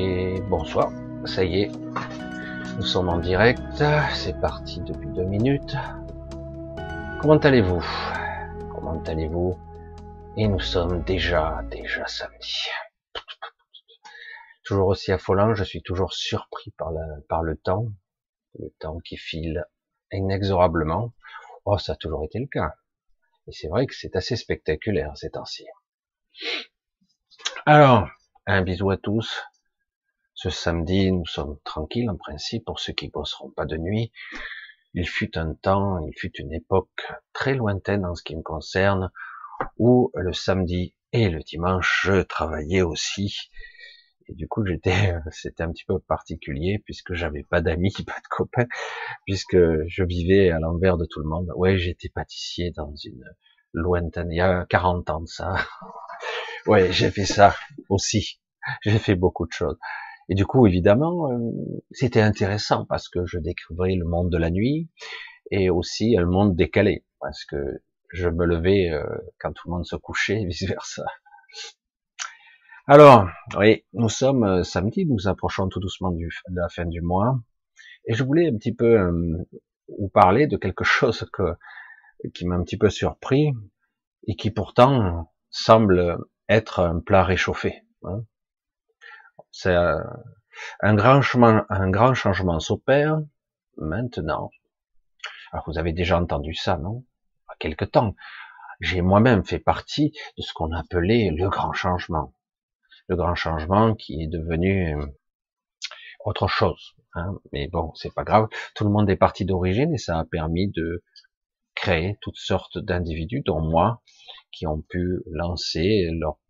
Et bonsoir, ça y est, nous sommes en direct, c'est parti depuis 2 minutes. Comment allez-vous? Comment allez-vous? Et nous sommes déjà samedi. Toujours aussi affolant, je suis toujours surpris par le temps qui file inexorablement. Oh, ça a toujours été le cas. Et c'est vrai que c'est assez spectaculaire ces temps-ci. Alors, un bisou à tous. Ce samedi, nous sommes tranquilles en principe pour ceux qui bosseront pas de nuit. Il fut un temps, il fut une époque très lointaine en ce qui me concerne, où le samedi et le dimanche, je travaillais aussi. Et du coup, c'était un petit peu particulier puisque j'avais pas d'amis, pas de copains, puisque je vivais à l'envers de tout le monde. Ouais, j'étais pâtissier dans une lointaine, il y a 40 ans de ça. Ouais, j'ai fait ça aussi. J'ai fait beaucoup de choses. Et du coup, évidemment, c'était intéressant parce que je découvrais le monde de la nuit et aussi le monde décalé parce que je me levais quand tout le monde se couchait et vice versa. Alors, oui, nous sommes samedi, nous approchons tout doucement de la fin du mois et je voulais un petit peu vous parler de quelque chose qui m'a un petit peu surpris et qui pourtant semble être un plat réchauffé. Hein. C'est un grand changement s'opère maintenant. Alors vous avez déjà entendu ça, non? Il y a quelque temps. J'ai moi-même fait partie de ce qu'on appelait le grand changement. Le grand changement qui est devenu autre chose. Hein. Mais bon, c'est pas grave. Tout le monde est parti d'origine et ça a permis de créer toutes sortes d'individus, dont moi, qui ont pu lancer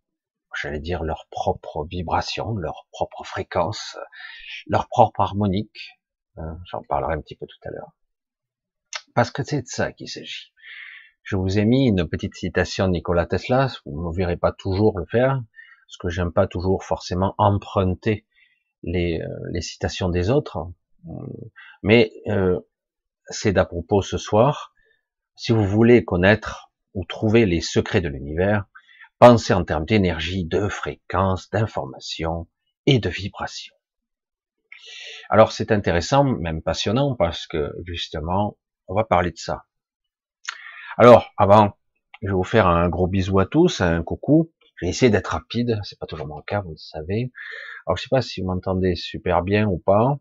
leur propre vibration, leur propre fréquence, leur propre harmonique. J'en parlerai un petit peu tout à l'heure. Parce que c'est de ça qu'il s'agit. Je vous ai mis une petite citation de Nikola Tesla, vous ne me verrez pas toujours le faire, parce que j'aime pas toujours forcément emprunter les citations des autres, mais c'est d'à propos ce soir. Si vous voulez connaître ou trouver les secrets de l'univers, pensez en termes d'énergie, de fréquence, d'information et de vibration. Alors c'est intéressant, même passionnant, parce que justement, on va parler de ça. Alors, avant, je vais vous faire un gros bisou à tous, un coucou. Je vais essayer d'être rapide, c'est pas toujours mon cas, vous le savez. Alors je sais pas si vous m'entendez super bien ou pas.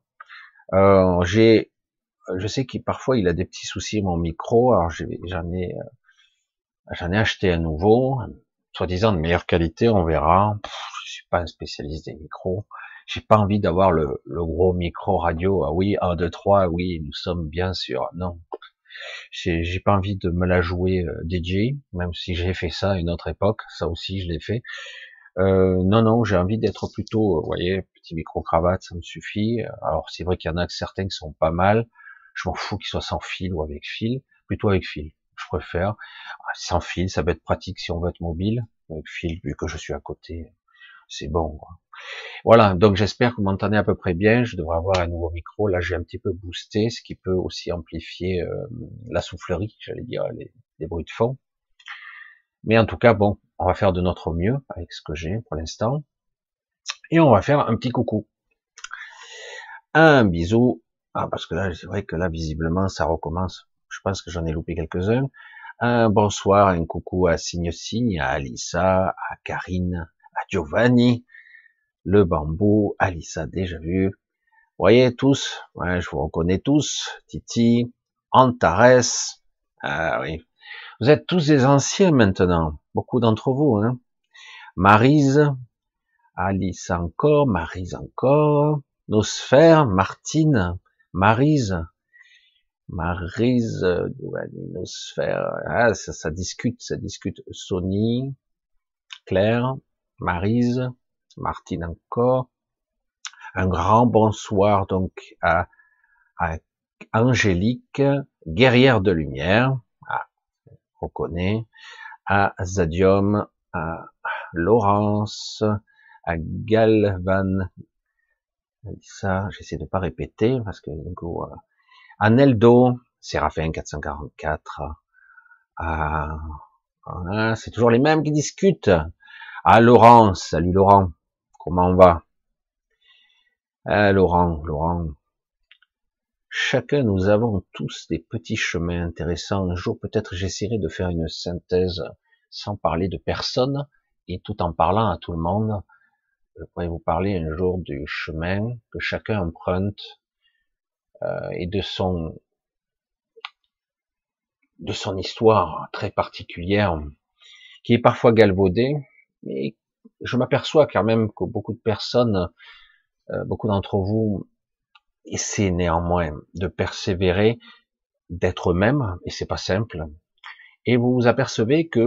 Je sais qu'il parfois il a des petits soucis mon micro. Alors j'en ai acheté un nouveau, soi-disant de meilleure qualité, on verra. Je suis pas un spécialiste des micros. J'ai pas envie d'avoir le gros micro radio. Ah oui, 1, 2, 3, oui, nous sommes bien sûr. Non. J'ai pas envie de me la jouer DJ, même si j'ai fait ça à une autre époque. Ça aussi, je l'ai fait. Non, j'ai envie d'être plutôt, vous voyez, petit micro-cravate, ça me suffit. Alors, c'est vrai qu'il y en a que certains qui sont pas mal. Je m'en fous qu'ils soient sans fil ou avec fil. Plutôt avec fil. Je préfère. Sans fil, ça peut être pratique si on veut être mobile. Avec fil, vu que je suis à côté, c'est bon, quoi. Voilà. Donc, j'espère que vous m'entendez à peu près bien. Je devrais avoir un nouveau micro. Là, j'ai un petit peu boosté, ce qui peut aussi amplifier la soufflerie, j'allais dire, les bruits de fond. Mais en tout cas, bon, on va faire de notre mieux avec ce que j'ai pour l'instant. Et on va faire un petit coucou. Un bisou. Ah, parce que là, c'est vrai que là, visiblement, ça recommence. Je pense que j'en ai loupé quelques-uns. Un bonsoir, un coucou à Signe, à Alissa, à Karine, à Giovanni, le bambou, Alissa, déjà vu. Vous voyez tous, ouais, je vous reconnais tous. Titi, Antares. Ah oui. Vous êtes tous des anciens maintenant. Beaucoup d'entre vous, hein. Maryse, Alice encore, Maryse encore, Nosphère, Martine, Maryse, ouais, Nosphère, ah, ça discute, Sony, Claire, Maryse, Martine encore, un grand bonsoir donc à Angélique, guerrière de lumière, on connaît, à Zadium, à Laurence, à Galvan, ça, j'essaie de pas répéter, parce que, du coup, à Neldo, Séraphin 444, c'est toujours les mêmes qui discutent. À Laurence, salut Laurent, comment on va? Laurent, chacun, nous avons tous des petits chemins intéressants. Un jour, peut-être, j'essaierai de faire une synthèse sans parler de personne et tout en parlant à tout le monde. Je pourrais vous parler un jour du chemin que chacun emprunte et de son histoire très particulière, qui est parfois galvaudée, mais je m'aperçois quand même que beaucoup de personnes, beaucoup d'entre vous, essaient néanmoins de persévérer, d'être eux-mêmes, et c'est pas simple. Et vous vous apercevez que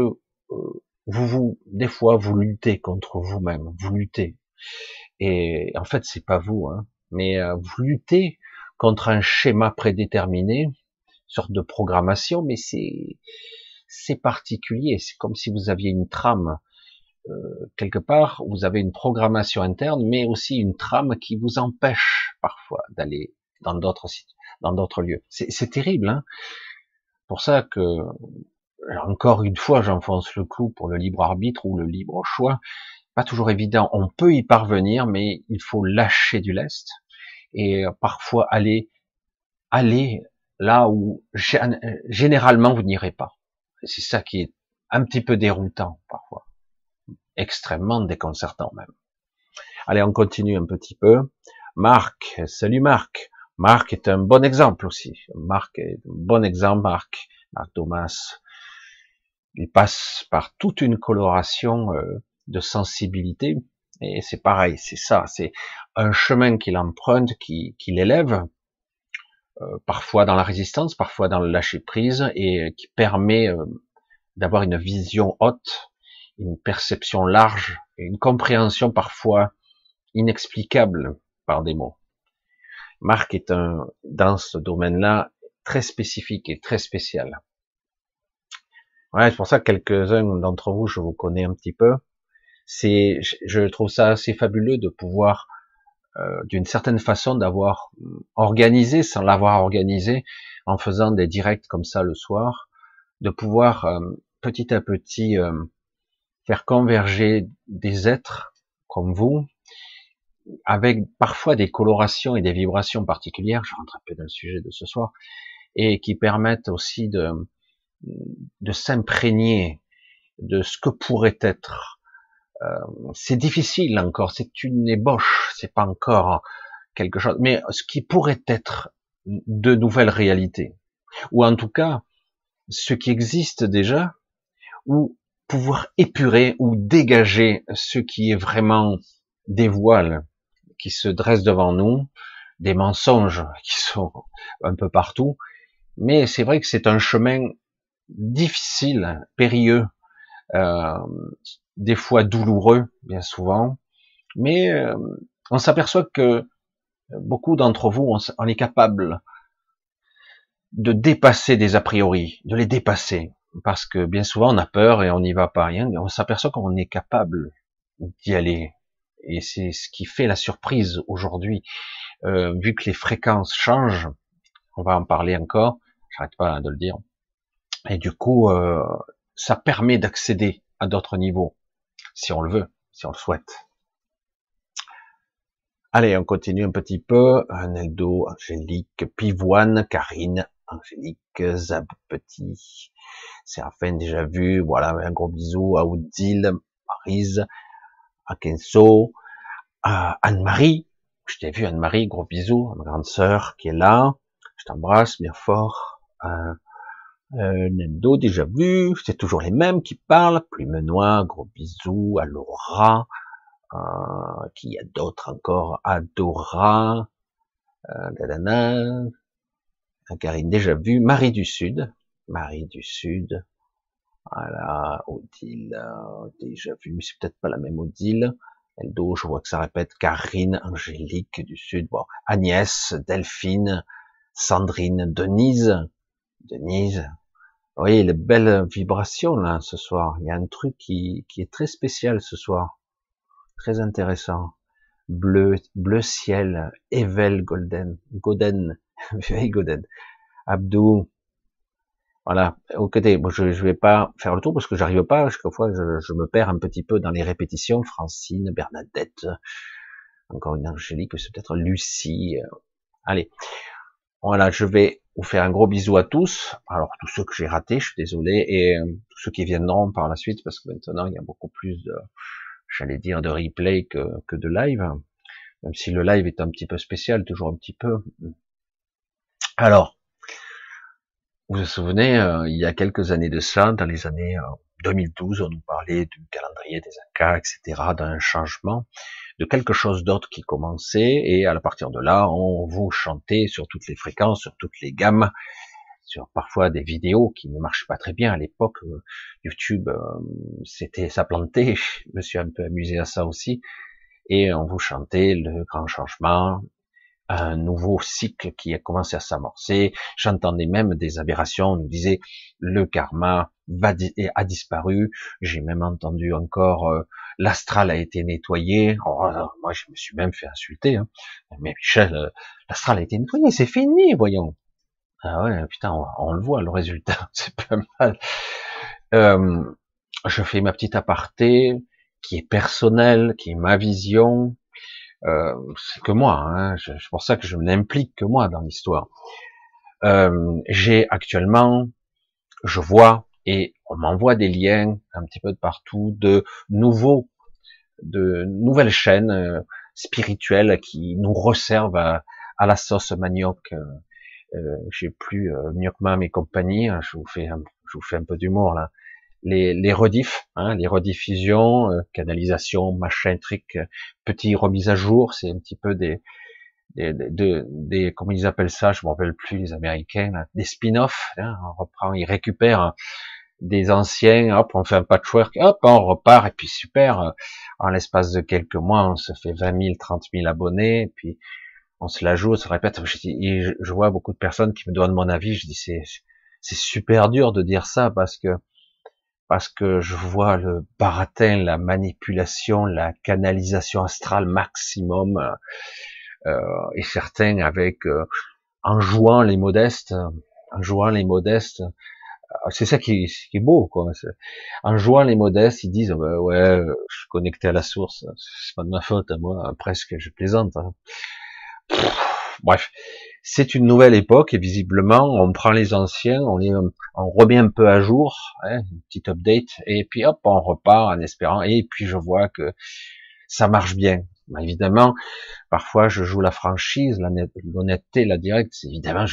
des fois, vous luttez contre vous-même, vous luttez. Et en fait, c'est pas vous, hein, mais vous luttez contre un schéma prédéterminé, une sorte de programmation, mais c'est particulier. C'est comme si vous aviez une trame quelque part. Vous avez une programmation interne, mais aussi une trame qui vous empêche parfois d'aller dans d'autres sites, dans d'autres lieux. C'est terrible, hein. Pour ça que encore une fois, j'enfonce le clou pour le libre arbitre ou le libre choix. Pas toujours évident. On peut y parvenir, mais il faut lâcher du lest et parfois aller là où généralement vous n'irez pas. C'est ça qui est un petit peu déroutant parfois, extrêmement déconcertant même. Allez, on continue un petit peu. Marc, salut Marc. Marc est un bon exemple aussi. Marc est un bon exemple, Marc Domas. Il passe par toute une coloration de sensibilité, et c'est pareil, c'est ça, c'est un chemin qu'il emprunte, qui l'élève, parfois dans la résistance, parfois dans le lâcher prise, et qui permet d'avoir une vision haute, une perception large, et une compréhension parfois inexplicable par des mots. Marc est dans ce domaine-là, très spécifique et très spécial. Ouais, c'est pour ça que quelques-uns d'entre vous, je vous connais un petit peu. Je trouve ça assez fabuleux de pouvoir, d'une certaine façon, d'avoir organisé, sans l'avoir organisé, en faisant des directs comme ça le soir, de pouvoir petit à petit faire converger des êtres comme vous, avec parfois des colorations et des vibrations particulières. Je rentre un peu dans le sujet de ce soir, et qui permettent aussi de s'imprégner de ce que pourrait être. C'est difficile encore, c'est une ébauche, c'est pas encore quelque chose, mais ce qui pourrait être de nouvelles réalités, ou en tout cas ce qui existe déjà, ou pouvoir épurer ou dégager ce qui est vraiment des voiles qui se dressent devant nous, des mensonges qui sont un peu partout. Mais c'est vrai que c'est un chemin difficile, périlleux, des fois douloureux, bien souvent, mais on s'aperçoit que beaucoup d'entre vous, on est capable de dépasser des a priori, de les dépasser, parce que bien souvent on a peur et on n'y va pas, rien, mais on s'aperçoit qu'on est capable d'y aller, et c'est ce qui fait la surprise aujourd'hui, vu que les fréquences changent, on va en parler encore, j'arrête pas de le dire, et du coup, ça permet d'accéder à d'autres niveaux, si on le veut, si on le souhaite. Allez, on continue un petit peu. Neldo, Angélique, Pivoine, Karine, Angélique, Zab Petit, Séraphin déjà vu, voilà, un gros bisou à Odile, Maryse, à Kenso, à Anne-Marie. Je t'ai vu Anne-Marie, gros bisou, à ma grande sœur qui est là. Je t'embrasse bien fort. Neldo déjà vu, c'est toujours les mêmes qui parlent. Plume Noire, gros bisou, à Laura. Qui y a d'autres encore? Adora, Karine déjà vu, Marie du Sud, voilà, Odile, déjà vu, mais c'est peut-être pas la même Odile. Eldo, je vois que ça répète, Karine, Angélique du Sud, bon, Agnès, Delphine, Sandrine, Denise, oui, les belles vibrations là ce soir. Il y a un truc qui est très spécial ce soir, très intéressant. Bleu ciel, Evel Goden, Abdou, voilà, au côté. Bon, je vais pas faire le tour parce que j'arrive pas, quelquefois je me perds un petit peu dans les répétitions. Francine, Bernadette, encore une angélique, c'est peut-être Lucie. Allez, voilà, je vais vous faire un gros bisou à tous. Alors tous ceux que j'ai ratés, je suis désolé, et tous ceux qui viendront par la suite, parce que maintenant il y a beaucoup plus de, j'allais dire, de replay que de live, même si le live est un petit peu spécial, toujours un petit peu. Alors, vous vous souvenez, il y a quelques années de ça, dans les années 2012, on nous parlait du calendrier des Incas, etc., d'un changement, de quelque chose d'autre qui commençait, et à partir de là, on vous chantait sur toutes les fréquences, sur toutes les gammes, sur parfois des vidéos qui ne marchaient pas très bien à l'époque. YouTube, ça plantait. Je me suis un peu amusé à ça aussi, et on vous chantait le grand changement, un nouveau cycle qui a commencé à s'amorcer. J'entendais même des aberrations. On nous disait le karma a disparu. J'ai même entendu encore l'astral a été nettoyé. Oh, moi, je me suis même fait insulter. Hein. Mais Michel, l'astral a été nettoyé, c'est fini, voyons. Ah ouais, putain, on le voit le résultat, c'est pas mal. Je fais ma petite aparté qui est personnelle, qui est ma vision. C'est que moi, hein, c'est pour ça que je n'implique que moi dans l'histoire. J'ai actuellement, je vois et on m'envoie des liens un petit peu de partout de nouvelles chaînes spirituelles qui nous resservent à la sauce manioc. J'ai plus mieux que ma mes compagnies. Hein, je vous fais un peu d'humour là. Les rediffs, hein, les rediffusions, canalisation, machin, truc, petit remise à jour, c'est un petit peu des comment ils appellent ça, je me rappelle plus, les Américains, là, des spin-offs, hein, on reprend, ils récupèrent des anciens, hop, on fait un patchwork, hop, on repart, et puis super, en l'espace de quelques mois, on se fait 20 000, 30 000 abonnés, et puis on se la joue, on se répète. Je vois beaucoup de personnes qui me donnent mon avis, je dis c'est super dur de dire ça parce que je vois le baratin, la manipulation, la canalisation astrale maximum, et certains avec en jouant les modestes, c'est ça qui est beau, quoi. En jouant les modestes, ils disent ouais, je suis connecté à la source, c'est pas de ma faute à moi, presque, je plaisante. Hein. Bref, c'est une nouvelle époque et visiblement on prend les anciens, on remet un peu à jour, hein, une petite update, et puis hop, on repart en espérant. Et puis je vois que ça marche bien. Ben, évidemment, parfois je joue la franchise, l'honnêteté, la directe. Évidemment,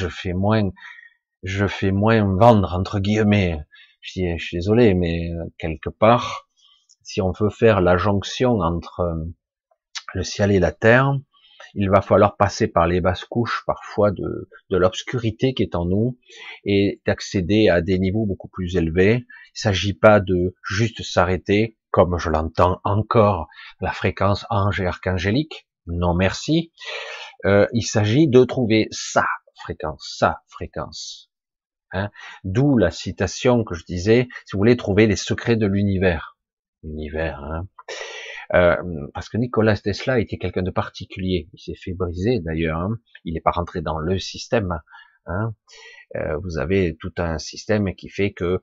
je fais moins vendre entre guillemets. Je suis désolé, mais quelque part, si on veut faire la jonction entre le ciel et la terre, il va falloir passer par les basses couches parfois de l'obscurité qui est en nous et d'accéder à des niveaux beaucoup plus élevés. Il ne s'agit pas de juste s'arrêter, comme je l'entends encore, la fréquence ange et archangélique. Non merci. Il s'agit de trouver sa fréquence. Hein. D'où la citation que je disais, si vous voulez trouver les secrets de l'univers. L'univers, hein. Parce que Nikola Tesla était quelqu'un de particulier. Il s'est fait briser d'ailleurs. Hein. Il n'est pas rentré dans le système. Hein. Vous avez tout un système qui fait que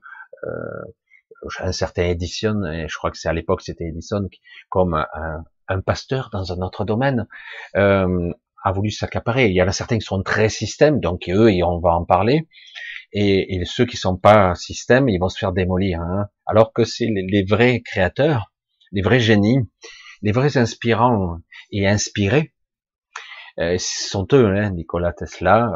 un certain Edison, et je crois que c'est à l'époque c'était Edison, comme un pasteur dans un autre domaine, a voulu s'accaparer. Il y en a certains qui sont très système, donc eux, et on va en parler. Et ceux qui sont pas système, ils vont se faire démolir. Hein. Alors que c'est les vrais créateurs, les vrais génies, les vrais inspirants et inspirés, ce sont eux, hein, Nikola Tesla,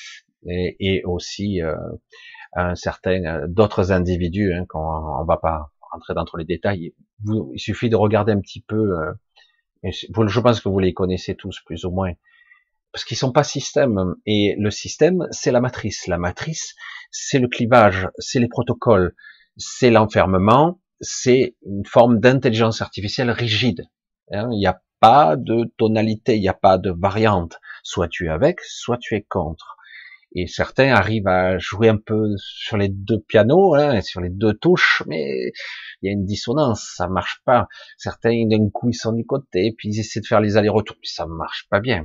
et aussi un certain d'autres individus, hein, on va pas rentrer dans tous les détails. Il suffit de regarder un petit peu, je pense que vous les connaissez tous plus ou moins, parce qu'ils sont pas système. Et le système, c'est la matrice. La matrice, c'est le clivage, c'est les protocoles, c'est l'enfermement, c'est une forme d'intelligence artificielle rigide. Hein, il n'y a pas de tonalité, il n'y a pas de variante. Soit tu es avec, soit tu es contre. Et certains arrivent à jouer un peu sur les deux pianos, hein, sur les deux touches, mais il y a une dissonance, ça marche pas. Certains, d'un coup, ils sont du côté, puis ils essaient de faire les allers-retours, puis ça marche pas bien.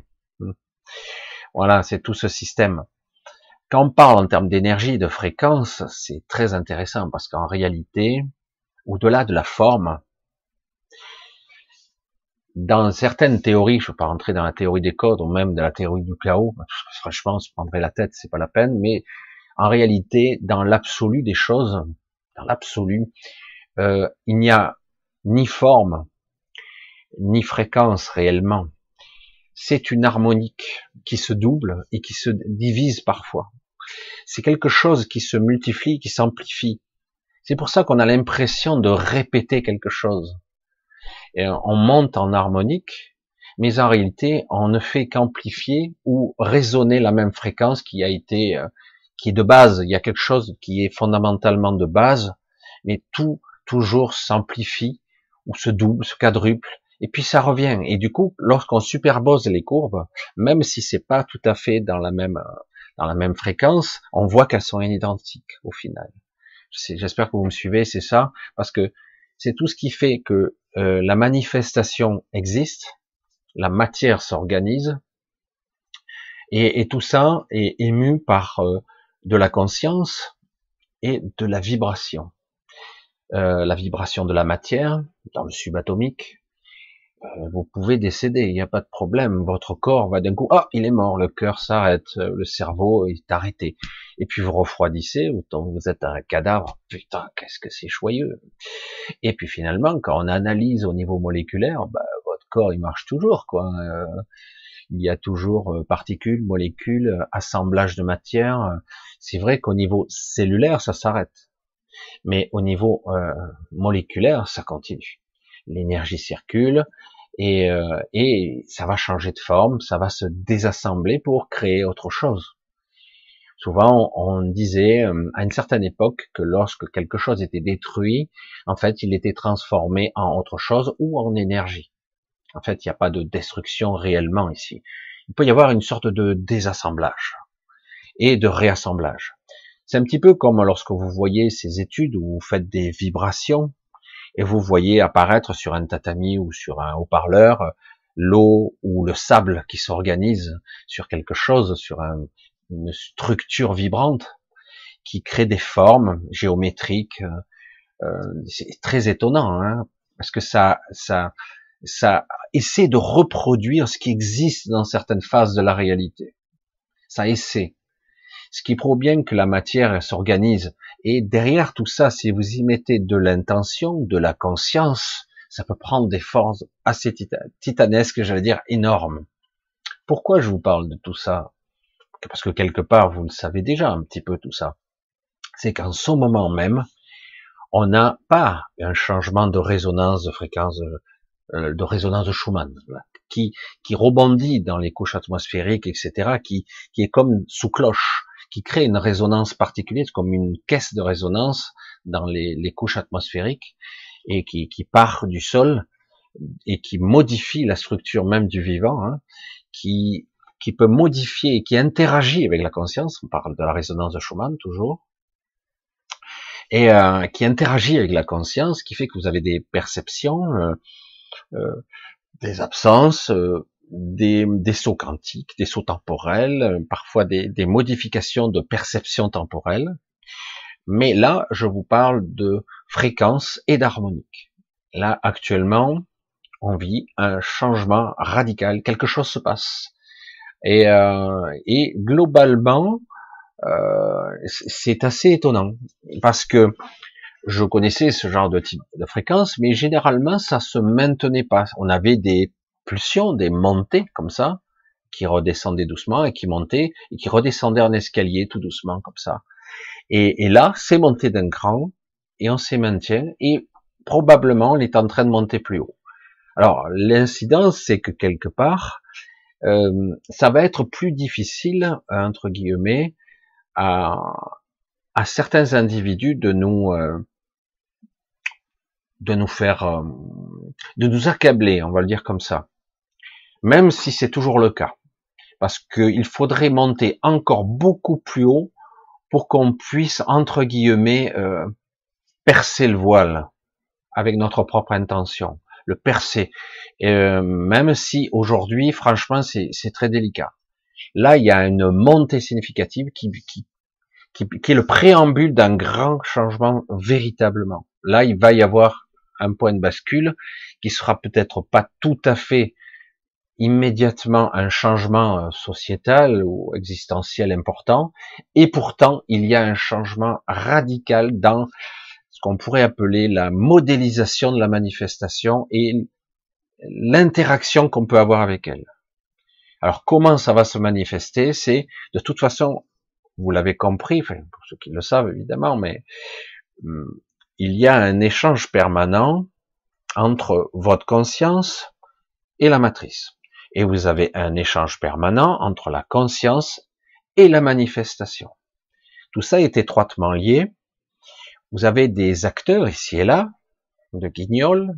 Voilà, c'est tout ce système. Quand on parle en termes d'énergie, de fréquence, c'est très intéressant, parce qu'en réalité, au-delà de la forme, Dans certaines théories, je ne vais pas rentrer dans la théorie des codes ou même dans la théorie du chaos, franchement, on se prendrait la tête, c'est pas la peine, mais en réalité, dans l'absolu des choses, dans l'absolu, il n'y a ni forme, ni fréquence réellement. C'est une harmonique qui se double et qui se divise parfois. C'est quelque chose qui se multiplie, qui s'amplifie. C'est pour ça qu'on a l'impression de répéter quelque chose. Et on monte en harmonique, mais en réalité, on ne fait qu'amplifier ou résonner la même fréquence qui a été, qui est de base. Il y a quelque chose qui est fondamentalement de base, mais tout toujours s'amplifie ou se double, se quadruple, et puis ça revient. Et du coup, lorsqu'on superpose les courbes, même si c'est pas tout à fait dans la même fréquence, on voit qu'elles sont identiques au final. J'espère que vous me suivez, c'est ça, parce que c'est tout ce qui fait que la manifestation existe, la matière s'organise, et tout ça est ému par de la conscience et de la vibration de la matière dans le subatomique. Vous pouvez décéder, il n'y a pas de problème. Votre corps va d'un coup, il est mort, le cœur s'arrête, le cerveau est arrêté. Et puis vous refroidissez, vous êtes un cadavre. Putain, qu'est-ce que c'est joyeux. Et puis finalement, quand on analyse au niveau moléculaire, votre corps il marche toujours, quoi. Il y a toujours particules, molécules, assemblage de matière. C'est vrai qu'au niveau cellulaire, ça s'arrête. Mais au niveau moléculaire, ça continue. L'énergie circule et ça va changer de forme, ça va se désassembler pour créer autre chose. Souvent, on disait à une certaine époque que lorsque quelque chose était détruit, en fait, il était transformé en autre chose ou en énergie. En fait, il n'y a pas de destruction réellement ici. Il peut y avoir une sorte de désassemblage et de réassemblage. C'est un petit peu comme lorsque vous voyez ces études où vous faites des vibrations et vous voyez apparaître sur un tatami ou sur un haut-parleur l'eau ou le sable qui s'organise sur quelque chose, sur une structure vibrante qui crée des formes géométriques. C'est très étonnant, hein, parce que ça essaie de reproduire ce qui existe dans certaines phases de la réalité. Ça essaie. Ce qui prouve bien que la matière s'organise. Et derrière tout ça, si vous y mettez de l'intention, de la conscience, ça peut prendre des forces assez titanesques, j'allais dire énormes. Pourquoi je vous parle de tout ça? Parce que quelque part, vous le savez déjà un petit peu tout ça. C'est qu'en ce moment même, on n'a pas un changement de résonance, de fréquence, de résonance de Schumann, qui rebondit dans les couches atmosphériques, etc., qui est comme sous cloche, qui crée une résonance particulière, comme une caisse de résonance dans les couches atmosphériques, et qui part du sol, et qui modifie la structure même du vivant, hein, qui peut modifier, qui interagit avec la conscience, on parle de la résonance de Schumann toujours, et qui interagit avec la conscience, qui fait que vous avez des perceptions, des absences, des sauts quantiques, des sauts temporels, parfois des modifications de perception temporelle. Mais là, je vous parle de fréquence et d'harmonique. Là, actuellement, on vit un changement radical, quelque chose se passe. Et globalement, c'est assez étonnant, parce que je connaissais ce genre de type de fréquence, mais généralement, ça se maintenait pas. On avait des pulsions, des montées comme ça, qui redescendaient doucement et qui montaient, et qui redescendaient en escalier tout doucement comme ça. Et là, c'est monté d'un cran, et on s'y maintient, et probablement, on est en train de monter plus haut. Alors, l'incidence, c'est que quelque part, ça va être plus difficile, entre guillemets, à certains individus de nous faire, de nous accabler, on va le dire comme ça. Même si c'est toujours le cas. Parce qu'il faudrait monter encore beaucoup plus haut pour qu'on puisse, entre guillemets, percer le voile avec notre propre intention. Le percer. Même si aujourd'hui, franchement, c'est très délicat. Là, il y a une montée significative qui est le préambule d'un grand changement véritablement. Là, il va y avoir un point de bascule qui sera peut-être pas tout à fait immédiatement un changement sociétal ou existentiel important, et pourtant il y a un changement radical dans ce qu'on pourrait appeler la modélisation de la manifestation et l'interaction qu'on peut avoir avec elle. Alors comment ça va se manifester? C'est de toute façon, vous l'avez compris, enfin, pour ceux qui le savent évidemment, mais il y a un échange permanent entre votre conscience et la matrice. Et vous avez un échange permanent entre la conscience et la manifestation. Tout ça est étroitement lié. Vous avez des acteurs ici et là, de guignols,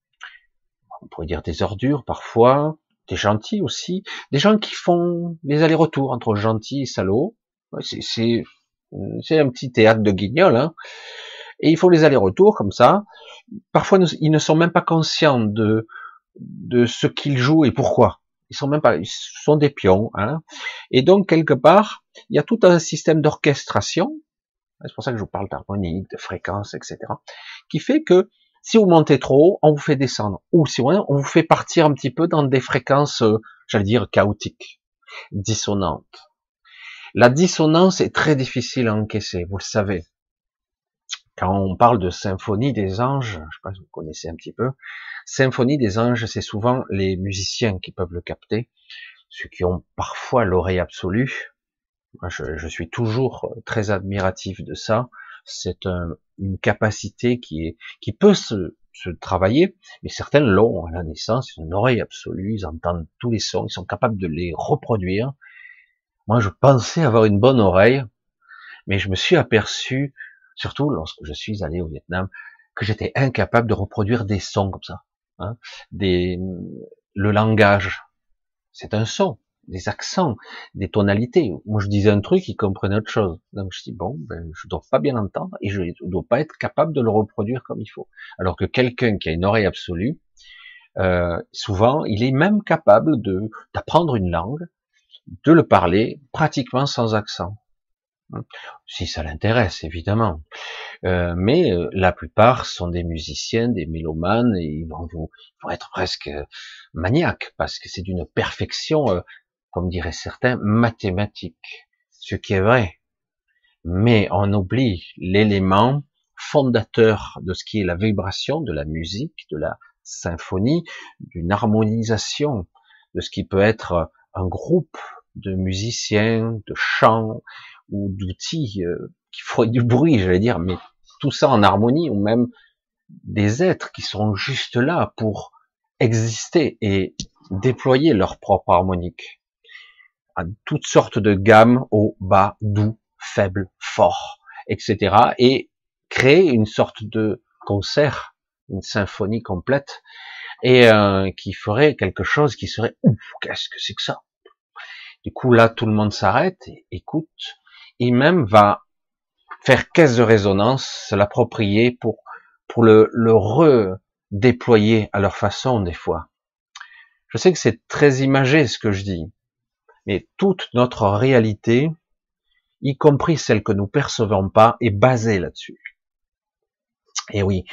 on pourrait dire des ordures parfois, des gentils aussi, des gens qui font les allers-retours entre gentils et salauds. C'est un petit théâtre de guignols, hein. Et ils font les allers-retours comme ça. Parfois, ils ne sont même pas conscients de ce qu'ils jouent et pourquoi. Ils sont des pions, hein. Et donc, quelque part, il y a tout un système d'orchestration. C'est pour ça que je vous parle d'harmonique, de fréquence, etc. qui fait que si vous montez trop haut, on vous fait descendre. Ou si on vous fait partir un petit peu dans des fréquences, j'allais dire, chaotiques, dissonantes. La dissonance est très difficile à encaisser, vous le savez. Quand on parle de symphonie des anges, je sais pas si vous connaissez un petit peu, symphonie des anges, c'est souvent les musiciens qui peuvent le capter, ceux qui ont parfois l'oreille absolue. Moi, je suis toujours très admiratif de ça. C'est une capacité qui peut se travailler, mais certains l'ont à la naissance, ils ont une oreille absolue, ils entendent tous les sons, ils sont capables de les reproduire. Moi, je pensais avoir une bonne oreille, mais je me suis aperçu, surtout lorsque je suis allé au Vietnam, que j'étais incapable de reproduire des sons comme ça. Hein, le langage, c'est un son, des accents, des tonalités. Moi, je disais un truc, ils comprenaient autre chose. Donc, je dis bon, je dois pas bien entendre et je dois pas être capable de le reproduire comme il faut. Alors que quelqu'un qui a une oreille absolue, souvent, il est même capable d'apprendre une langue, de le parler pratiquement sans accent. Si ça l'intéresse, évidemment. Mais la plupart sont des musiciens, des mélomanes, et ils vont être presque maniaques, parce que c'est d'une perfection, comme diraient certains, mathématique. Ce qui est vrai. Mais on oublie l'élément fondateur de ce qui est la vibration de la musique, de la symphonie, d'une harmonisation, de ce qui peut être un groupe de musiciens, de chants, ou d'outils qui feraient du bruit, j'allais dire, mais tout ça en harmonie, ou même des êtres qui seront juste là pour exister et déployer leur propre harmonique à toutes sortes de gammes, haut, bas, doux, faible, fort, etc. et créer une sorte de concert, une symphonie complète, et qui ferait quelque chose qui serait ouf, qu'est-ce que c'est que ça? Du coup là, tout le monde s'arrête, et écoute, et même va faire caisse de résonance, se l'approprier pour le redéployer à leur façon des fois. Je sais que c'est très imagé ce que je dis, mais toute notre réalité, y compris celle que nous percevons pas, est basée là-dessus. Et oui,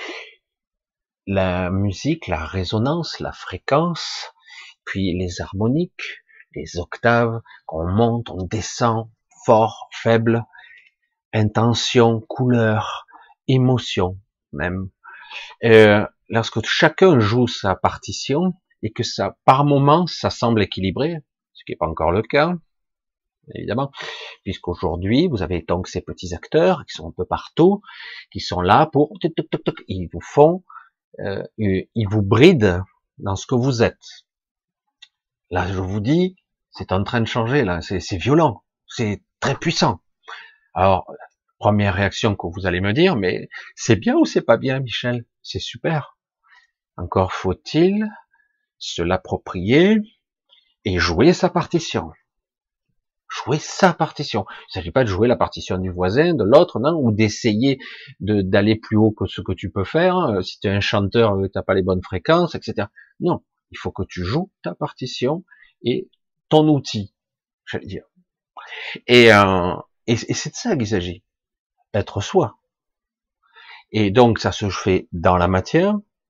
la musique, la résonance, la fréquence, puis les harmoniques, les octaves, qu'on monte, on descend, fort, faible, intention, couleur, émotion même. Lorsque chacun joue sa partition et que ça, par moment, ça semble équilibré, ce qui n'est pas encore le cas, évidemment, puisqu'aujourd'hui, vous avez donc ces petits acteurs qui sont un peu partout, qui sont là pour, ils vous font, ils vous brident dans ce que vous êtes. Là, je vous dis, c'est en train de changer, là, c'est violent, c'est très puissant. Alors, première réaction que vous allez me dire, mais c'est bien ou c'est pas bien, Michel? C'est super. Encore faut-il se l'approprier et jouer sa partition. Jouer sa partition. Il ne s'agit pas de jouer la partition du voisin, de l'autre, non, ou d'essayer d'aller plus haut que ce que tu peux faire. Si tu es un chanteur, tu n'as pas les bonnes fréquences, etc. Non, il faut que tu joues ta partition et ton outil, j'allais dire. Et c'est de ça qu'il s'agit. Être soi. Et donc, ça se fait dans la matière,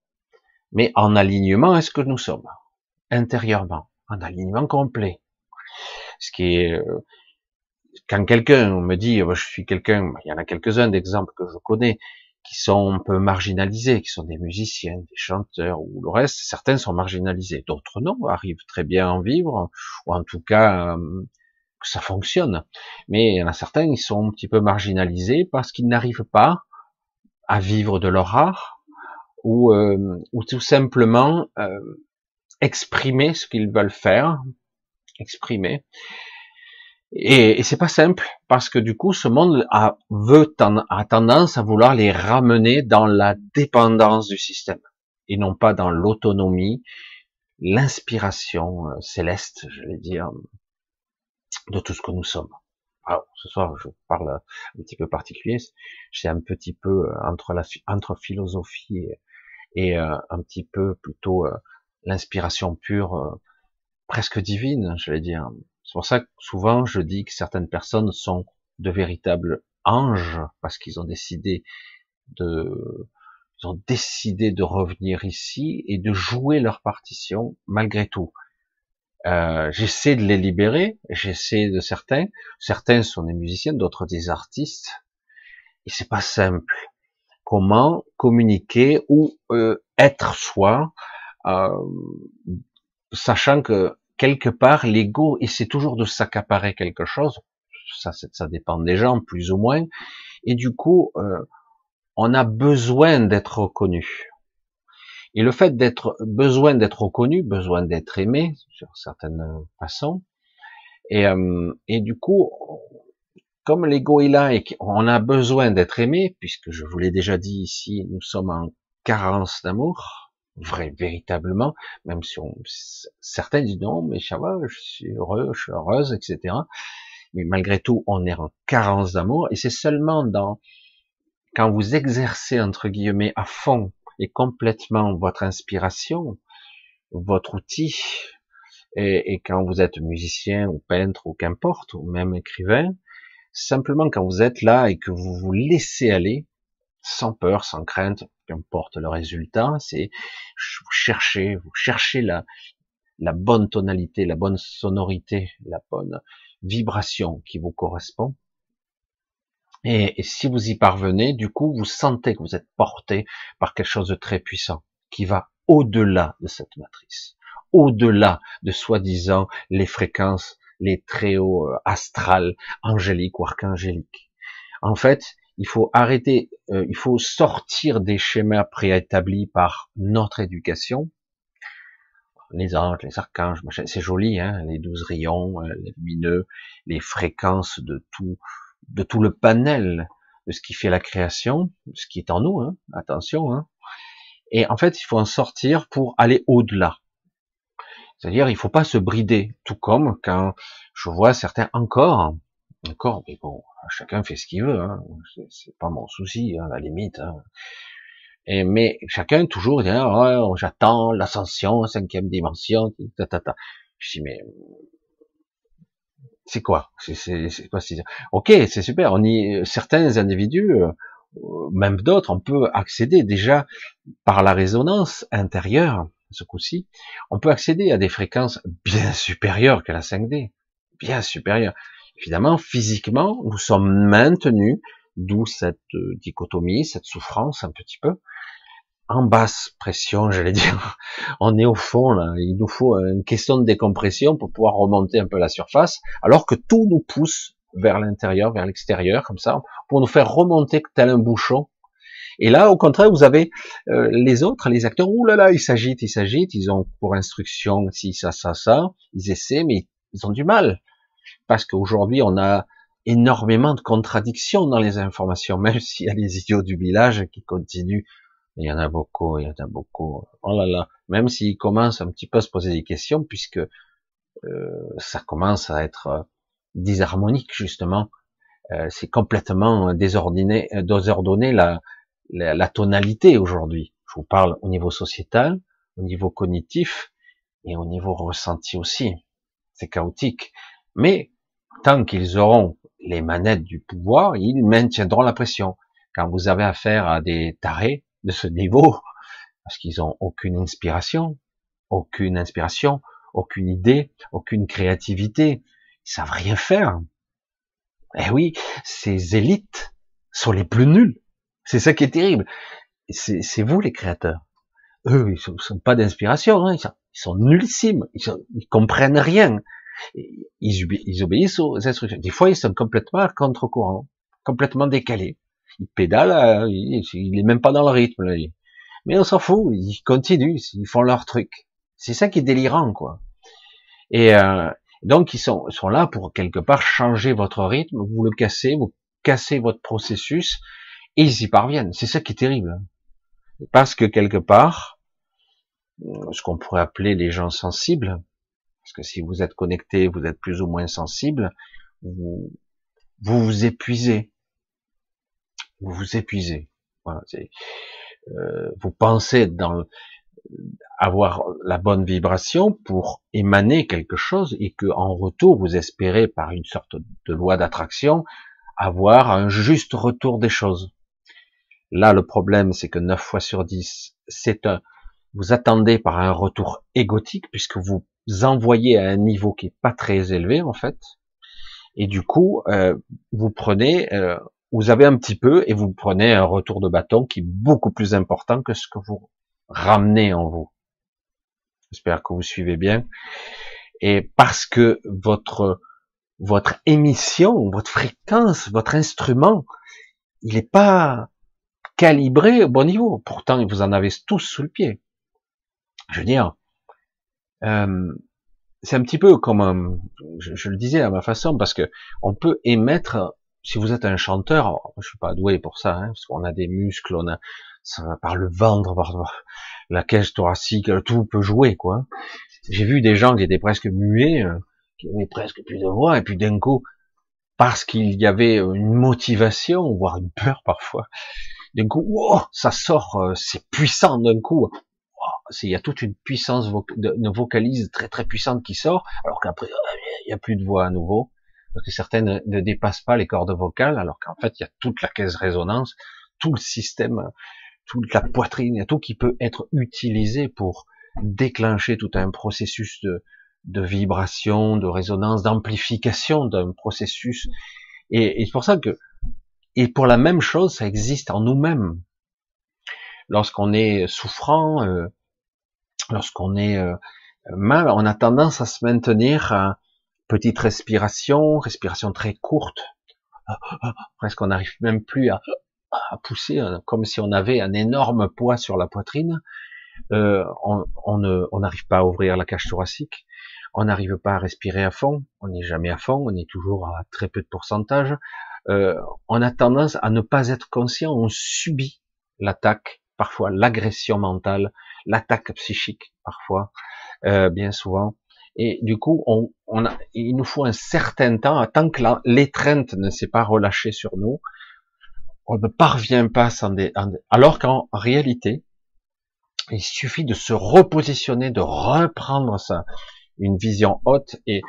Mais en alignement, est-ce que nous sommes intérieurement, en alignement complet? Ce qui est, quand quelqu'un me dit, je suis quelqu'un, il y en a quelques-uns d'exemples que je connais, qui sont un peu marginalisés, qui sont des musiciens, des chanteurs, ou le reste, certains sont marginalisés, d'autres non, arrivent très bien à en vivre, ou en tout cas, que ça fonctionne. Mais il y en a certains, ils sont un petit peu marginalisés parce qu'ils n'arrivent pas à vivre de leur art, ou tout simplement exprimer ce qu'ils veulent faire, exprimer. Et c'est pas simple, parce que du coup, ce monde a tendance à vouloir les ramener dans la dépendance du système, et non pas dans l'autonomie, l'inspiration céleste, je vais dire, de tout ce que nous sommes. Alors, ce soir, je parle un petit peu particulier, c'est un petit peu entre philosophie et un petit peu plutôt l'inspiration pure, presque divine, je vais dire. C'est pour ça que souvent je dis que certaines personnes sont de véritables anges parce qu'ils ont décidé de revenir ici et de jouer leur partition malgré tout. J'essaie de les libérer, j'essaie de certains sont des musiciens, d'autres des artistes, et c'est pas simple. Comment communiquer ou être soi, euh, sachant que quelque part l'ego essaie toujours de s'accaparer quelque chose, ça dépend des gens plus ou moins, et du coup on a besoin d'être reconnu. Et le fait besoin d'être reconnu, besoin d'être aimé sur certaines façons, et du coup, comme l'ego est là et qu'on a besoin d'être aimé, puisque je vous l'ai déjà dit ici, nous sommes en carence d'amour, véritablement, même si certains disent non, mais ça va, je suis heureux, je suis heureuse, etc. Mais malgré tout, on est en carence d'amour, et c'est seulement quand vous exercez, entre guillemets, à fond et complètement votre inspiration, votre outil, et quand vous êtes musicien ou peintre ou qu'importe, ou même écrivain, simplement quand vous êtes là et que vous vous laissez aller, sans peur, sans crainte, qu'importe le résultat, vous cherchez la bonne tonalité, la bonne sonorité, la bonne vibration qui vous correspond. Et si vous y parvenez, du coup, vous sentez que vous êtes porté par quelque chose de très puissant, qui va au-delà de cette matrice, au-delà de soi-disant les fréquences, les très hauts astrales, angéliques ou archangéliques. En fait, il faut arrêter, il faut sortir des schémas préétablis par notre éducation. Les anges, les archanges, c'est joli, hein, les 12 rayons, les lumineux, les fréquences de tout le panel de ce qui fait la création, ce qui est en nous, hein, attention. Hein. Et en fait, il faut en sortir pour aller au-delà. C'est-à-dire, il faut pas se brider, tout comme quand je vois certains encore, mais bon, chacun fait ce qu'il veut, hein, c'est pas mon souci, hein, à la limite. Hein. Mais chacun toujours dit, ah, ouais, j'attends l'ascension, 5e dimension, ta. Je dis, mais c'est quoi? C'est quoi? Ok, c'est super. Certains individus, même d'autres, on peut accéder déjà par la résonance intérieure, ce coup-ci, on peut accéder à des fréquences bien supérieures que la 5D, bien supérieures. Évidemment, physiquement, nous sommes maintenus, d'où cette dichotomie, cette souffrance un petit peu, en basse pression, j'allais dire. On est au fond, là. Il nous faut une question de décompression pour pouvoir remonter un peu la surface, alors que tout nous pousse vers l'intérieur, vers l'extérieur, comme ça, pour nous faire remonter tel un bouchon. Et là, au contraire, vous avez les autres, les acteurs, ouh là là, ils s'agitent, ils ont pour instruction, si ça, ils essaient, mais ils ont du mal. Parce qu'aujourd'hui, on a énormément de contradictions dans les informations, même s'il y a les idiots du village qui continuent. Il y en a beaucoup, il y en a beaucoup. Oh là là, même s'ils commencent un petit peu à se poser des questions, puisque ça commence à être disharmonique justement, c'est complètement désordonné la tonalité aujourd'hui. Je vous parle au niveau sociétal, au niveau cognitif et au niveau ressenti aussi. C'est chaotique. Mais tant qu'ils auront les manettes du pouvoir, ils maintiendront la pression. Quand vous avez affaire à des tarés de ce niveau, parce qu'ils ont aucune inspiration, aucune idée, aucune créativité. Ils savent rien faire. Eh oui, ces élites sont les plus nuls. C'est ça qui est terrible. C'est vous les créateurs. Eux, ils sont pas d'inspiration, hein. Ils sont nullissimes. Ils comprennent rien. Ils obéissent aux instructions. Des fois, ils sont complètement à contre-courant, complètement décalés. Ils pédalent, il est même pas dans le rythme, là. Mais on s'en fout, ils continuent, ils font leur truc. C'est ça qui est délirant, quoi. Et donc, ils sont là pour quelque part changer votre rythme, vous cassez votre processus, et ils y parviennent. C'est ça qui est terrible. Parce que quelque part, ce qu'on pourrait appeler les gens sensibles, parce que si vous êtes connecté, vous êtes plus ou moins sensible, vous vous épuisez. Vous vous épuisez. Voilà, vous pensez avoir la bonne vibration pour émaner quelque chose et que en retour vous espérez par une sorte de loi d'attraction avoir un juste retour des choses. Là, le problème, c'est que 9 fois sur 10, vous attendez par un retour égotique puisque vous envoyez à un niveau qui est pas très élevé en fait, et du coup, vous avez un petit peu et vous prenez un retour de bâton qui est beaucoup plus important que ce que vous ramenez en vous. J'espère que vous suivez bien. Et parce que votre émission, votre fréquence, votre instrument, il n'est pas calibré au bon niveau. Pourtant, vous en avez tous sous le pied. Je veux dire, c'est un petit peu comme, je le disais à ma façon, parce que on peut émettre, si vous êtes un chanteur, je suis pas doué pour ça, hein, parce qu'on a des muscles, ça va par le ventre, par la cage thoracique, tout peut jouer, quoi. J'ai vu des gens qui étaient presque muets, qui avaient presque plus de voix, et puis d'un coup, parce qu'il y avait une motivation, voire une peur parfois, d'un coup, wow, ça sort, c'est puissant d'un coup. Il y a toute une puissance, une vocalise très très puissante qui sort, alors qu'après, il n'y a plus de voix à nouveau, parce que certaines ne dépassent pas les cordes vocales, alors qu'en fait, il y a toute la caisse résonance, tout le système, toute la poitrine, il y a tout qui peut être utilisé pour déclencher tout un processus de vibration, de résonance, d'amplification d'un processus. Et c'est pour ça que, et pour la même chose, ça existe en nous-mêmes. Lorsqu'on est souffrant, lorsqu'on est mal, on a tendance à se maintenir à petite respiration très courte, presque on n'arrive même plus à pousser, comme si on avait un énorme poids sur la poitrine. On n'arrive pas à ouvrir la cage thoracique, on n'arrive pas à respirer à fond, on n'est jamais à fond, on est toujours à très peu de pourcentage. On a tendance à ne pas être conscient, on subit l'attaque, parfois l'agression mentale, l'attaque psychique, parfois, bien souvent. Et du coup, il nous faut un certain temps, tant que l'étreinte ne s'est pas relâchée sur nous, on ne parvient pas alors qu'en réalité, il suffit de se repositionner, de reprendre une vision haute et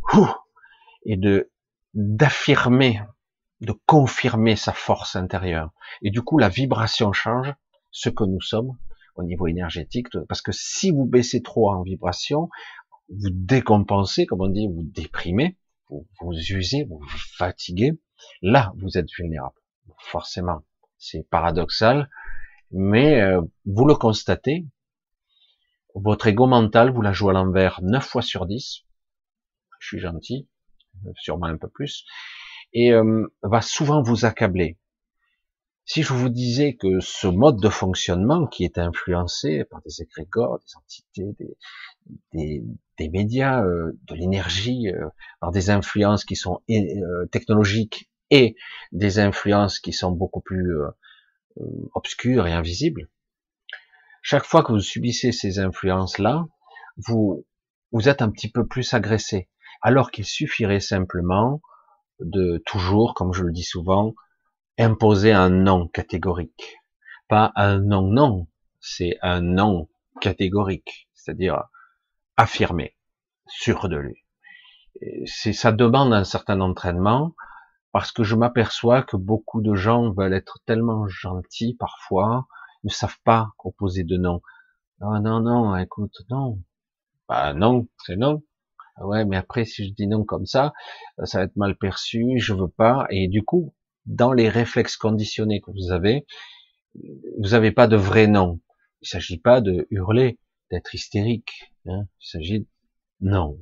d'affirmer, de confirmer sa force intérieure. Et du coup, la vibration change, ce que nous sommes au niveau énergétique, parce que si vous baissez trop en vibration, vous décompensez, comme on dit, vous déprimez, vous usez, vous vous fatiguez, là, vous êtes vulnérable. Forcément, c'est paradoxal, mais vous le constatez, votre ego mental, vous la jouez à l'envers 9 fois sur 10, je suis gentil, sûrement un peu plus, et va souvent vous accabler. Si je vous disais que ce mode de fonctionnement qui est influencé par des égrégores, des entités, des médias, de l'énergie, par des influences qui sont technologiques et des influences qui sont beaucoup plus obscures et invisibles, chaque fois que vous subissez ces influences-là, vous êtes un petit peu plus agressé, alors qu'il suffirait simplement de toujours, comme je le dis souvent, imposer un non catégorique. Pas un non-non, c'est un non catégorique, c'est-à-dire affirmé, sûr de lui. Ça demande un certain entraînement, parce que je m'aperçois que beaucoup de gens veulent être tellement gentils parfois, ne savent pas composer de non. Non, non, non, écoute, non. Bah non, c'est non. Ah ouais, mais après, si je dis non comme ça va être mal perçu, je veux pas. Et du coup, dans les réflexes conditionnés que vous avez pas de vrai non. Il s'agit pas de hurler, d'être hystérique. Hein. Il s'agit de non.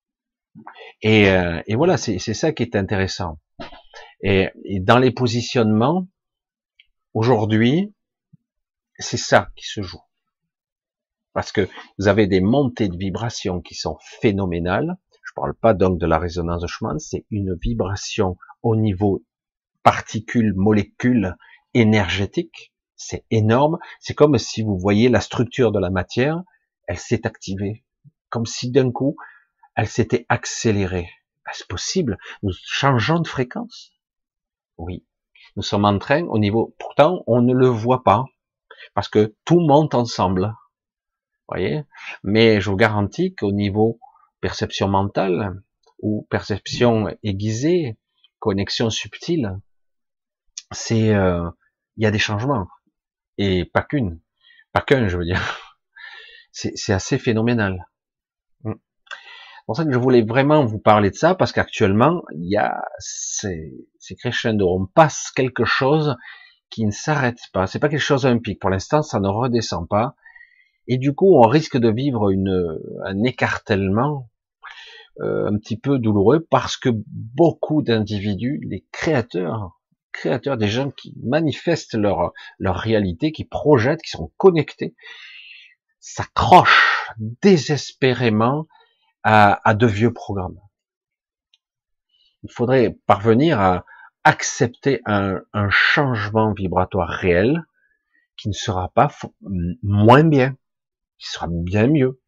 Et voilà, c'est ça qui est intéressant. Et dans les positionnements, aujourd'hui, c'est ça qui se joue. Parce que vous avez des montées de vibrations qui sont phénoménales. Je parle pas donc de la résonance de Schumann, c'est une vibration au niveau particules, molécules énergétiques. C'est énorme. C'est comme si vous voyez la structure de la matière, elle s'est activée. Comme si d'un coup, elle s'était accélérée. Est-ce possible? Nous changeons de fréquence. Oui. Nous sommes en train, au niveau, pourtant, on ne le voit pas. Parce que tout monte ensemble. Voyez, mais je vous garantis qu'au niveau perception mentale ou perception aiguisée, connexion subtile, c'est il y a des changements et pas qu'un, je veux dire. C'est assez phénoménal. C'est pour ça que je voulais vraiment vous parler de ça parce qu'actuellement il y a c'est crescendo, on passe quelque chose qui ne s'arrête pas. C'est pas quelque chose d'un pic. Pour l'instant, ça ne redescend pas. Et du coup, on risque de vivre un écartèlement un petit peu douloureux parce que beaucoup d'individus, les créateurs des gens qui manifestent leur réalité, qui projettent, qui sont connectés, s'accrochent désespérément à de vieux programmes. Il faudrait parvenir à accepter un changement vibratoire réel qui ne sera pas moins bien, qui sera bien mieux.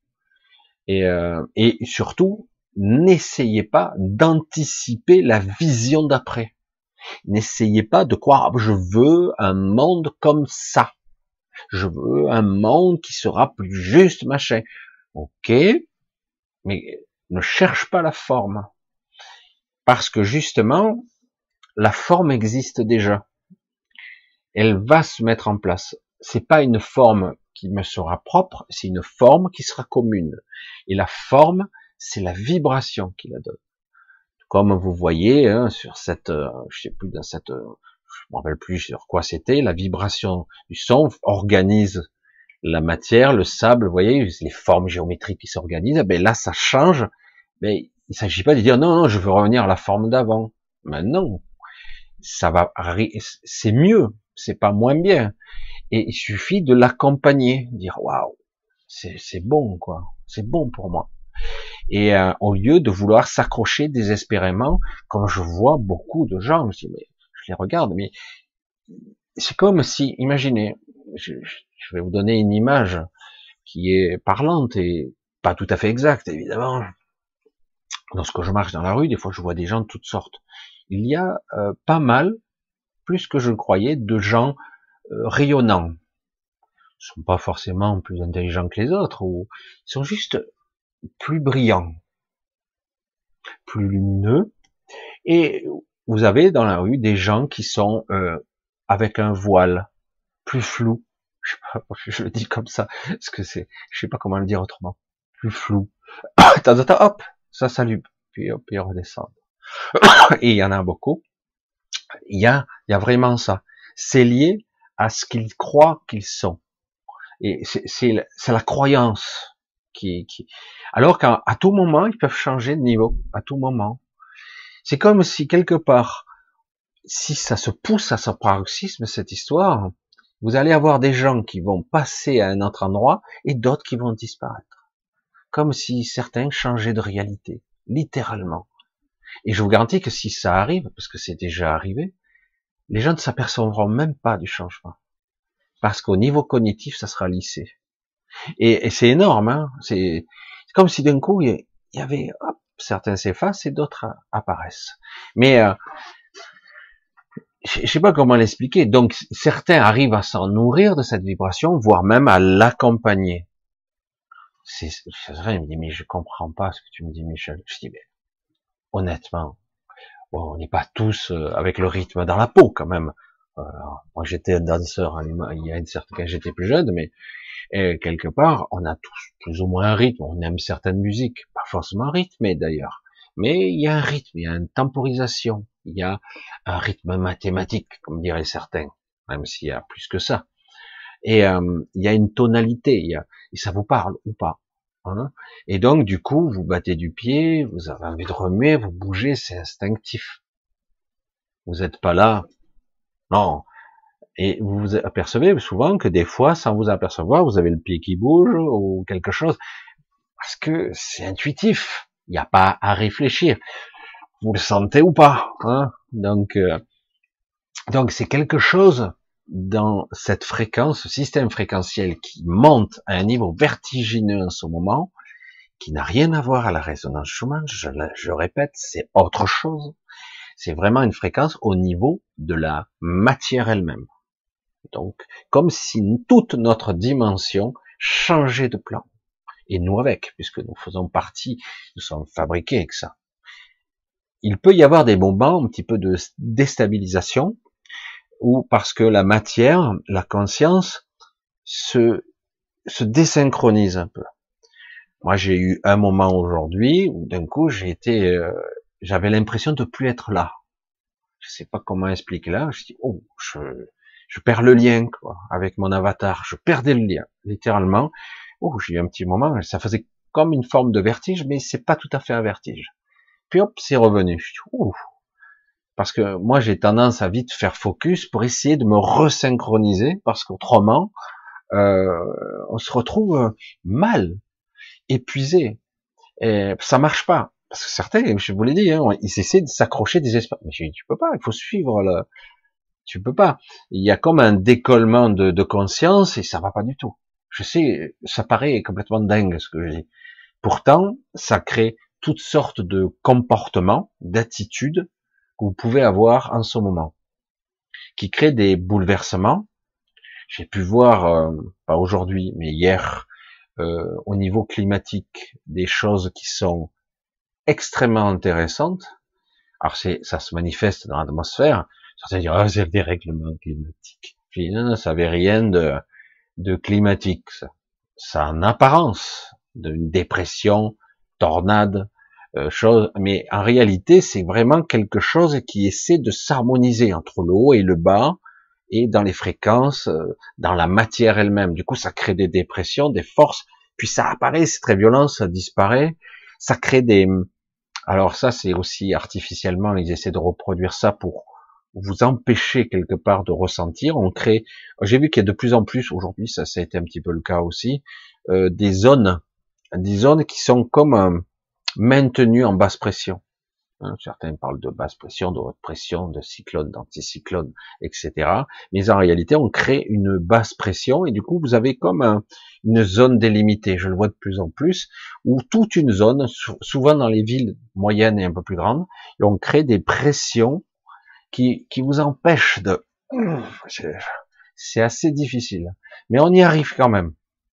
Et surtout, n'essayez pas d'anticiper la vision d'après. N'essayez pas de croire, je veux un monde comme ça. Je veux un monde qui sera plus juste, machin. Ok, mais ne cherche pas la forme. Parce que justement, la forme existe déjà. Elle va se mettre en place. C'est pas une forme qui me sera propre, c'est une forme qui sera commune. Et la forme, c'est la vibration qui la donne. Comme vous voyez hein, sur cette, je sais plus dans cette, je me rappelle plus sur quoi c'était, la vibration du son organise la matière, le sable, vous voyez, les formes géométriques qui s'organisent. Ben là, ça change. Mais il s'agit pas de dire non, non, je veux revenir à la forme d'avant. Mais non, ça va, c'est mieux, c'est pas moins bien. Et il suffit de l'accompagner, dire waouh, c'est bon quoi, c'est bon pour moi. Et au lieu de vouloir s'accrocher désespérément, comme je vois beaucoup de gens, je dis, mais je les regarde, mais c'est comme si, imaginez, je vais vous donner une image qui est parlante et pas tout à fait exacte, évidemment. Lorsque je marche dans la rue, des fois je vois des gens de toutes sortes. Il y a pas mal, plus que je le croyais, de gens rayonnants. Ils sont pas forcément plus intelligents que les autres, ou ils sont juste plus brillants, plus lumineux. Et vous avez dans la rue des gens qui sont avec un voile plus flou. Je sais pas, je le dis comme ça, parce que je sais pas comment le dire autrement. Plus flou. De temps en temps, hop, ça salut, puis hop, ils redescendent. Et il y en a beaucoup. Il y a vraiment ça. C'est lié à ce qu'ils croient qu'ils sont. Et c'est la croyance alors qu'à tout moment, ils peuvent changer de niveau, à tout moment. C'est comme si quelque part, si ça se pousse à son paroxysme, cette histoire, vous allez avoir des gens qui vont passer à un autre endroit et d'autres qui vont disparaître. Comme si certains changeaient de réalité, littéralement. Et je vous garantis que si ça arrive, parce que c'est déjà arrivé, les gens ne s'apercevront même pas du changement. Parce qu'au niveau cognitif, ça sera lissé. Et c'est énorme, hein. C'est comme si d'un coup, il y avait, hop, certains s'effacent et d'autres apparaissent. Mais je sais pas comment l'expliquer. Donc certains arrivent à s'en nourrir de cette vibration, voire même à l'accompagner. C'est vrai, il me dit mais je comprends pas ce que tu me dis, Michel. Je dis mais honnêtement, bon, on n'est pas tous avec le rythme dans la peau quand même. Moi, j'étais un danseur il y a une certaine, quand j'étais plus jeune, mais quelque part, on a tous plus ou moins un rythme. On aime certaines musiques, pas forcément rythmées d'ailleurs, mais il y a un rythme, il y a une temporisation, il y a un rythme mathématique, comme diraient certains, même s'il y a plus que ça. Et il y a une tonalité, et ça vous parle ou pas. Hein. Et donc, du coup, vous battez du pied, vous avez envie de remuer, vous bougez, c'est instinctif. Vous n'êtes pas là, non. Et vous vous apercevez souvent que des fois, sans vous apercevoir, vous avez le pied qui bouge ou quelque chose, parce que c'est intuitif. Il n'y a pas à réfléchir. Vous le sentez ou pas. Hein. Donc c'est quelque chose dans cette fréquence, ce système fréquentiel qui monte à un niveau vertigineux en ce moment, qui n'a rien à voir à la résonance Schumann. Je répète, c'est autre chose. C'est vraiment une fréquence au niveau de la matière elle-même. Donc, comme si toute notre dimension changeait de plan. Et nous avec, puisque nous faisons partie, nous sommes fabriqués avec ça. Il peut y avoir des moments un petit peu de déstabilisation, ou parce que la matière, la conscience, se désynchronise un peu. Moi, j'ai eu un moment aujourd'hui où d'un coup, j'avais l'impression de plus être là. Je sais pas comment expliquer là. Je dis, oh, je perds le lien, quoi, avec mon avatar. Je perdais le lien, littéralement. Oh, j'ai eu un petit moment, ça faisait comme une forme de vertige, mais c'est pas tout à fait un vertige. Puis hop, c'est revenu. Je dis, ouh. Parce que moi, j'ai tendance à vite faire focus pour essayer de me resynchroniser, parce qu'autrement, on se retrouve mal, épuisé. Et ça marche pas. Parce que certains, je vous l'ai dit, hein, ils essaient de s'accrocher des espaces. Mais je dis, tu peux pas, il faut suivre le, tu peux pas. Il y a comme un décollement de conscience et ça va pas du tout. Je sais, ça paraît complètement dingue ce que je dis. Pourtant, ça crée toutes sortes de comportements, d'attitudes que vous pouvez avoir en ce moment, qui créent des bouleversements. J'ai pu voir, pas aujourd'hui, mais hier, au niveau climatique, des choses qui sont extrêmement intéressantes. Alors ça se manifeste dans l'atmosphère. Certains disent, ah, c'est le dérèglement climatique. Je dis, non, non, ça n'avait rien de climatique. Ça a en apparence d'une dépression, tornade, chose, mais en réalité, c'est vraiment quelque chose qui essaie de s'harmoniser entre le haut et le bas, et dans les fréquences, dans la matière elle-même. Du coup, ça crée des dépressions, des forces, puis ça apparaît, c'est très violent, ça disparaît, ça crée des... Alors ça, c'est aussi artificiellement, ils essaient de reproduire ça pour vous empêcher quelque part de ressentir. On crée, j'ai vu qu'il y a de plus en plus aujourd'hui, ça a été un petit peu le cas aussi, des zones qui sont comme maintenues en basse pression. Hein, certains parlent de basse pression, de haute pression, de cyclone, d'anticyclone, etc. Mais en réalité, on crée une basse pression et du coup, vous avez comme une zone délimitée. Je le vois de plus en plus, où toute une zone, souvent dans les villes moyennes et un peu plus grandes, et on crée des pressions qui vous empêchent de... C'est assez difficile, mais on y arrive quand même.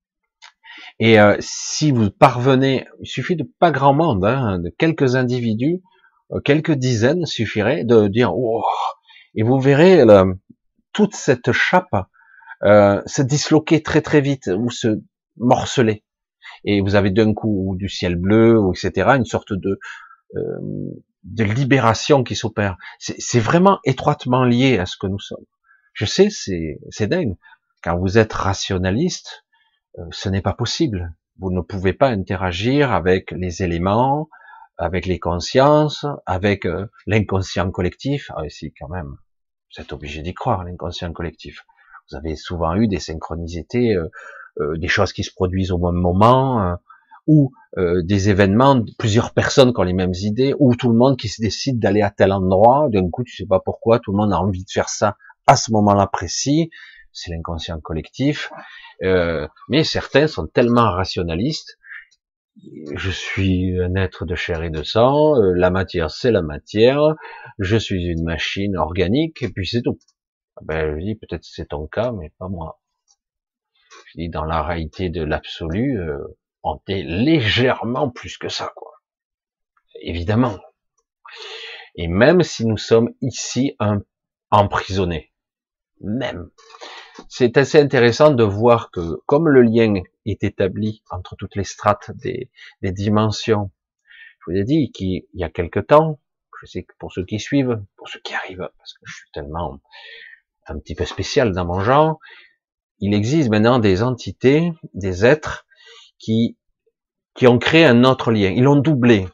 Et si vous parvenez, il suffit de pas grand monde, hein, de quelques individus, quelques dizaines suffirait de dire oh, et vous verrez toute cette chape se disloquer très très vite ou se morceler et vous avez d'un coup du ciel bleu ou etc. une sorte de libération qui s'opère. C'est vraiment étroitement lié à ce que nous sommes. Je sais, c'est dingue. Quand vous êtes rationaliste, ce n'est pas possible. Vous ne pouvez pas interagir avec les éléments, avec les consciences, avec l'inconscient collectif. Ah oui, si, quand même, vous êtes obligé d'y croire, l'inconscient collectif. Vous avez souvent eu des synchronicités, des choses qui se produisent au même moment, ou des événements, plusieurs personnes qui ont les mêmes idées, ou tout le monde qui se décide d'aller à tel endroit, d'un coup, tu sais pas pourquoi, tout le monde a envie de faire ça à ce moment-là précis, c'est l'inconscient collectif, mais certains sont tellement rationalistes, je suis un être de chair et de sang, la matière c'est la matière, je suis une machine organique, et puis c'est tout. Ben, je dis, peut-être c'est ton cas, mais pas moi. Je dis, dans la réalité de l'absolu, on est légèrement plus que ça, quoi. Évidemment. Et même si nous sommes ici emprisonnés, même. C'est assez intéressant de voir que, comme le lien est établi entre toutes les strates des dimensions, je vous ai dit qu'il y a quelque temps, je sais que pour ceux qui suivent, pour ceux qui arrivent, parce que je suis tellement un petit peu spécial dans mon genre, il existe maintenant des entités, des êtres qui ont créé un autre lien. Ils l'ont doublé.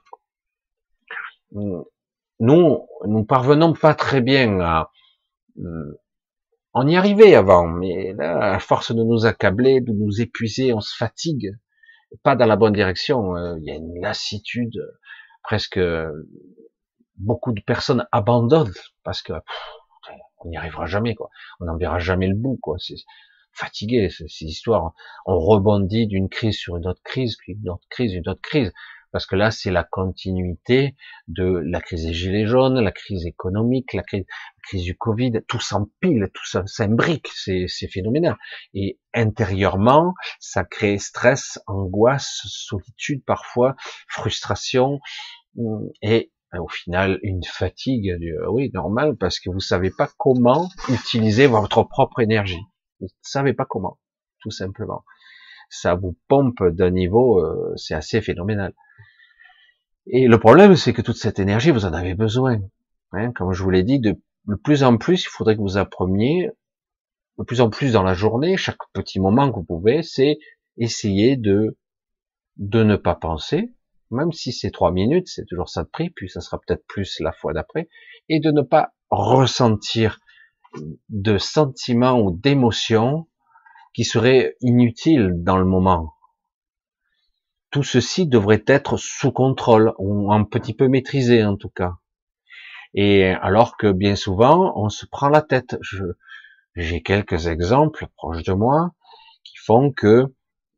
Nous parvenons pas très bien à, on y arrivait avant, mais là, à force de nous accabler, de nous épuiser, on se fatigue, pas dans la bonne direction. Il y a une lassitude, presque beaucoup de personnes abandonnent parce que on n'y arrivera jamais, quoi. On n'en verra jamais le bout, quoi. C'est fatigué, ces histoires. On rebondit d'une crise sur une autre crise, puis une autre crise, une autre crise. Parce que là, c'est la continuité de la crise des gilets jaunes, la crise économique, la crise du Covid, tout s'empile, tout ça s'imbrique, c'est phénoménal. Et intérieurement, ça crée stress, angoisse, solitude parfois, frustration, et au final une fatigue, oui, normal, parce que vous savez pas comment utiliser votre propre énergie. Vous ne savez pas comment, tout simplement. Ça vous pompe d'un niveau, c'est assez phénoménal. Et le problème, c'est que toute cette énergie, vous en avez besoin. Hein, comme je vous l'ai dit, de plus en plus, il faudrait que vous appreniez, de plus en plus dans la journée, chaque petit moment que vous pouvez, c'est essayer de ne pas penser, même si c'est 3 minutes, c'est toujours ça de prix, puis ça sera peut-être plus la fois d'après, et de ne pas ressentir de sentiments ou d'émotions qui seraient inutiles dans le moment. Tout ceci devrait être sous contrôle, ou un petit peu maîtrisé en tout cas. Et alors que bien souvent, on se prend la tête. J'ai quelques exemples proches de moi qui font que,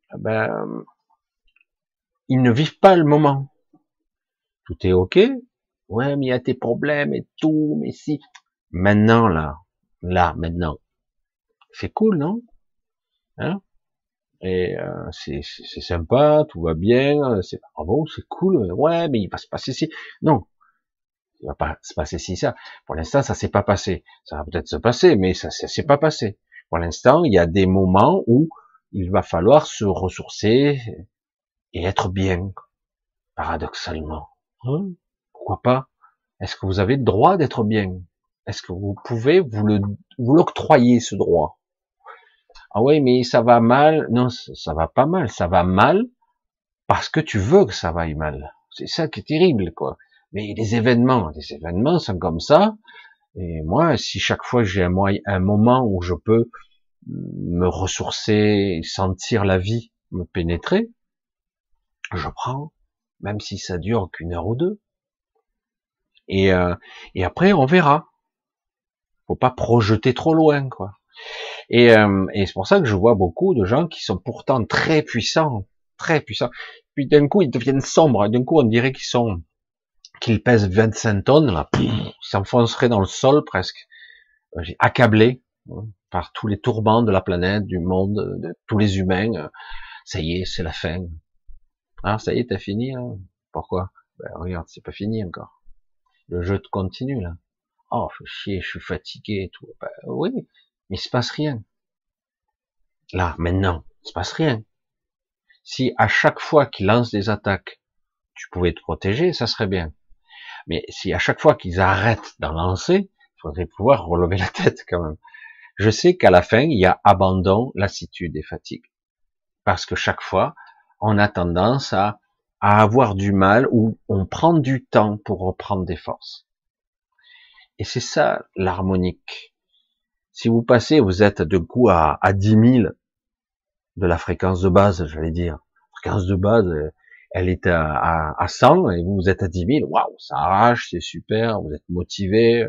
ils ne vivent pas le moment. Tout est ok. Ouais, mais il y a tes problèmes et tout, mais si. Maintenant, maintenant. C'est cool, non? Hein? Et c'est sympa, tout va bien, c'est bravo, c'est cool. Ouais, mais il va se passer ci. Non, il va pas se passer ci, ça. Pour l'instant, ça s'est pas passé. Ça va peut-être se passer, mais ça s'est pas passé. Pour l'instant, il y a des moments où il va falloir se ressourcer et être bien, paradoxalement. Hein? Pourquoi pas? Est-ce que vous avez le droit d'être bien? Est-ce que vous pouvez vous l'octroyer, ce droit? Ah oui, mais ça va mal. Non, ça va pas mal. Ça va mal parce que tu veux que ça vaille mal. C'est ça qui est terrible, quoi. Mais les événements sont comme ça. Et moi, si chaque fois j'ai un moment où je peux me ressourcer, sentir la vie me pénétrer, je prends, même si ça dure qu'une heure ou deux. Et après, on verra. Faut pas projeter trop loin, quoi. Et c'est pour ça que je vois beaucoup de gens qui sont pourtant très puissants. Puis d'un coup, ils deviennent sombres. D'un coup, on dirait qu'ils pèsent 25 tonnes, là, ils s'enfonceraient dans le sol presque, accablés par tous les tourments de la planète, du monde, de tous les humains. Ça y est, c'est la fin. Ah, ça y est, t'as fini, là. Pourquoi? Ben, regarde, c'est pas fini encore. Le jeu continue, là. Oh, je chier, je suis fatigué et tout. Ben, oui, mais il se passe rien. Là, maintenant, il se passe rien. Si à chaque fois qu'ils lancent des attaques, tu pouvais te protéger, ça serait bien. Mais si à chaque fois qu'ils arrêtent d'en lancer, il faudrait pouvoir relever la tête quand même. Je sais qu'à la fin, il y a abandon, lassitude et fatigue. Parce que chaque fois, on a tendance à avoir du mal ou on prend du temps pour reprendre des forces. Et c'est ça l'harmonique. Si vous passez, vous êtes de coup à 10 000 de la fréquence de base, j'allais dire. La fréquence de base, elle est à 100 et vous êtes à 10 000. Waouh, ça arrache, c'est super, vous êtes motivé.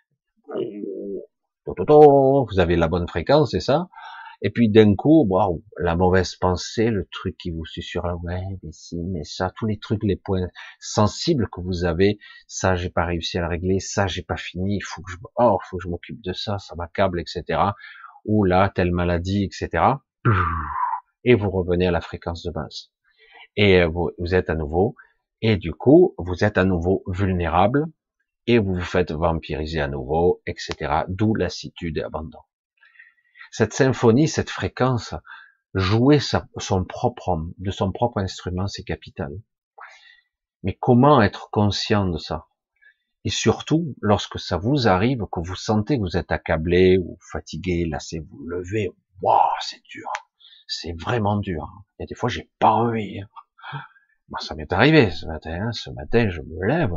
Vous avez la bonne fréquence, c'est ça. Et puis d'un coup, waouh, la mauvaise pensée, le truc qui vous susurre là, ouais, mais si, mais ça, tous les trucs, les points sensibles que vous avez, ça, j'ai pas réussi à le régler, ça, j'ai pas fini, il faut que faut que je m'occupe de ça, ça m'accable, etc. Ou là, telle maladie, etc. Et vous revenez à la fréquence de base. Et vous êtes à nouveau, et du coup, vous êtes à nouveau vulnérable, et vous vous faites vampiriser à nouveau, etc. D'où lassitude et abandon. Cette symphonie, cette fréquence, jouer de son propre instrument, c'est capital. Mais comment être conscient de ça? Et surtout, lorsque ça vous arrive, que vous sentez que vous êtes accablé ou fatigué, lassé, vous levez, waouh, c'est dur. C'est vraiment dur. Il y a des fois, j'ai pas envie. Moi, ça m'est arrivé ce matin. Ce matin, je me lève.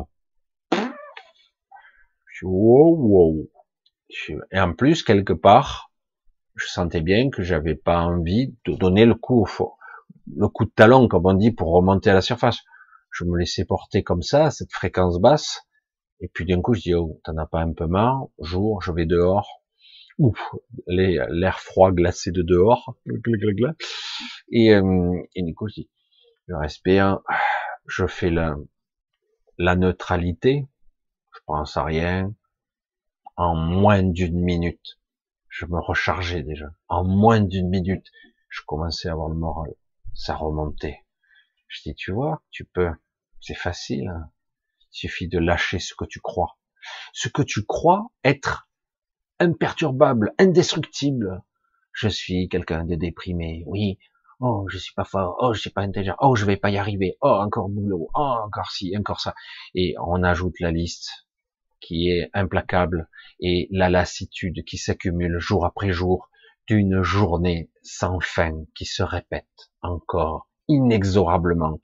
Je suis wow, wow. Et en plus, quelque part, je sentais bien que j'avais pas envie de donner le coup de talon, comme on dit, pour remonter à la surface. Je me laissais porter comme ça, à cette fréquence basse. Et puis d'un coup, je dis, oh, t'en as pas un peu marre? Jour, je vais dehors. Ouf, l'air froid glacé de dehors. Et du coup, je dis, je respire, je fais la neutralité, je pense à rien. En moins d'une minute, je me rechargeais déjà. En moins d'une minute, je commençais à avoir le moral. Ça remontait. Je dis, tu vois, tu peux. C'est facile. Hein. Il suffit de lâcher ce que tu crois. Ce que tu crois être imperturbable, indestructible. Je suis quelqu'un de déprimé. Oui. Oh, je suis pas fort. Oh, je suis pas intelligent. Oh, je vais pas y arriver. Oh, encore boulot. Oh, encore ci, encore ça. Et on ajoute la liste qui est implacable et la lassitude qui s'accumule jour après jour d'une journée sans fin qui se répète encore inexorablement.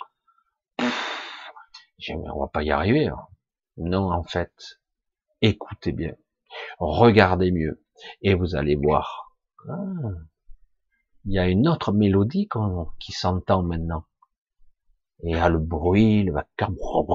On va pas y arriver. Hein. Non, en fait, écoutez bien, regardez mieux et vous allez voir. Ah, il y a une autre mélodie qui s'entend maintenant. Et il y a le bruit, le vacarme,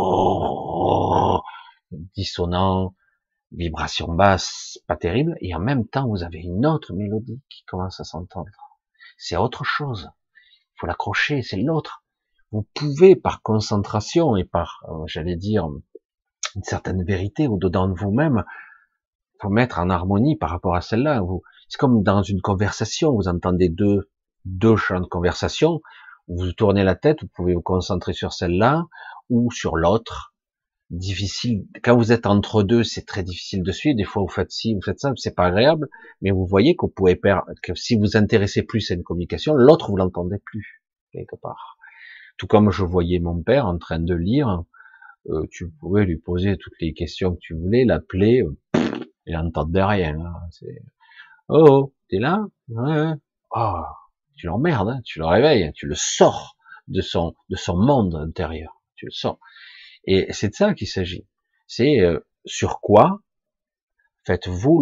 dissonant, vibration basse, pas terrible, et en même temps, vous avez une autre mélodie qui commence à s'entendre. C'est autre chose. Il faut l'accrocher, c'est l'autre. Vous pouvez, par concentration et par, j'allais dire, une certaine vérité au-dedans de vous-même, vous mettre en harmonie par rapport à celle-là. C'est comme dans une conversation, vous entendez deux champs de conversation, vous tournez la tête, vous pouvez vous concentrer sur celle-là ou sur l'autre. Difficile. Quand vous êtes entre deux, c'est très difficile de suivre. Des fois, vous faites ci, vous faites ça, c'est pas agréable. Mais vous voyez que vous pouvez perdre, que si vous intéressez plus à une communication, l'autre vous l'entendez plus quelque part. Tout comme je voyais mon père en train de lire, tu pouvais lui poser toutes les questions que tu voulais, l'appeler, il n'entendait rien. Hein. Oh, t'es là? Ouais. Oh, tu l'emmerdes, hein, tu le réveilles, tu le sors de son monde intérieur. Tu le sors. Et c'est de ça qu'il s'agit. C'est sur quoi faites-vous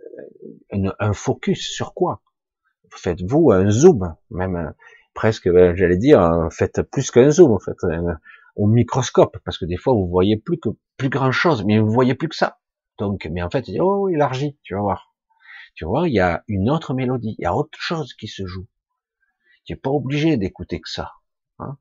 un focus sur quoi? Faites-vous un zoom, même presque, j'allais dire, faites plus qu'un zoom, en fait, au microscope, parce que des fois vous voyez plus grand chose, mais vous voyez plus que ça. Donc, mais en fait, il dit, oh, élargi, tu vas voir. Tu vois, il y a une autre mélodie, il y a autre chose qui se joue. Tu n'es pas obligé d'écouter que ça. Hein.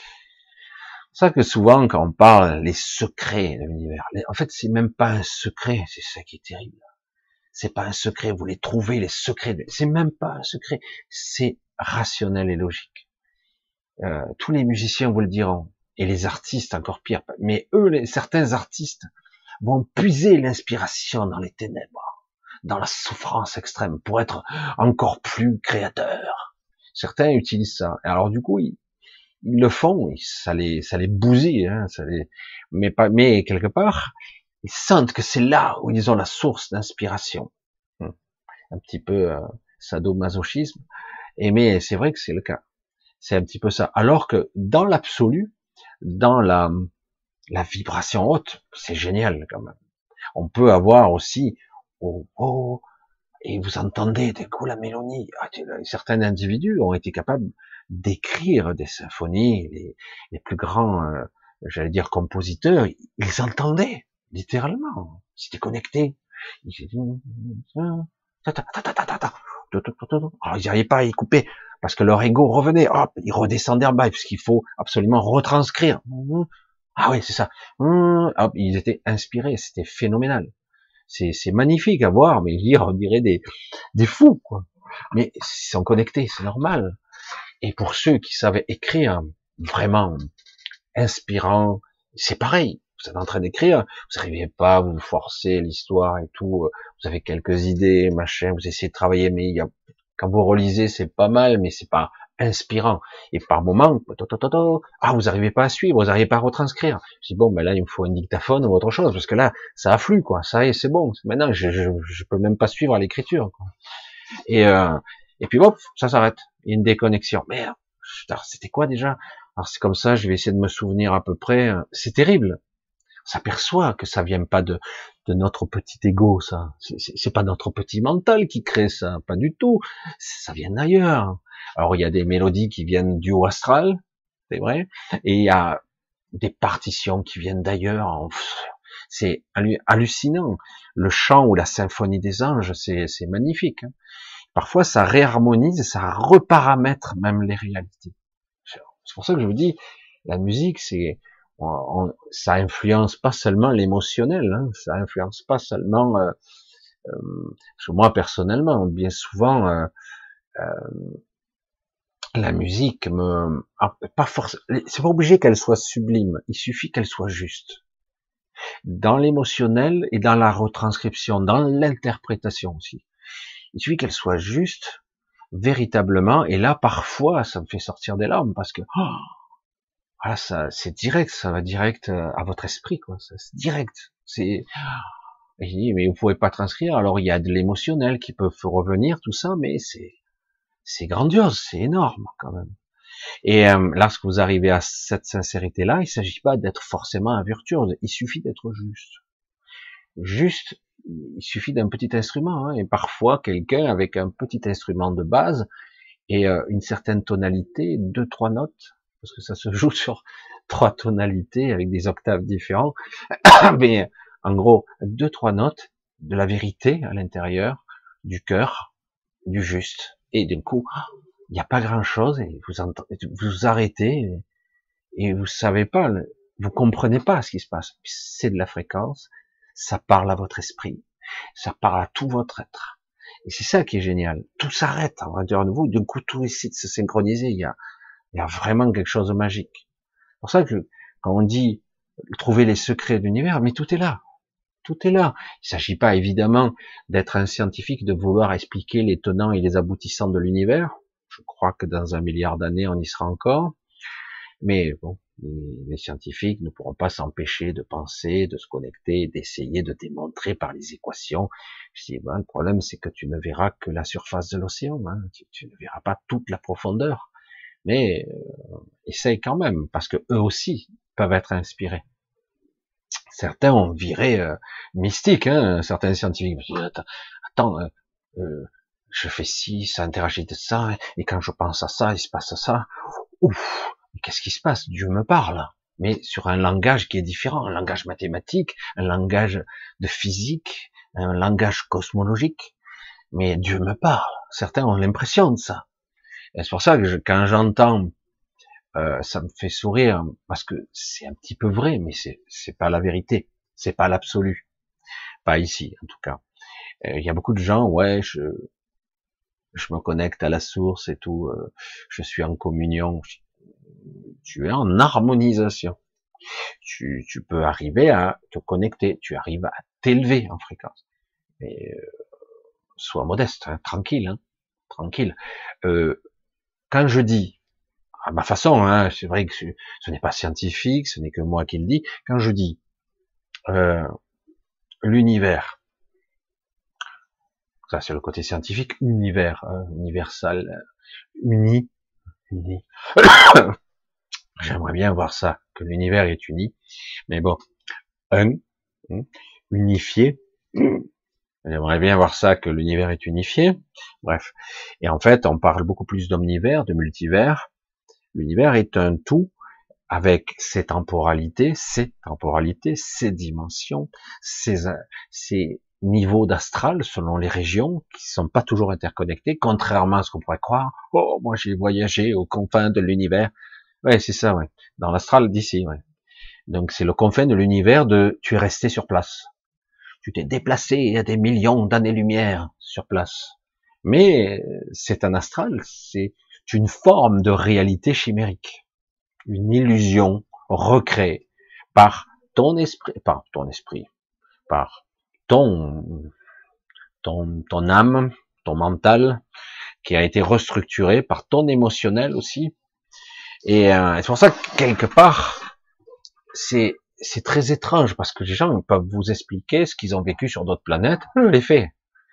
C'est ça que souvent, quand on parle les secrets de l'univers, en fait, c'est même pas un secret, c'est ça qui est terrible. C'est pas un secret, vous les trouvez, les secrets, c'est même pas un secret, c'est rationnel et logique. Tous les musiciens vous le diront, et les artistes encore pire, mais eux, certains artistes vont puiser l'inspiration dans les ténèbres, dans la souffrance extrême, pour être encore plus créateurs. Certains utilisent ça. Et alors du coup, ils le font, ça les bousille, hein, mais quelque part, ils sentent que c'est là où ils ont la source d'inspiration. Un petit peu sadomasochisme. Mais c'est vrai que c'est le cas. C'est un petit peu ça. Alors que dans l'absolu, dans la vibration haute, c'est génial quand même. On peut avoir aussi oh, et vous entendez d'un coup la mélodie. Certains individus ont été capables d'écrire des symphonies, les plus grands, j'allais dire compositeurs, ils entendaient littéralement. Ils étaient connectés. Alors ils n'arrivaient pas à y couper parce que leur ego revenait. Hop, ils redescendaient en bas puisqu'il faut absolument retranscrire. Ah oui, c'est ça. Hop, ils étaient inspirés. C'était phénoménal. C'est magnifique à voir, mais dire, on dirait des fous, quoi. Mais ils sont connectés, c'est normal. Et pour ceux qui savaient écrire vraiment inspirant, c'est pareil. Vous êtes en train d'écrire, vous n'arrivez pas, vous forcez l'histoire et tout, vous avez quelques idées, machin, vous essayez de travailler, mais il y a Quand vous relisez, c'est pas mal, mais c'est pas inspirant. Et par moment, ah, vous n'arrivez pas à suivre, vous n'arrivez pas à retranscrire. Je dis bon, ben là, il me faut un dictaphone ou autre chose, parce que là, ça afflue, quoi. Ça y est, c'est bon. Maintenant, je peux même pas suivre à l'écriture, quoi. Et, euh, et puis hop, ça s'arrête. Il y a une déconnexion. Merde. Putain, c'était quoi déjà? Alors c'est comme ça, je vais essayer de me souvenir à peu près. C'est terrible. On s'aperçoit que ça vient pas de notre petit ego, ça. C'est pas notre petit mental qui crée ça, pas du tout. Ça vient d'ailleurs. Alors il y a des mélodies qui viennent du haut astral, c'est vrai, et il y a des partitions qui viennent d'ailleurs. C'est hallucinant. Le chant ou la symphonie des anges, c'est magnifique. Hein. Parfois, ça réharmonise, ça reparamètre même les réalités. C'est pour ça que je vous dis, la musique, ça influence pas seulement l'émotionnel, hein, ça influence pas seulement. Parce que moi, personnellement, bien souvent, la musique pas forcément. C'est pas obligé qu'elle soit sublime. Il suffit qu'elle soit juste. Dans l'émotionnel et dans la retranscription, dans l'interprétation aussi. Il suffit qu'elle soit juste, véritablement, et là, parfois, ça me fait sortir des larmes, parce que, voilà, ça, c'est direct, ça va direct à votre esprit, quoi, c'est direct, et je dis, mais vous pouvez pas transcrire, alors il y a de l'émotionnel qui peut revenir, tout ça, mais c'est grandiose, c'est énorme, quand même. Et lorsque vous arrivez à cette sincérité-là, il s'agit pas d'être forcément un virtuose, il suffit d'être juste. Juste, il suffit d'un petit instrument, hein, et parfois quelqu'un avec un petit instrument de base et une certaine tonalité, 2, 3 notes, parce que ça se joue sur 3 tonalités avec des octaves différents, mais en gros 2, 3 notes de la vérité à l'intérieur, du cœur, du juste, et d'un coup, il n'y a pas grand-chose et vous arrêtez et vous savez pas, vous comprenez pas ce qui se passe. C'est de la fréquence, ça parle à votre esprit, ça parle à tout votre être. Et c'est ça qui est génial. Tout s'arrête en l'intérieur de vous, d'un coup tout essaie de se synchroniser. Il y a vraiment quelque chose de magique. C'est pour ça que quand on dit trouver les secrets de l'univers, mais tout est là. Tout est là. Il ne s'agit pas évidemment d'être un scientifique, de vouloir expliquer les tenants et les aboutissants de l'univers. Je crois que dans 1 milliard d'années, on y sera encore. Mais bon, les scientifiques ne pourront pas s'empêcher de penser, de se connecter, d'essayer de démontrer par les équations. Je dis, ben, le problème, c'est que tu ne verras que la surface de l'océan, hein. Tu ne verras pas toute la profondeur. Mais essaye quand même, parce que eux aussi peuvent être inspirés. Certains ont viré mystique, hein, certains scientifiques. Attends, je fais ci, ça interagit de ça, et quand je pense à ça, il se passe ça. Ouf, qu'est-ce qui se passe? Dieu me parle, mais sur un langage qui est différent, un langage mathématique, un langage de physique, un langage cosmologique. Mais Dieu me parle. Certains ont l'impression de ça. Et c'est pour ça que quand j'entends, ça me fait sourire parce que c'est un petit peu vrai, mais c'est pas la vérité, c'est pas l'absolu, pas ici en tout cas. Il y a beaucoup de gens, ouais, je me connecte à la source et tout, je suis en communion. Tu es en harmonisation. Tu peux arriver à te connecter, tu arrives à t'élever en fréquence. Mais sois modeste, hein, tranquille, hein, tranquille. Quand je dis, à ma façon, hein, c'est vrai que ce n'est pas scientifique, ce n'est que moi qui le dis. Quand je dis l'univers, ça c'est le côté scientifique, univers, hein, universal, uni. J'aimerais bien voir ça, que l'univers est uni, mais bon, un, unifié. J'aimerais bien voir ça, que l'univers est unifié. Bref. Et en fait, on parle beaucoup plus d'omnivers, de multivers. L'univers est un tout avec ses temporalités, ses dimensions, ses niveaux d'astral selon les régions qui sont pas toujours interconnectés, contrairement à ce qu'on pourrait croire. Oh, moi j'ai voyagé aux confins de l'univers. Ouais, c'est ça, ouais. Dans l'astral d'ici, ouais. Donc c'est le confin de l'univers de tu es resté sur place. Tu t'es déplacé à des millions d'années-lumière sur place. Mais c'est un astral, c'est une forme de réalité chimérique. Une illusion recréée par ton esprit, par ton âme, ton mental, qui a été restructuré par ton émotionnel aussi. Et c'est pour ça que quelque part, c'est très étrange parce que les gens peuvent vous expliquer ce qu'ils ont vécu sur d'autres planètes. Je l'ai fait.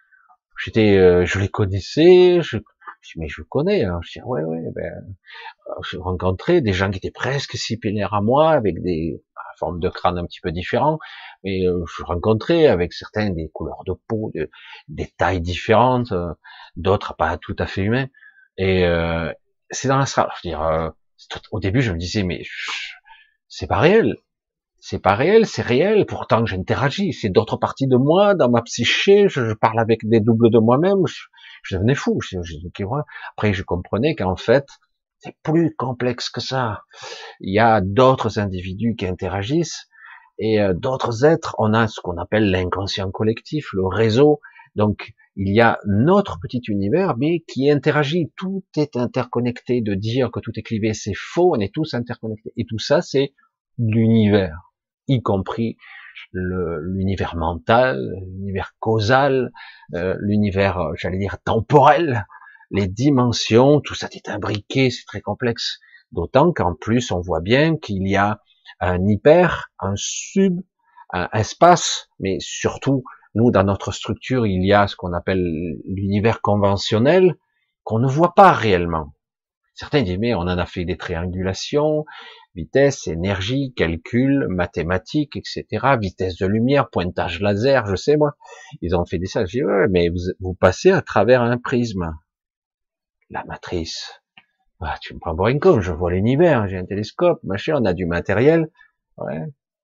Je les connaissais. Mais je connais. Hein. Je dis ouais, ben, j'ai rencontré des gens qui étaient presque similaires à moi, avec des formes de crâne un petit peu différents. Mais je rencontrais avec certains des couleurs de peau, des tailles différentes, d'autres pas tout à fait humains. Et c'est dans la strate. Je veux dire, au début, je me disais mais c'est pas réel. C'est pas réel, c'est réel. Pourtant, j'interagis. C'est d'autres parties de moi, dans ma psyché. Je parle avec des doubles de moi-même. Je devenais fou. Après, je comprenais qu'en fait, c'est plus complexe que ça. Il y a d'autres individus qui interagissent et d'autres êtres. On a ce qu'on appelle l'inconscient collectif, le réseau. Donc, il y a notre petit univers, mais qui interagit. Tout est interconnecté. De dire que tout est clivé, c'est faux. On est tous interconnectés. Et tout ça, c'est l'univers, y compris l'univers mental, l'univers causal, l'univers, j'allais dire, temporel, les dimensions, tout ça est imbriqué, c'est très complexe. D'autant qu'en plus, on voit bien qu'il y a un hyper, un sub, un espace, mais surtout, nous, dans notre structure, il y a ce qu'on appelle l'univers conventionnel, qu'on ne voit pas réellement. Certains disent, mais on en a fait des triangulations, vitesse, énergie, calcul, mathématiques, etc., vitesse de lumière, pointage laser, je sais moi. Ils ont fait des ça. Je dis, ouais, mais vous passez à travers un prisme. La matrice. Ah, tu me prends pour une con, je vois l'univers, j'ai un télescope, machin, on a du matériel. Ouais.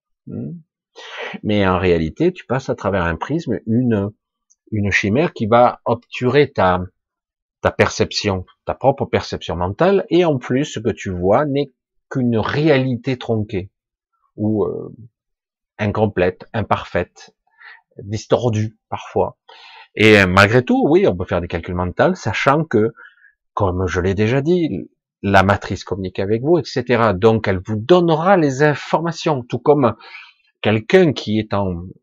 Mais en réalité, tu passes à travers un prisme, une chimère qui va obturer ta perception, ta propre perception mentale, et en plus, ce que tu vois n'est qu'une réalité tronquée, ou incomplète, imparfaite, distordue parfois. Et malgré tout, oui, on peut faire des calculs mentaux, sachant que, comme je l'ai déjà dit, la matrice communique avec vous, etc. Donc, elle vous donnera les informations, tout comme quelqu'un qui est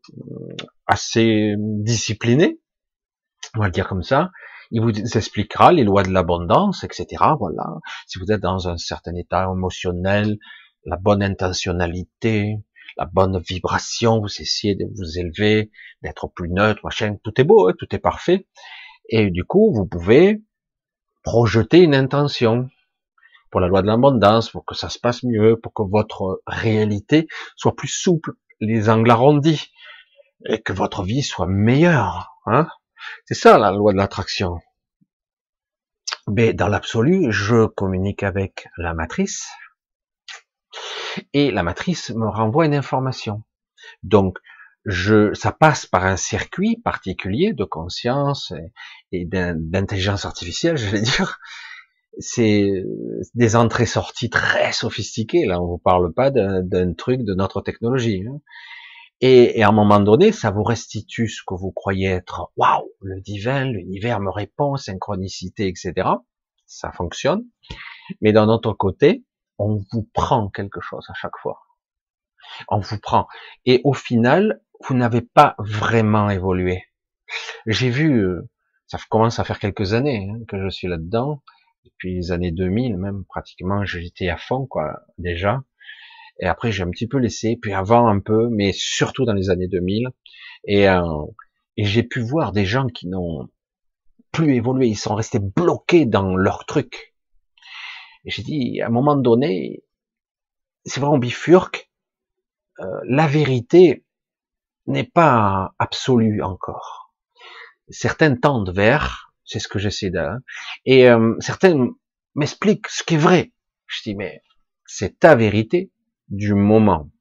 assez discipliné, on va le dire comme ça, il vous expliquera les lois de l'abondance, etc. Voilà. Si vous êtes dans un certain état émotionnel, la bonne intentionnalité, la bonne vibration, vous essayez de vous élever, d'être plus neutre, machin, tout est beau, hein, tout est parfait. Et du coup, vous pouvez projeter une intention pour la loi de l'abondance, pour que ça se passe mieux, pour que votre réalité soit plus souple, les angles arrondis, et que votre vie soit meilleure. Hein, c'est ça la loi de l'attraction. Mais dans l'absolu, je communique avec la matrice, et la matrice me renvoie une information. Donc, ça passe par un circuit particulier de conscience et d'intelligence artificielle, je vais dire. C'est des entrées-sorties très sophistiquées. Là, on vous parle pas d'un truc de notre technologie. Hein. Et à un moment donné, ça vous restitue ce que vous croyez être. Waouh, le divin, l'univers me répond, synchronicité, etc. Ça fonctionne. Mais d'un autre côté, on vous prend quelque chose à chaque fois. On vous prend. Et au final, vous n'avez pas vraiment évolué. J'ai vu, ça commence à faire quelques années hein, que je suis là-dedans. Depuis les années 2000, même pratiquement, j'étais à fond, quoi, déjà. Et après, j'ai un petit peu laissé, puis avant un peu, mais surtout dans les années 2000. Et j'ai pu voir des gens qui n'ont plus évolué, ils sont restés bloqués dans leur truc. Et j'ai dit, à un moment donné, c'est vraiment bifurque, la vérité n'est pas absolue encore. Certains tendent vers, c'est ce que j'essaie de, et certains m'expliquent ce qui est vrai. Je dis, mais c'est ta vérité du moment.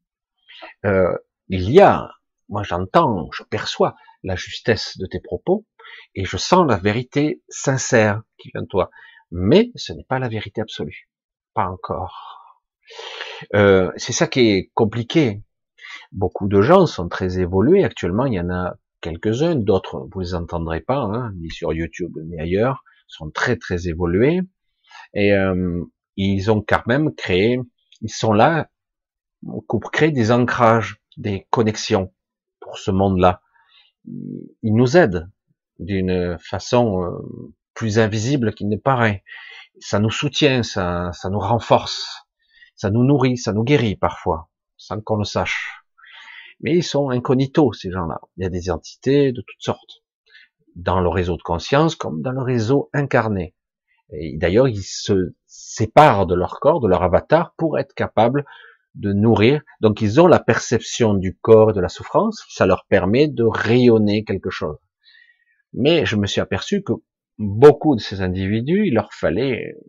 Il y a, moi j'entends, je perçois la justesse de tes propos, et je sens la vérité sincère qui vient de toi. Mais ce n'est pas la vérité absolue. Pas encore. C'est ça qui est compliqué. Beaucoup de gens sont très évolués actuellement. Il y en a quelques-uns, d'autres vous les entendrez pas, hein, ni sur YouTube ni ailleurs, sont très très évolués. Et ils ont quand même créé, ils sont là pour créer des ancrages, des connexions pour ce monde-là. Ils nous aident d'une façon plus invisible qu'il ne paraît. Ça nous soutient, ça nous renforce, ça nous nourrit, ça nous guérit parfois, sans qu'on le sache. Mais ils sont incognito, ces gens-là. Il y a des entités de toutes sortes, dans le réseau de conscience comme dans le réseau incarné. Et d'ailleurs, ils se séparent de leur corps, de leur avatar, pour être capables de nourrir. Donc, ils ont la perception du corps et de la souffrance. Ça leur permet de rayonner quelque chose. Mais je me suis aperçu que beaucoup de ces individus, il leur fallait,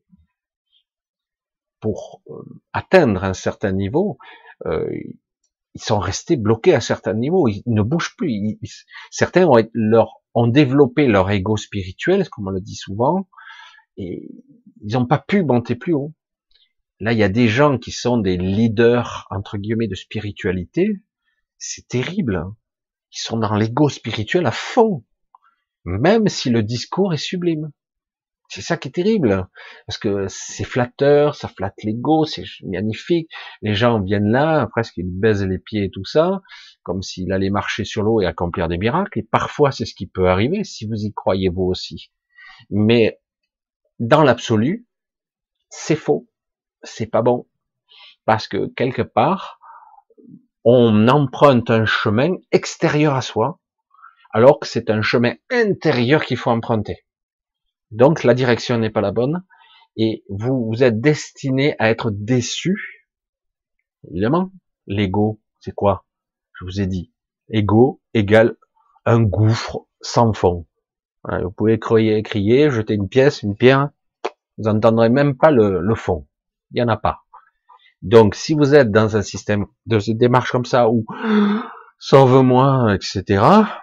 pour atteindre un certain niveau, ils sont restés bloqués à certains niveaux. Ils ne bougent plus. Certains ont développé leur ego spirituel, comme on le dit souvent, et ils n'ont pas pu monter plus haut. Là, il y a des gens qui sont des leaders, entre guillemets, de spiritualité. C'est terrible. Ils sont dans l'ego spirituel à fond. Même si le discours est sublime. C'est ça qui est terrible. Parce que c'est flatteur, ça flatte l'ego, c'est magnifique. Les gens viennent là, presque ils baisent les pieds et tout ça, comme s'il allait marcher sur l'eau et accomplir des miracles. Et parfois, c'est ce qui peut arriver, si vous y croyez vous aussi. Mais, dans l'absolu, c'est faux. C'est pas bon. Parce que, quelque part, on emprunte un chemin extérieur à soi, alors que c'est un chemin intérieur qu'il faut emprunter. Donc la direction n'est pas la bonne, et vous êtes destiné à être déçu. Évidemment, l'ego, c'est quoi? Je vous ai dit, ego égale un gouffre sans fond. Vous pouvez crier, jeter une pièce, une pierre, vous n'entendrez même pas le fond. Il n'y en a pas. Donc si vous êtes dans un système de démarche comme ça, où sauve-moi, etc.,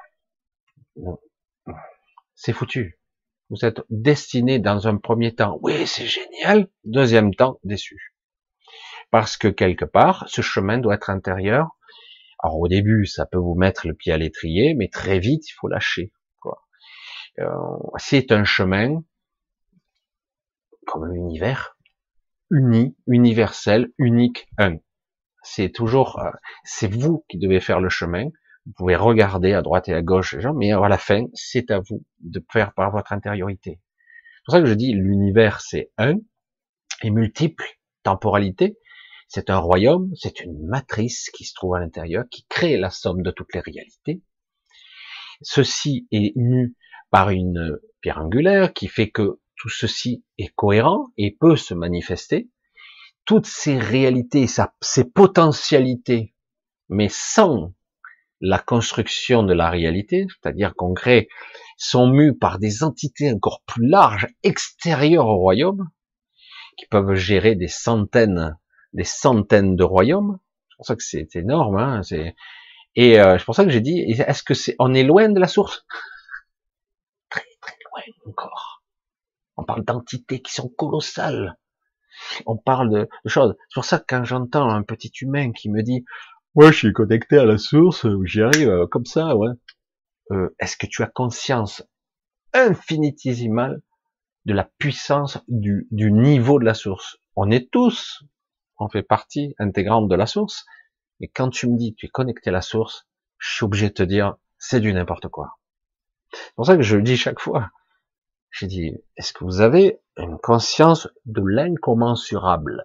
c'est foutu. Vous êtes destiné dans un premier temps, oui, c'est génial, deuxième temps, déçu. Parce que quelque part, ce chemin doit être intérieur. Alors au début, ça peut vous mettre le pied à l'étrier, mais très vite, il faut lâcher. C'est un chemin, comme l'univers, uni, universel, unique, un. C'est toujours, c'est vous qui devez faire le chemin. Vous pouvez regarder à droite et à gauche les gens, mais à la fin, c'est à vous de faire par votre intériorité. C'est pour ça que je dis l'univers c'est un et multiple temporalité. C'est un royaume, c'est une matrice qui se trouve à l'intérieur, qui crée la somme de toutes les réalités. Ceci est mu par une pierre angulaire qui fait que tout ceci est cohérent et peut se manifester. Toutes ces réalités, ces potentialités, mais sans la construction de la réalité, c'est-à-dire qu'on crée, sont mus par des entités encore plus larges, extérieures au royaume, qui peuvent gérer des centaines de royaumes. C'est pour ça que c'est énorme, hein, c'est pour ça que j'ai dit, est-ce que on est loin de la source? Très très loin encore. On parle d'entités qui sont colossales. On parle de choses. C'est pour ça que quand j'entends un petit humain qui me dit, ouais, je suis connecté à la source, j'y arrive comme ça, ouais. Est-ce que tu as conscience infinitésimale de la puissance du niveau de la source? On fait partie intégrante de la source, mais quand tu me dis que tu es connecté à la source, je suis obligé de te dire, c'est du n'importe quoi. C'est pour ça que je le dis chaque fois. J'ai dit, est-ce que vous avez une conscience de l'incommensurable?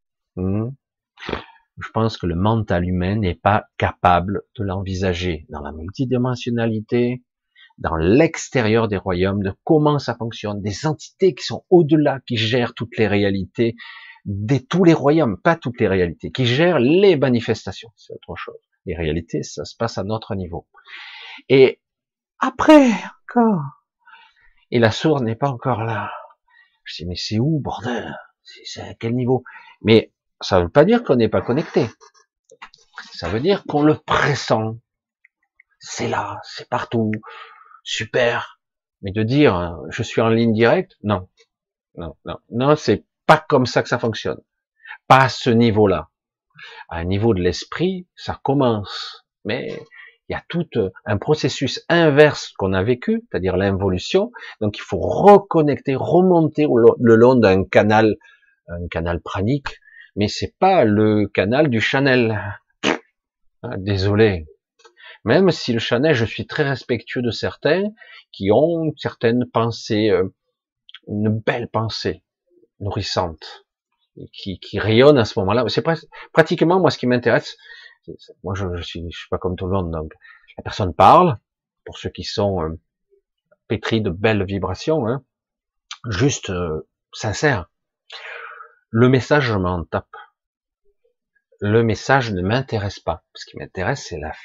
Je pense que le mental humain n'est pas capable de l'envisager dans la multidimensionnalité, dans l'extérieur des royaumes, de comment ça fonctionne, des entités qui sont au-delà, qui gèrent toutes les réalités, tous les royaumes, pas toutes les réalités, qui gèrent les manifestations, c'est autre chose. Les réalités, ça se passe à notre niveau. Et après, encore, et la source n'est pas encore là. Je dis, mais c'est où, bordel? C'est à quel niveau? Mais ça ne veut pas dire qu'on n'est pas connecté. Ça veut dire qu'on le pressent. C'est là, c'est partout, super. Mais de dire, je suis en ligne directe, non. Non, c'est pas comme ça que ça fonctionne. Pas à ce niveau-là. À un niveau de l'esprit, ça commence. Mais il y a tout un processus inverse qu'on a vécu, c'est-à-dire l'involution. Donc il faut reconnecter, remonter le long d'un canal, un canal pranique, mais c'est pas le canal du Chanel. Désolé. Même si le Chanel, je suis très respectueux de certains qui ont certaines pensées une belle pensée nourrissante qui rayonne à ce moment-là. C'est pratiquement moi ce qui m'intéresse. Moi, je suis pas comme tout le monde, donc la personne parle. Pour ceux qui sont pétris de belles vibrations, hein, juste sincère. Le message, je m'en tape. Le message ne m'intéresse pas. Ce qui m'intéresse, c'est la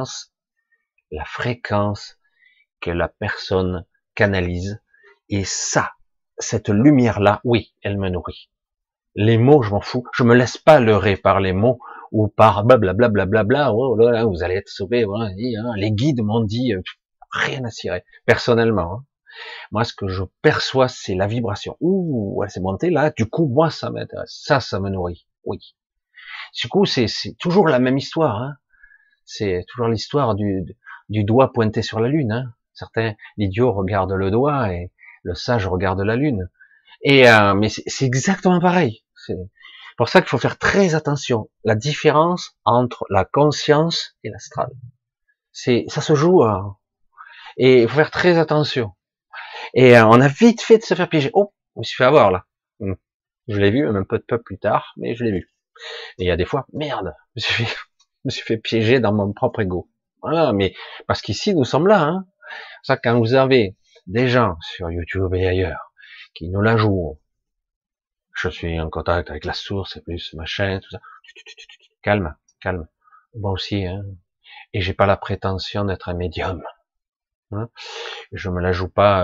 fréquence que la personne canalise. Et ça, cette lumière-là, oui, elle me nourrit. Les mots, je m'en fous. Je me laisse pas leurrer par les mots ou par blablabla, blablabla. Oh là là, vous allez être sauvés. Voilà, les guides m'ont dit rien à cirer. Personnellement, hein. Moi, ce que je perçois, c'est la vibration. Ouh, elle s'est montée là. Du coup, moi, ça m'intéresse. Ça me nourrit. Oui. Du coup, c'est toujours la même histoire. Hein. C'est toujours l'histoire du doigt pointé sur la lune. Hein. Certains, l'idiot regarde le doigt et le sage regarde la lune. Et mais c'est exactement pareil. C'est pour ça qu'il faut faire très attention. La différence entre la conscience et l'astral, ça se joue. Et il faut faire très attention. Et on a vite fait de se faire piéger. Oh, je me suis fait avoir là. Je l'ai vu, même un peu plus tard, mais je l'ai vu. Et il y a des fois, merde, je me suis fait piéger dans mon propre ego. Voilà, mais parce qu'ici nous sommes là. Hein. Ça, quand vous avez des gens sur YouTube et ailleurs qui nous la jouent, je suis en contact avec la source et plus machin, tout ça. Calme, calme. Moi aussi, hein. Et j'ai pas la prétention d'être un médium. Hein. Je me la joue pas.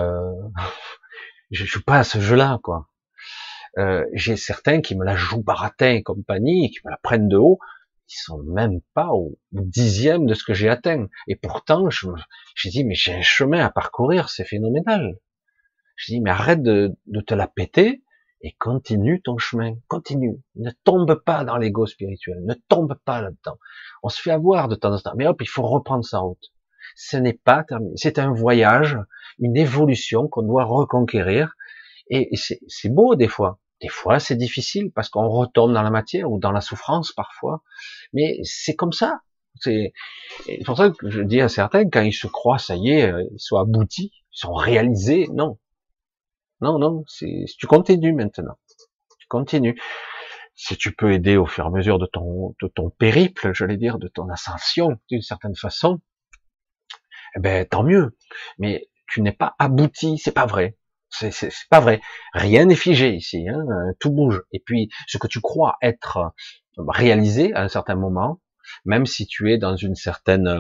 Je joue pas à ce jeu-là, quoi. J'ai certains qui me la jouent baratin et compagnie, qui me la prennent de haut, ils sont même pas au 10e de ce que j'ai atteint. Et pourtant, j'ai dit, mais j'ai un chemin à parcourir, c'est phénoménal. J'ai dit, mais arrête de te la péter et continue ton chemin, continue. Ne tombe pas dans l'ego spirituel, ne tombe pas là-dedans. On se fait avoir de temps en temps, mais hop, il faut reprendre sa route. Ce n'est pas terminé, c'est un voyage, une évolution qu'on doit reconquérir. Et c'est beau des fois. Des fois, c'est difficile parce qu'on retombe dans la matière ou dans la souffrance parfois. Mais c'est comme ça. C'est pour ça que je dis à certains, quand ils se croient, ça y est, ils sont aboutis, ils sont réalisés. Non. Non, non, tu continues maintenant. Tu continues. Si tu peux aider au fur et à mesure de ton périple, j'allais dire, de ton ascension, d'une certaine façon, eh ben, tant mieux. Mais tu n'es pas abouti, c'est pas vrai. C'est pas vrai. Rien n'est figé ici, hein, tout bouge. Et puis, ce que tu crois être réalisé à un certain moment, même si tu es dans une certaine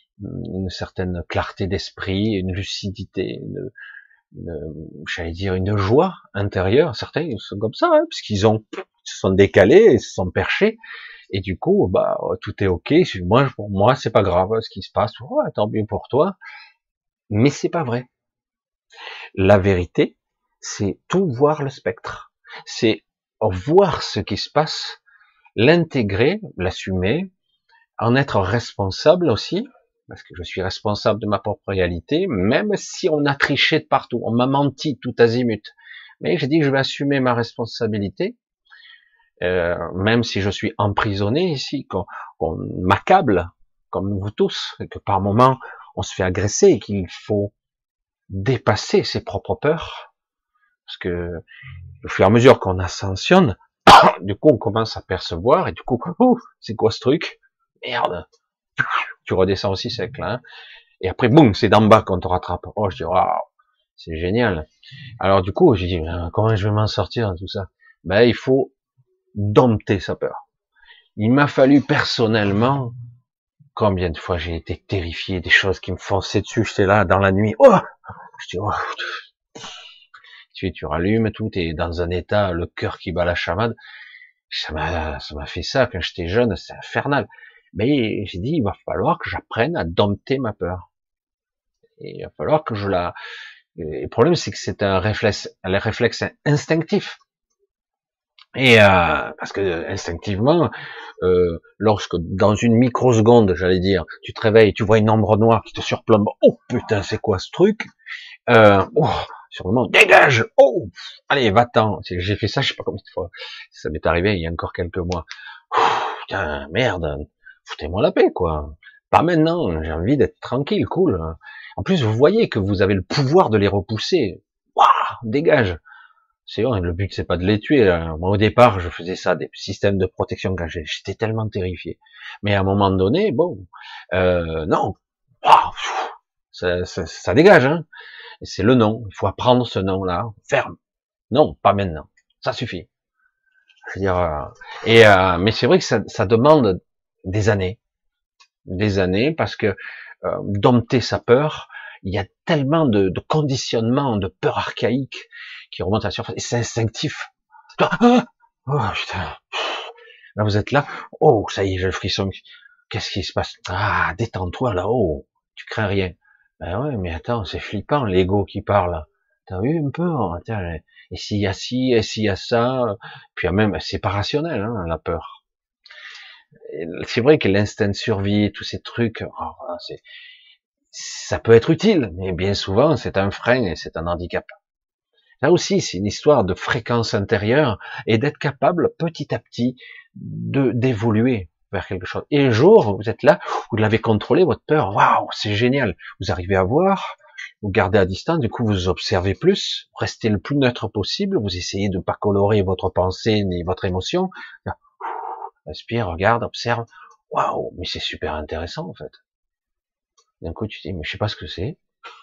clarté d'esprit, une lucidité, j'allais dire une joie intérieure. Certains ils sont comme ça, hein, parce qu'ils se sont décalés, ils se sont perchés, et du coup, bah, tout est ok. Pour moi, c'est pas grave ce qui se passe. Ouais, tant mieux pour toi. Mais c'est pas vrai. La vérité, c'est tout voir le spectre. C'est voir ce qui se passe, l'intégrer, l'assumer, en être responsable aussi, parce que je suis responsable de ma propre réalité, même si on a triché de partout, on m'a menti tout azimut. Mais j'ai dit que je vais assumer ma responsabilité, même si je suis emprisonné ici, qu'on m'accable, comme vous tous, et que par moments on se fait agresser et qu'il faut dépasser ses propres peurs, parce que au fur et à mesure qu'on ascensionne, du coup on commence à percevoir, et du coup, c'est quoi ce truc? Merde! Tu redescends aussi sec là, hein. Et après, boum, c'est d'en bas qu'on te rattrape. Oh, je dis, waouh, c'est génial. Alors du coup, j'ai dit, comment je vais m'en sortir de tout ça? Ben, il faut dompter sa peur. Il m'a fallu personnellement, combien de fois j'ai été terrifié des choses qui me fonçaient dessus, j'étais là dans la nuit, oh, je dis, oh, tu rallumes tout, t'es dans un état, le cœur qui bat la chamade. Ça m'a fait ça quand j'étais jeune, c'est infernal. Mais j'ai dit, il va falloir que j'apprenne à dompter ma peur. Et il va falloir que le problème, c'est que c'est un réflexe instinctif. Et parce que instinctivement, lorsque dans une microseconde, j'allais dire, tu te réveilles, tu vois une ombre noire qui te surplombe, oh putain, c'est quoi ce truc? Sur le moment, dégage! Oh! Allez, va-t'en! J'ai fait ça, je sais pas combien de fois. Ça m'est arrivé il y a encore quelques mois. Putain, merde! Foutez-moi la paix, quoi. Pas maintenant, j'ai envie d'être tranquille, cool. En plus, vous voyez que vous avez le pouvoir de les repousser. Waouh! dégage. C'est vrai, le but c'est pas de les tuer. Là. Moi, au départ, je faisais ça, des systèmes de protection quand j'étais tellement terrifié. Mais à un moment donné, bon, non, ah, ça dégage. Hein. Et c'est le non. Il faut apprendre ce non-là, ferme. Non, pas maintenant. Ça suffit. Je veux dire, mais c'est vrai que ça demande des années, parce que dompter sa peur, il y a tellement de conditionnements, de peur archaïque qui remontent à la surface, et c'est instinctif. Ah, oh putain, là vous êtes là, oh ça y est, j'ai le frisson. Qu'est-ce qui se passe? Ah, détends-toi là-haut, tu crains rien. Ben ouais, mais attends, c'est flippant, l'ego qui parle. T'as vu un peu, hein, tiens, et s'il y a ci, et s'il y a ça, puis même, c'est pas rationnel, hein, la peur. C'est vrai que l'instinct de survie, tous ces trucs, oh, ça peut être utile, mais bien souvent, c'est un frein et c'est un handicap. Là aussi, c'est une histoire de fréquence intérieure et d'être capable, petit à petit, d'évoluer vers quelque chose. Et un jour, vous êtes là, vous l'avez contrôlé, votre peur, waouh, c'est génial. Vous arrivez à voir, vous gardez à distance, du coup, vous observez plus, vous restez le plus neutre possible, vous essayez de ne pas colorer votre pensée ni votre émotion. Respire, regarde, observe. Waouh, mais c'est super intéressant, en fait. D'un coup, tu te dis, mais je sais pas ce que c'est.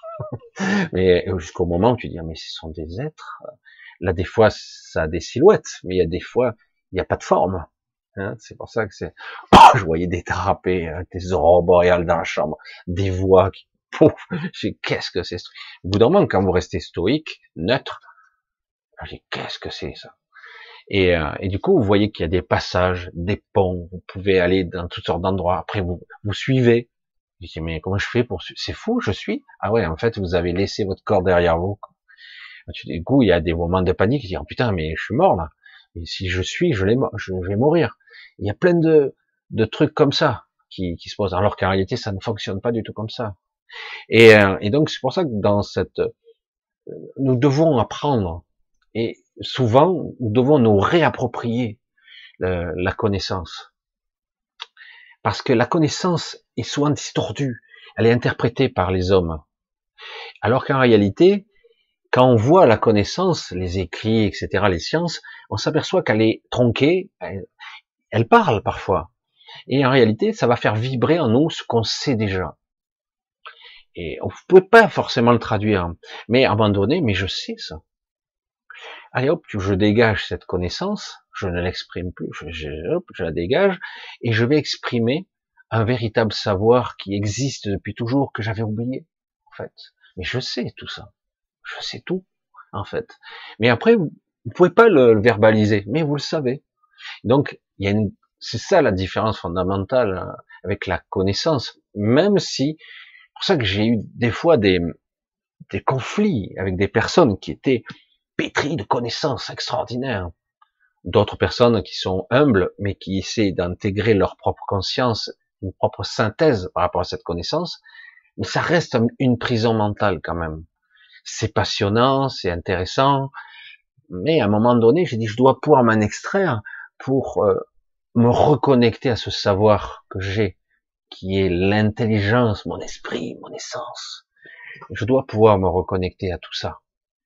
Mais jusqu'au moment où tu dis, mais ce sont des êtres. Là, des fois, ça a des silhouettes, mais il y a des fois, il n'y a pas de forme. Hein, c'est pour ça que c'est. Oh, je voyais des drapés, des aurores boréales dans la chambre, des voix qui. Pouf, qu'est-ce que c'est? Au bout d'un moment, quand vous restez stoïque, neutre, je dis, qu'est-ce que c'est ça? Et du coup, vous voyez qu'il y a des passages, des ponts. Vous pouvez aller dans toutes sortes d'endroits. Après, vous suivez. Je dis, mais comment je fais pour... C'est fou, je suis. Ah ouais, en fait, vous avez laissé votre corps derrière vous. Du coup, il y a des moments de panique. Je dis, oh putain, mais je suis mort là. Et si je suis, je vais mourir. Il y a plein de trucs comme ça qui se posent. Alors qu'en réalité, ça ne fonctionne pas du tout comme ça. Et donc, c'est pour ça que dans cette... Nous devons apprendre. Et souvent, nous devons nous réapproprier la connaissance. Parce que la connaissance est souvent distordue, elle est interprétée par les hommes. Alors qu'en réalité, quand on voit la connaissance, les écrits, etc., les sciences, on s'aperçoit qu'elle est tronquée, elle parle parfois. Et en réalité, ça va faire vibrer en nous ce qu'on sait déjà. Et on ne peut pas forcément le traduire, mais à un moment donné, mais je sais ça. Allez hop, je dégage cette connaissance, je ne l'exprime plus, je la dégage, et je vais exprimer un véritable savoir qui existe depuis toujours, que j'avais oublié, en fait. Mais je sais tout ça. Je sais tout, en fait. Mais après, vous pouvez pas le verbaliser, mais vous le savez. Donc, c'est ça la différence fondamentale avec la connaissance. Même si, c'est pour ça que j'ai eu des fois des conflits avec des personnes qui étaient pétries de connaissances extraordinaires. D'autres personnes qui sont humbles, mais qui essaient d'intégrer leur propre conscience, une propre synthèse par rapport à cette connaissance. Mais ça reste une prison mentale quand même. C'est passionnant, c'est intéressant, mais à un moment donné, j'ai dit, je dois pouvoir m'en extraire pour me reconnecter à ce savoir que j'ai, qui est l'intelligence, mon esprit, mon essence. Je dois pouvoir me reconnecter à tout ça.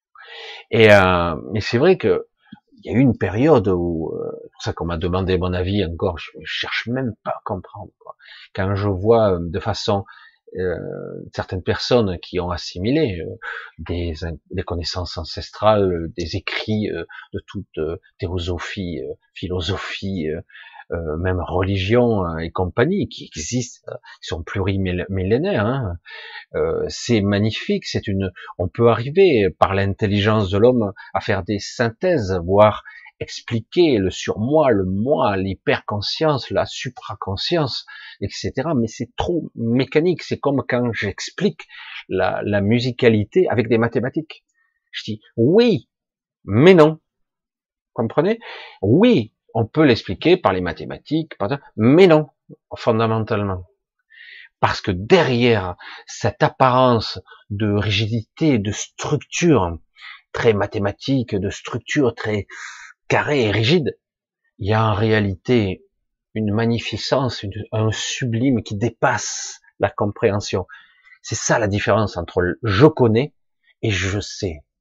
Mais c'est vrai que il y a eu une période où, c'est pour ça qu'on m'a demandé mon avis encore, je cherche même pas à comprendre. Quoi. Quand je vois de façon certaines personnes qui ont assimilé des connaissances ancestrales, des écrits de toute théosophie, philosophie, même religion et compagnie qui existent, qui sont plurimillénaires. Hein. C'est magnifique, on peut arriver par l'intelligence de l'homme à faire des synthèses, voire expliquer le surmoi, le moi, l'hyperconscience, la supraconscience, etc. Mais c'est trop mécanique. C'est comme quand j'explique la musicalité avec des mathématiques. Je dis oui, mais non. Vous comprenez? Oui, on peut l'expliquer par les mathématiques, mais non, fondamentalement. Parce que derrière cette apparence de rigidité, de structure très mathématique, de structure très carrée et rigide, il y a en réalité une magnificence, un sublime qui dépasse la compréhension. C'est ça la différence entre je connais et je sais.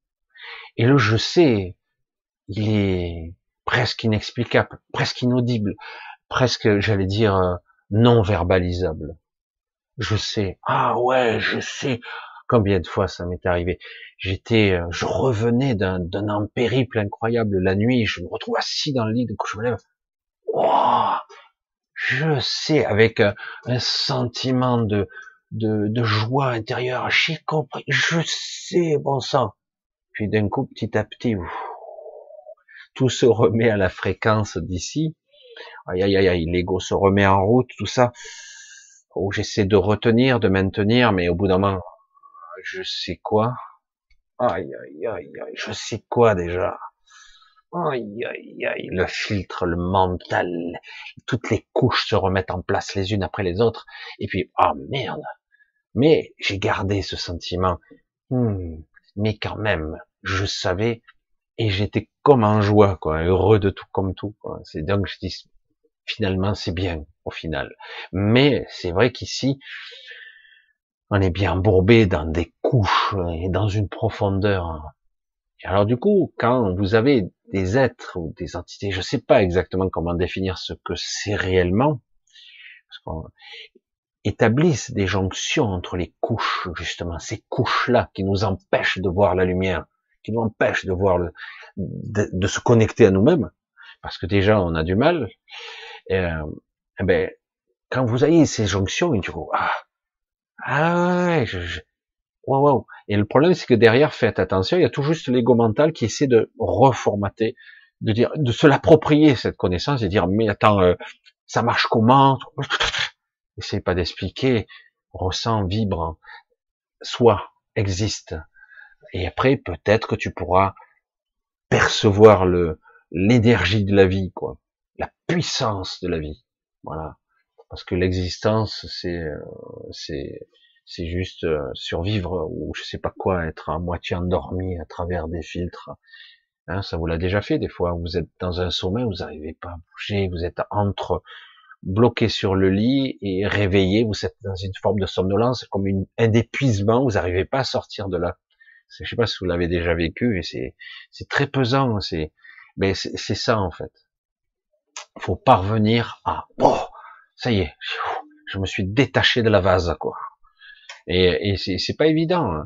Et le je sais, il est presque inexplicable, presque inaudible, presque, j'allais dire, non verbalisable. Je sais. Ah ouais, je sais. Combien de fois ça m'est arrivé. Je revenais d'un périple incroyable la nuit. Je me retrouve assis dans le lit. Donc je me lève. Wow, je sais, avec un sentiment de joie intérieure. J'ai compris. Je sais, bon sang. Puis d'un coup, petit à petit, ouf, tout se remet à la fréquence d'ici. Aïe, aïe, aïe, aïe, l'ego se remet en route, tout ça. Oh, j'essaie de retenir, de maintenir, mais au bout d'un moment, je sais quoi. Aïe, aïe, aïe, aïe, je sais quoi déjà. Aïe, aïe, aïe, le filtre, le mental, toutes les couches se remettent en place les unes après les autres. Et puis, ah merde. Mais j'ai gardé ce sentiment. Mais quand même, je savais et j'étais comme en joie, quoi, heureux de tout comme tout, quoi. C'est donc je dis finalement c'est bien au final. Mais c'est vrai qu'ici on est bien embourbé dans des couches et dans une profondeur. Et alors du coup, quand vous avez des êtres ou des entités, je sais pas exactement comment définir ce que c'est réellement, parce qu'on établisse des jonctions entre les couches, justement, ces couches-là qui nous empêchent de voir la lumière, qui nous empêchent de voir de se connecter à nous-mêmes, parce que déjà on a du mal. Eh ben, quand vous avez ces jonctions, du coup, ouais, wow, wow. Et le problème, c'est que derrière, faites attention, il y a tout juste l'ego mental qui essaie de reformater, de dire, de se l'approprier cette connaissance et dire, mais attends, ça marche comment? Essayez pas d'expliquer, ressent, vibre, soit, existe. Et après, peut-être que tu pourras percevoir l'énergie de la vie, quoi, la puissance de la vie. Voilà. Parce que l'existence, c'est juste survivre ou je sais pas quoi, être à moitié endormi à travers des filtres. Hein, ça vous l'a déjà fait des fois. Vous êtes dans un sommeil, vous n'arrivez pas à bouger, vous êtes bloqué sur le lit et réveillé, vous êtes dans une forme de somnolence, comme un épuisement, vous n'arrivez pas à sortir de là. Je sais pas si vous l'avez déjà vécu, et c'est très pesant. Mais c'est ça en fait. Faut parvenir à, oh, ça y est, je me suis détaché de la vase, quoi. Et c'est pas évident, hein.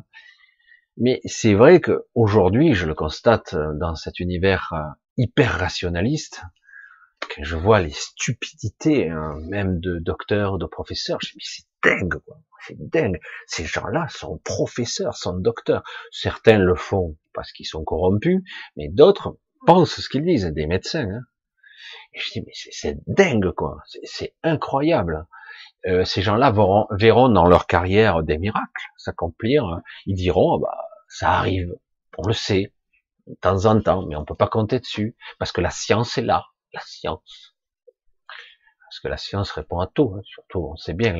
Mais c'est vrai que aujourd'hui, je le constate dans cet univers hyper rationaliste, que je vois les stupidités, hein, même de docteurs, de professeurs. Je me dis, mais c'est dingue, quoi. C'est dingue. Ces gens-là sont professeurs, sont docteurs. Certains le font parce qu'ils sont corrompus, mais d'autres pensent ce qu'ils disent, des médecins, hein. Et je dis, mais c'est dingue, quoi. C'est incroyable. Ces gens-là verront dans leur carrière des miracles s'accomplir. Ils diront, oh, bah, ça arrive, on le sait, de temps en temps, mais on peut pas compter dessus, parce que la science est là, la science. Parce que la science répond à tout, hein, surtout, on sait bien,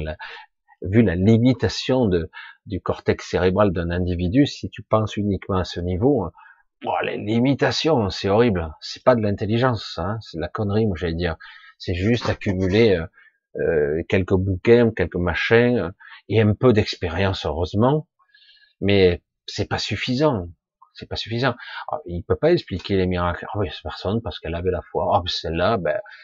vu la limitation du cortex cérébral d'un individu, si tu penses uniquement à ce niveau, oh, les limitations, c'est horrible. C'est pas de l'intelligence, hein, c'est de la connerie, moi j'allais dire. C'est juste accumuler quelques bouquins, quelques machins, et un peu d'expérience, heureusement, mais c'est pas suffisant. C'est pas suffisant. Alors, il peut pas expliquer les miracles. Ah oui, cette personne, parce qu'elle avait la foi. Ah, celle-là,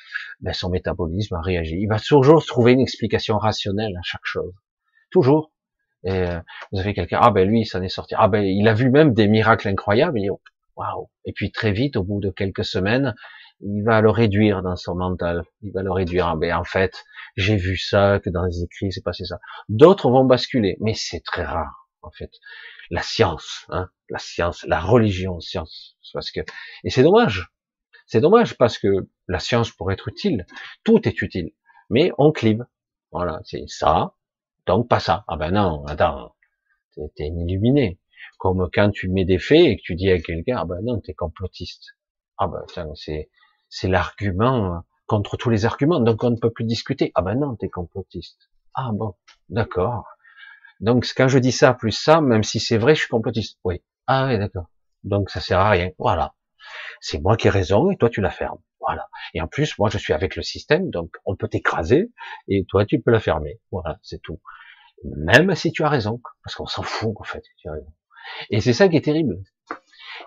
son métabolisme a réagi. Il va toujours trouver une explication rationnelle à chaque chose. Toujours. Et vous avez quelqu'un, lui, il s'en est sorti. Il a vu même des miracles incroyables. Il dit, waouh. Et puis très vite, au bout de quelques semaines, il va le réduire dans son mental. Il va le réduire. En fait, j'ai vu ça, que dans les écrits, c'est passé ça. D'autres vont basculer, mais c'est très rare, en fait. La science, hein, la science, la religion, science. Parce que, et c'est dommage. C'est dommage parce que la science pourrait être utile. Tout est utile. Mais on clive. Voilà. C'est ça. Donc pas ça. Ah ben non, attends. T'es illuminé. Comme quand tu mets des faits et que tu dis à quelqu'un, ah ben non, t'es complotiste. Ah ben tiens, c'est l'argument contre tous les arguments, donc on ne peut plus discuter. Ah ben non, t'es complotiste. Ah bon, d'accord. Donc quand je dis ça plus ça, même si c'est vrai, je suis complotiste. Oui. Ah oui, d'accord. Donc ça sert à rien. Voilà. C'est moi qui ai raison et toi tu la fermes. Voilà. Et en plus, moi je suis avec le système, donc on peut t'écraser et toi tu peux la fermer. Voilà, c'est tout. Même si tu as raison, parce qu'on s'en fout en fait. Tu as raison. Et c'est ça qui est terrible.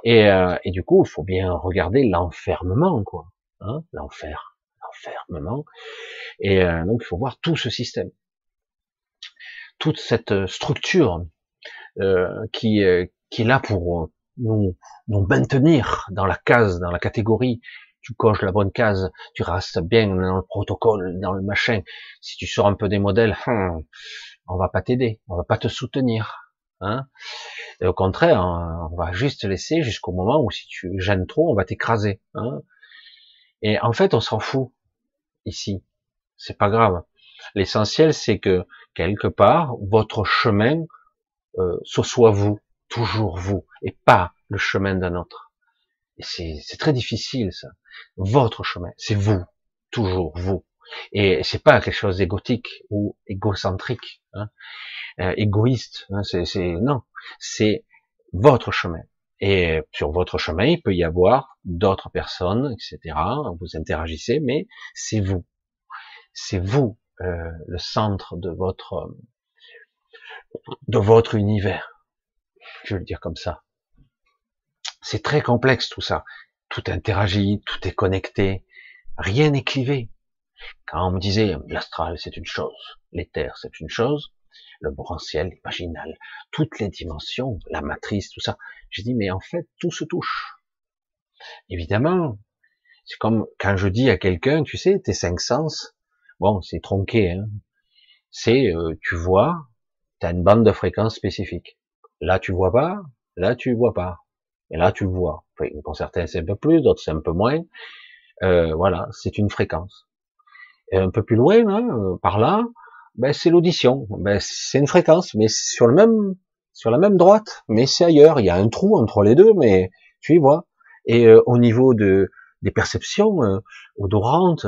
Et du coup, il faut bien regarder l'enfermement, quoi. Hein, l'enfermement. Et donc, il faut voir tout ce système, toute cette structure qui est là pour nous maintenir dans la case, dans la catégorie. Tu coches la bonne case, tu restes bien dans le protocole, dans le machin. Si tu sors un peu des modèles, on va pas t'aider, on va pas te soutenir. Hein, et au contraire, on va juste te laisser jusqu'au moment où si tu gênes trop, on va t'écraser. Hein. Et en fait, on s'en fout ici. C'est pas grave. L'essentiel, c'est que quelque part, votre chemin, ce soit vous, toujours vous, et pas le chemin d'un autre. Et c'est très difficile ça. Votre chemin, c'est vous, toujours vous. Et c'est pas quelque chose d'égotique ou égocentrique, hein, égoïste. Hein, non, c'est votre chemin. Et sur votre chemin, il peut y avoir d'autres personnes, etc. Vous interagissez, mais c'est vous le centre de votre univers. Je vais le dire comme ça. C'est très complexe tout ça. Tout interagit, tout est connecté. Rien n'est clivé. Quand on me disait l'astral c'est une chose, l'éther c'est une chose, le branchiel, l'imaginal, toutes les dimensions, la matrice, tout ça. J'ai dit mais en fait tout se touche. Évidemment, c'est comme quand je dis à quelqu'un, tu sais, tes cinq sens, bon c'est tronqué, hein. C'est tu vois, tu as une bande de fréquence spécifique. Là tu vois pas, là tu vois pas. Et là, tu le vois. Enfin, pour certains, c'est un peu plus, d'autres, c'est un peu moins. Voilà, c'est une fréquence. Et un peu plus loin, hein, par là, ben, c'est l'audition. Ben, c'est une fréquence, mais sur la même droite, mais c'est ailleurs. Il y a un trou entre les deux, mais tu y vois. Et au niveau des perceptions odorantes,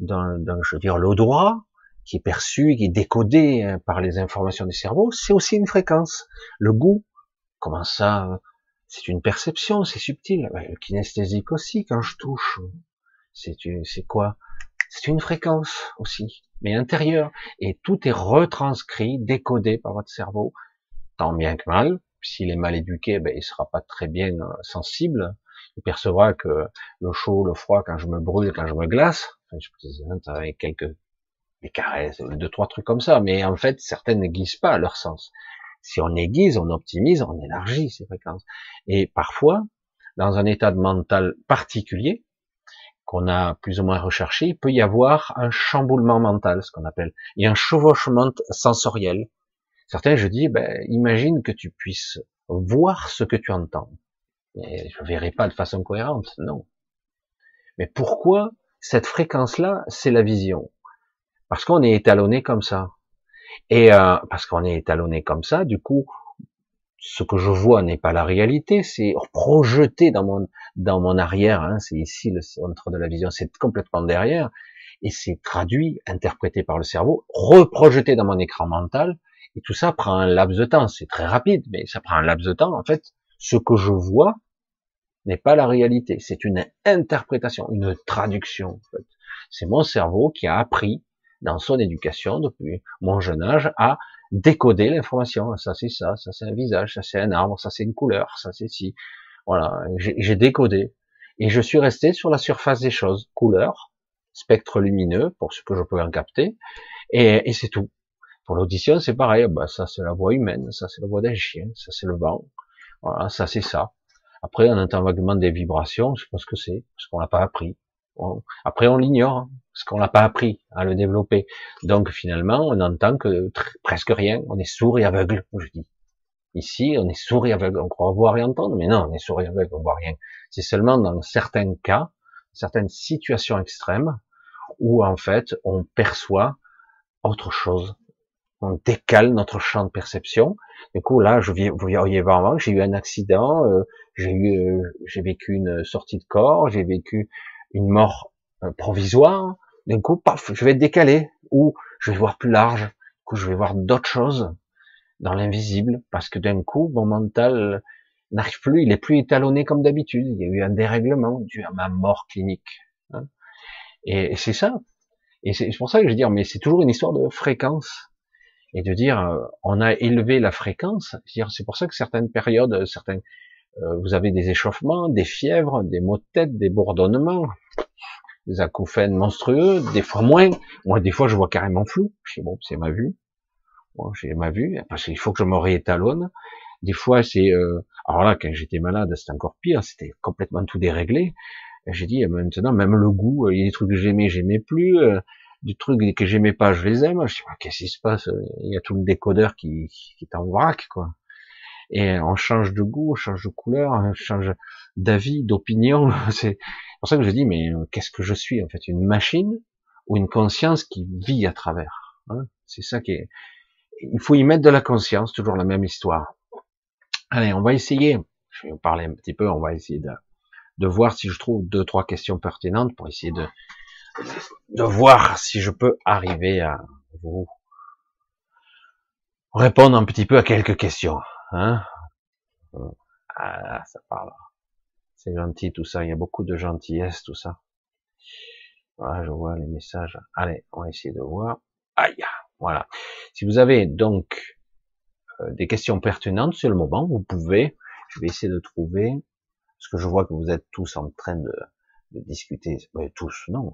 je veux dire, l'odorat, qui est perçu, qui est décodé par les informations du cerveau, c'est aussi une fréquence. Le goût, comment ça? C'est une perception, c'est subtil. Le kinesthésique aussi, quand je touche, c'est quoi? C'est une fréquence aussi, mais intérieure. Et tout est retranscrit, décodé par votre cerveau, tant bien que mal. S'il est mal éduqué, ben, il sera pas très bien sensible. Il percevra que le chaud, le froid, quand je me brûle, quand je me glace, enfin, je plaisante avec quelques des caresses, deux, trois trucs comme ça, mais en fait, certaines n'aiguisent pas leur sens. Si on aiguise, on optimise, on élargit ces fréquences. Et parfois, dans un état de mental particulier, qu'on a plus ou moins recherché, il peut y avoir un chamboulement mental, ce qu'on appelle, et un chevauchement sensoriel. Certains, je dis, ben, imagine que tu puisses voir ce que tu entends. Mais je ne verrai pas de façon cohérente, non. Mais pourquoi cette fréquence-là, c'est la vision? Parce qu'on est étalonné comme ça. Et parce qu'on est étalonné comme ça, du coup, ce que je vois n'est pas la réalité, c'est projeté dans mon arrière, hein, c'est ici le centre de la vision, c'est complètement derrière, et c'est traduit, interprété par le cerveau, reprojeté dans mon écran mental, et tout ça prend un laps de temps, c'est très rapide, mais ça prend un laps de temps, en fait, ce que je vois n'est pas la réalité, c'est une interprétation, une traduction, en fait. C'est mon cerveau qui a appris, dans son éducation, depuis mon jeune âge, à décoder l'information. Ça c'est un visage, ça c'est un arbre, ça c'est une couleur, ça c'est ci. Voilà, j'ai décodé. Et je suis resté sur la surface des choses. Couleur, spectre lumineux, pour ce que je peux en capter, et c'est tout. Pour l'audition, c'est pareil. Bah, ça c'est la voix humaine, ça c'est la voix d'un chien, ça c'est le vent. Voilà, ça c'est ça. Après, on entend vaguement des vibrations, je sais pas ce que c'est, parce qu'on l'a pas appris. Après, on l'ignore, hein, parce qu'on l'a pas appris à le développer. Donc, finalement, on n'entend que presque rien. On est sourd et aveugle, je dis. Ici, on est sourd et aveugle. On croit voir et entendre, mais non, on est sourd et aveugle, on voit rien. C'est seulement dans certains cas, certaines situations extrêmes, où, en fait, on perçoit autre chose. On décale notre champ de perception. Du coup, là, vous voyez vraiment, j'ai eu un accident, j'ai vécu une sortie de corps, j'ai vécu une mort provisoire. D'un coup, paf, je vais être décalé, ou je vais voir plus large. Du coup, je vais voir d'autres choses dans l'invisible, parce que d'un coup, mon mental n'arrive plus, il est plus étalonné comme d'habitude. Il y a eu un dérèglement dû à ma mort clinique. Hein. Et c'est ça. Et c'est pour ça que je veux dire, mais c'est toujours une histoire de fréquence. Et de dire, on a élevé la fréquence. C'est pour ça que certaines périodes, certains Vous avez des échauffements, des fièvres, des maux de tête, des bourdonnements, des acouphènes monstrueux, des fois moins. Moi, des fois, je vois carrément flou. Je dis, bon, c'est ma vue. Bon, j'ai ma vue, parce qu'il faut que je me réétalonne. Des fois, c'est... alors là, quand j'étais malade, c'était encore pire, c'était complètement tout déréglé. J'ai dit, maintenant, même le goût, il y a des trucs que j'aimais plus, des trucs que j'aimais pas, je les aime. Je dis, qu'est-ce qui se passe? Il y a tout le décodeur qui est en vrac, quoi. Et on change de goût, on change de couleur, on change d'avis, d'opinion. C'est pour ça que je dis, mais qu'est-ce que je suis, en fait? Une machine ou une conscience qui vit à travers, hein? C'est ça qui est... Il faut y mettre de la conscience, toujours la même histoire. Allez, on va essayer. Je vais vous parler un petit peu, on va essayer de voir si je trouve deux, trois questions pertinentes pour essayer de voir si je peux arriver à vous répondre un petit peu à quelques questions. Hein. Ah, ça parle. C'est gentil tout ça, il y a beaucoup de gentillesse tout ça. Voilà, je vois les messages. Allez, on va essayer de voir. Aïe, voilà. Si vous avez donc des questions pertinentes sur le moment, vous pouvez, je vais essayer de trouver, parce que je vois que vous êtes tous en train de discuter, tous, non.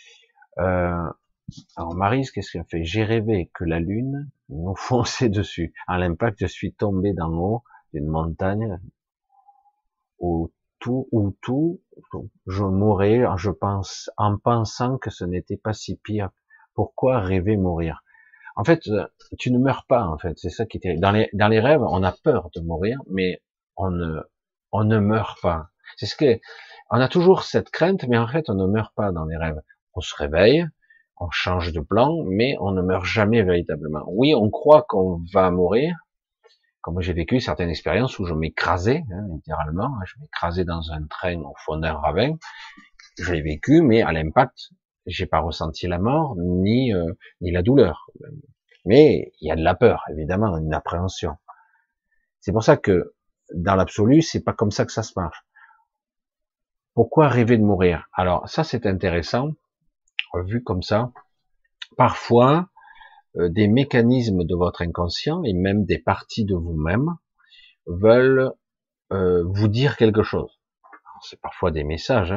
Alors Maryse, qu'est-ce qu'elle fait? J'ai rêvé que la lune nous fonçait dessus. À l'impact, je suis tombé d'en haut d'une montagne où tout, je mourrais, je pense, en pensant que ce n'était pas si pire. Pourquoi rêver mourir? En fait, tu ne meurs pas, en fait. C'est ça qui est terrible. Dans les rêves, on a peur de mourir, mais on ne meurt pas. C'est ce que, on a toujours cette crainte, mais en fait, on ne meurt pas dans les rêves. On se réveille, on change de plan, mais on ne meurt jamais véritablement. Oui, on croit qu'on va mourir, comme j'ai vécu certaines expériences où je m'écrasais, littéralement, je m'écrasais dans un train au fond d'un ravin. Je l'ai vécu, mais à l'impact, j'ai pas ressenti la mort ni la douleur. Mais il y a de la peur, évidemment, une appréhension. C'est pour ça que dans l'absolu, c'est pas comme ça que ça se marche. Pourquoi rêver de mourir? Alors ça, c'est intéressant, vu comme ça. Parfois, des mécanismes de votre inconscient et même des parties de vous-même veulent vous dire quelque chose. C'est parfois des messages.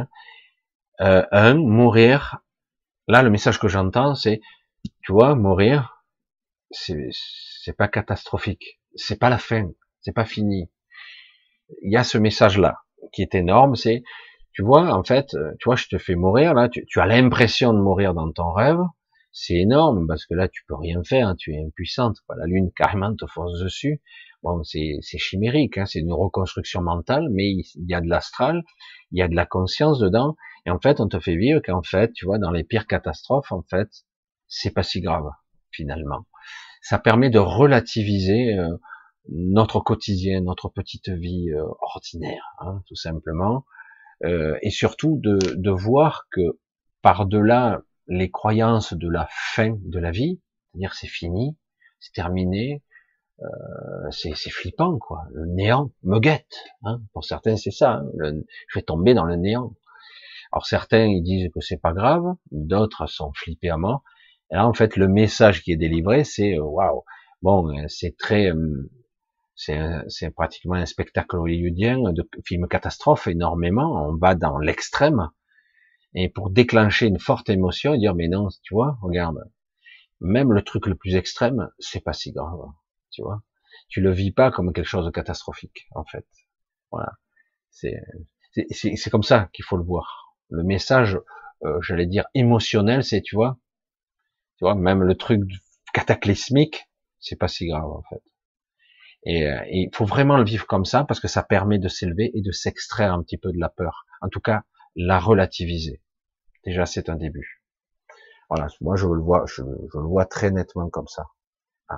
Mourir. Là, le message que j'entends, c'est, tu vois, mourir, c'est pas catastrophique, c'est pas la fin, c'est pas fini. Il y a ce message-là qui est énorme. C'est, tu vois, en fait, tu vois, je te fais mourir là, tu as l'impression de mourir dans ton rêve. C'est énorme parce que là, tu peux rien faire, hein, tu es impuissante. La lune carrément te force dessus. Bon, c'est chimérique, hein, c'est une reconstruction mentale, mais il y a de l'astral, il y a de la conscience dedans, et en fait, on te fait vivre qu'en fait, tu vois, dans les pires catastrophes, en fait, c'est pas si grave finalement. Ça permet de relativiser notre quotidien, notre petite vie ordinaire, hein, tout simplement, et surtout de voir que par-delà les croyances de la fin de la vie, c'est-à-dire c'est fini, c'est terminé, c'est flippant, quoi. Le néant me guette. Hein. Pour certains, c'est ça. Hein. Je vais tomber dans le néant. Alors certains, ils disent que c'est pas grave, d'autres sont flippés à mort. Et là, en fait, le message qui est délivré, c'est waouh. Bon, c'est très, c'est pratiquement un spectacle hollywoodien de film catastrophe énormément. On va dans l'extrême et pour déclencher une forte émotion et dire mais non, tu vois, regarde, même le truc le plus extrême, c'est pas si grave, tu vois. Tu le vis pas comme quelque chose de catastrophique, en fait. Voilà. C'est comme ça qu'il faut le voir. Le message, j'allais dire émotionnel, c'est, tu vois, même le truc cataclysmique, c'est pas si grave, en fait. Et il faut vraiment le vivre comme ça parce que ça permet de s'élever et de s'extraire un petit peu de la peur. En tout cas, la relativiser. Déjà, c'est un début. Voilà. Moi, je le vois très nettement comme ça. Ah.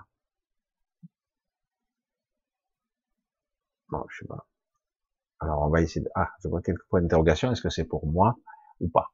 Bon, je sais pas. Alors, on va essayer de... Ah, je vois quelques points d'interrogation. Est-ce que c'est pour moi ou pas?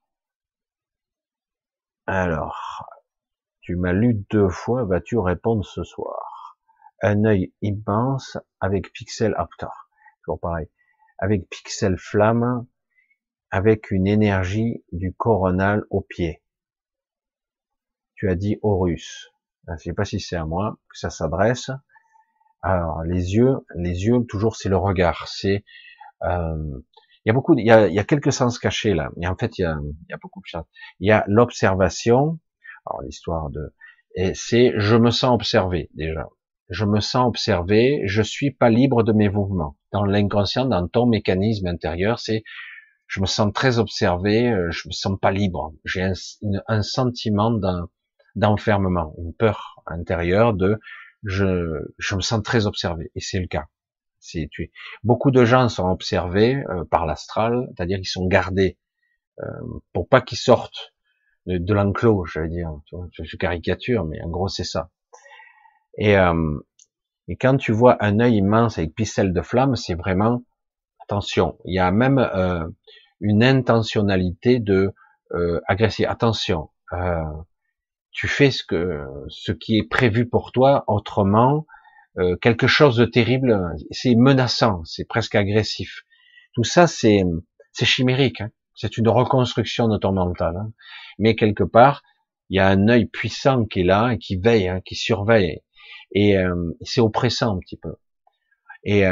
Alors, tu m'as lu 2 fois, vas-tu répondre ce soir? Un œil immense avec pixel... Ah putain, toujours pareil. Avec pixel flamme, avec une énergie du coronal au pied. Tu as dit Horus. Je ne sais pas si c'est à moi que ça s'adresse. Alors, les yeux, toujours c'est le regard. C'est Il y a beaucoup, il y a quelques sens cachés là. Et en fait, il y a beaucoup de choses. Il y a l'observation. Alors l'histoire de, et c'est, je me sens observé déjà. Je me sens observé. Je suis pas libre de mes mouvements. Dans l'inconscient, dans ton mécanisme intérieur, c'est, je me sens très observé. Je me sens pas libre. J'ai un sentiment d'enfermement, une peur intérieure de, je me sens très observé. Et c'est le cas. Beaucoup de gens sont observés par l'astral, c'est-à-dire qu'ils sont gardés euh, pour pas qu'ils sortent de l'enclos, je vais dire. Tu vois, je caricature, mais en gros c'est ça. Et, euh, et quand tu vois un œil immense avec pistelle de flamme, c'est vraiment attention. Il y a même une intentionnalité de agressif. Attention, tu fais ce qui est prévu pour toi, autrement quelque chose de terrible, c'est menaçant, c'est presque agressif. Tout ça, c'est chimérique, hein. C'est une reconstruction de ton mental. Hein. Mais quelque part, il y a un œil puissant qui est là, et qui veille, hein, qui surveille. Et c'est oppressant un petit peu. Et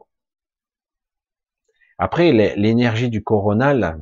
après, l'énergie du coronal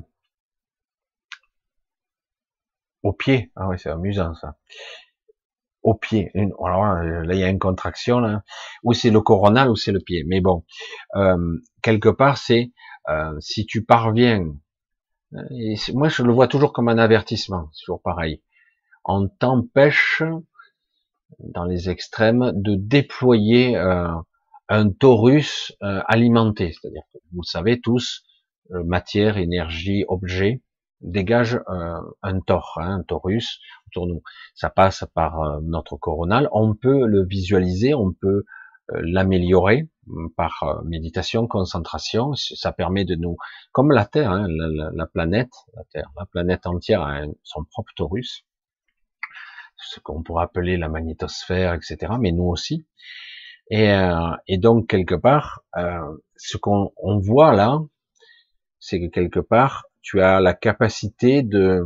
au pied, ah oui, c'est amusant ça. Au pied. Alors là, il y a une contraction là. Ou c'est le coronal ou c'est le pied. Mais bon, quelque part, c'est si tu parviens. Moi, je le vois toujours comme un avertissement. C'est toujours pareil. On t'empêche, dans les extrêmes, de déployer un torus alimenté. C'est-à-dire que vous le savez tous, matière, énergie, objet dégage un tor, hein, un torus autour de nous. Ça passe par notre coronal. On peut le visualiser, on peut l'améliorer par méditation, concentration. Ça permet de nous, comme la Terre, hein, la planète, la Terre, la planète entière a son propre torus, ce qu'on pourrait appeler la magnétosphère, etc. Mais nous aussi. Et donc quelque part, ce qu'on voit là, c'est que quelque part, tu as la capacité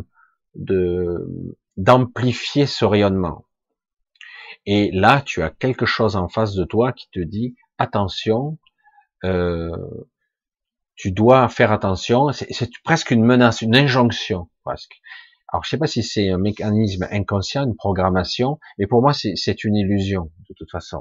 d'amplifier ce rayonnement. Et là, tu as quelque chose en face de toi qui te dit attention, euh, tu dois faire attention. C'est presque une menace, une injonction, presque. Alors, je sais pas si c'est un mécanisme inconscient, une programmation, mais pour moi, c'est une illusion de toute façon.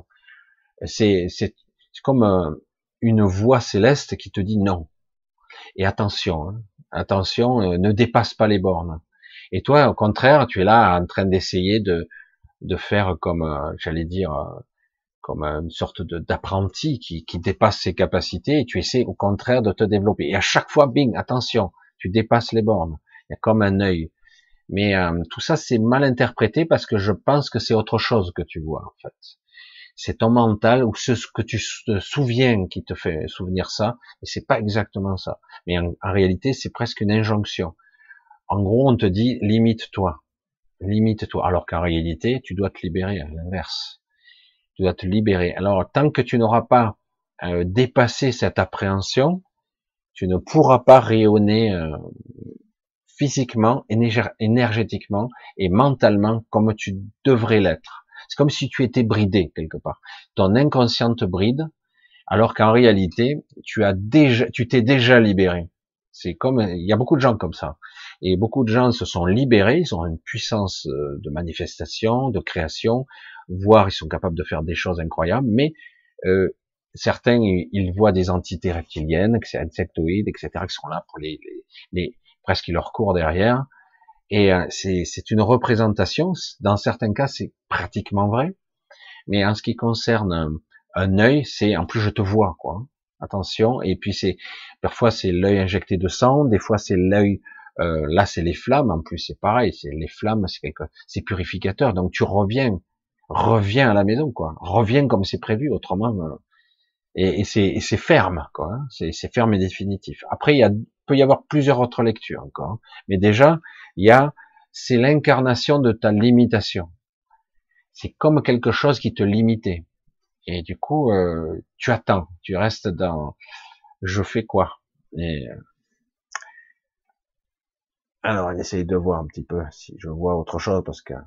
C'est comme une voix céleste qui te dit non. Et attention, hein, attention, ne dépasse pas les bornes. Et toi, au contraire, tu es là en train d'essayer de faire comme, j'allais dire, comme une sorte d'apprenti qui dépasse ses capacités, et tu essaies au contraire de te développer. Et à chaque fois, bing, attention, tu dépasses les bornes. Il y a comme un œil. Mais tout ça, c'est mal interprété parce que je pense que c'est autre chose que tu vois, en fait. C'est ton mental ou ce que tu te souviens qui te fait souvenir ça, et c'est pas exactement ça. Mais en réalité, c'est presque une injonction. En gros, on te dit limite-toi, limite-toi, alors qu'en réalité, tu dois te libérer à l'inverse. Tu dois te libérer. Alors, tant que tu n'auras pas dépassé cette appréhension, tu ne pourras pas rayonner physiquement, énergétiquement et mentalement comme tu devrais l'être. C'est comme si tu étais bridé quelque part. Ton inconscient te bride, alors qu'en réalité, tu t'es déjà libéré. C'est comme, il y a beaucoup de gens comme ça. Et beaucoup de gens se sont libérés, ils ont une puissance de manifestation, de création, voire ils sont capables de faire des choses incroyables, mais euh, certains, ils voient des entités reptiliennes, insectoïdes, etc., qui sont là pour presque ils leur courent derrière. Et c'est une représentation. Dans certains cas, c'est pratiquement vrai. Mais en ce qui concerne un œil, c'est en plus je te vois, quoi. Attention. Et puis parfois c'est l'œil injecté de sang, des fois c'est l'œil. Là, c'est les flammes. En plus, c'est pareil. C'est les flammes, c'est purificateur. Donc tu reviens à la maison, quoi. Reviens comme c'est prévu. Autrement, et c'est ferme, quoi. Hein. C'est ferme et définitif. Après, peut y avoir plusieurs autres lectures encore. Hein. Mais déjà, c'est l'incarnation de ta limitation. C'est comme quelque chose qui te limitait. Et du coup, tu attends, tu restes dans je fais quoi. Et alors, on essaye de voir un petit peu si je vois autre chose parce que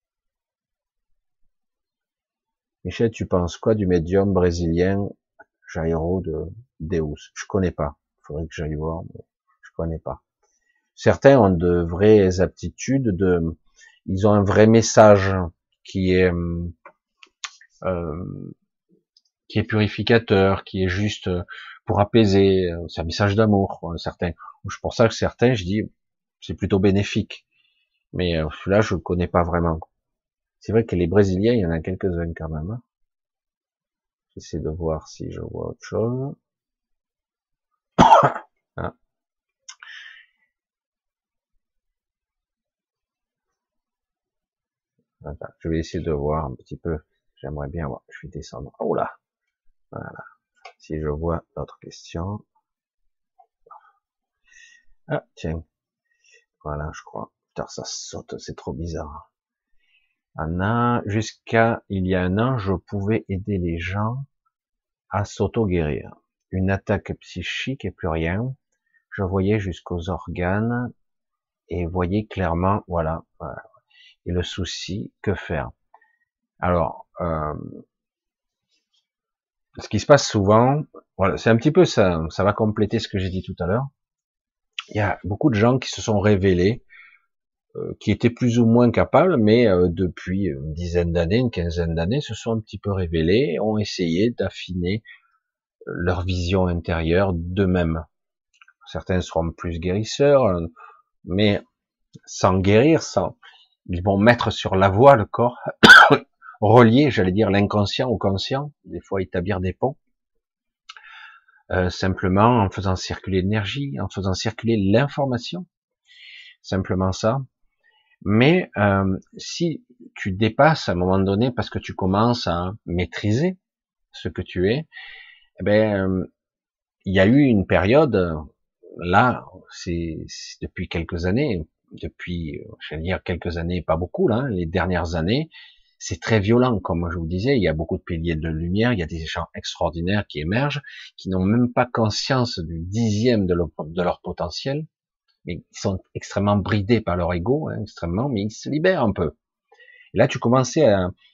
Michel, tu penses quoi du médium brésilien Jairo de Deus. Je connais pas. Faudrait que j'aille voir, mais je connais pas. Certains ont de vraies aptitudes ils ont un vrai message qui est, euh, qui est purificateur, qui est juste pour apaiser, c'est un message d'amour, certains. C'est pour ça que certains, je dis, c'est plutôt bénéfique. Mais celui-là, je le connais pas vraiment. C'est vrai que les Brésiliens, il y en a quelques-uns quand même. Hein. J'essaie de voir si je vois autre chose. Ah, attends, je vais essayer de voir un petit peu. J'aimerais bien voir. Je vais descendre. Oh là, voilà. Si je vois d'autres questions. Ah, tiens. Voilà, je crois. Putain, ça saute, c'est trop bizarre. Anna, jusqu'à il y a un an, je pouvais aider les gens à s'auto-guérir. Une attaque psychique et plus rien. Je voyais jusqu'aux organes et voyais clairement, voilà, voilà. Et le souci, que faire? Alors, ce qui se passe souvent, voilà, c'est un petit peu ça, ça va compléter ce que j'ai dit tout à l'heure. Il y a beaucoup de gens qui se sont révélés, qui étaient plus ou moins capables, mais depuis une dizaine d'années, une quinzaine d'années, se sont un petit peu révélés, ont essayé d'affiner leur vision intérieure d'eux-mêmes. Certains seront plus guérisseurs, mais sans guérir, ils vont mettre sur la voie le corps, relier, j'allais dire, l'inconscient au conscient, des fois établir des ponts, simplement en faisant circuler l'énergie, en faisant circuler l'information, simplement ça. Mais si tu dépasses à un moment donné, parce que tu commences à maîtriser ce que tu es, eh ben, il y a eu une période, là, c'est depuis quelques années, depuis, je vais dire quelques années, pas beaucoup, là, les dernières années, c'est très violent, comme je vous disais, il y a beaucoup de piliers de lumière, il y a des gens extraordinaires qui émergent, qui n'ont même pas conscience du dixième de leur potentiel, mais ils sont extrêmement bridés par leur ego, hein, extrêmement, mais ils se libèrent un peu. Et là, tu commençais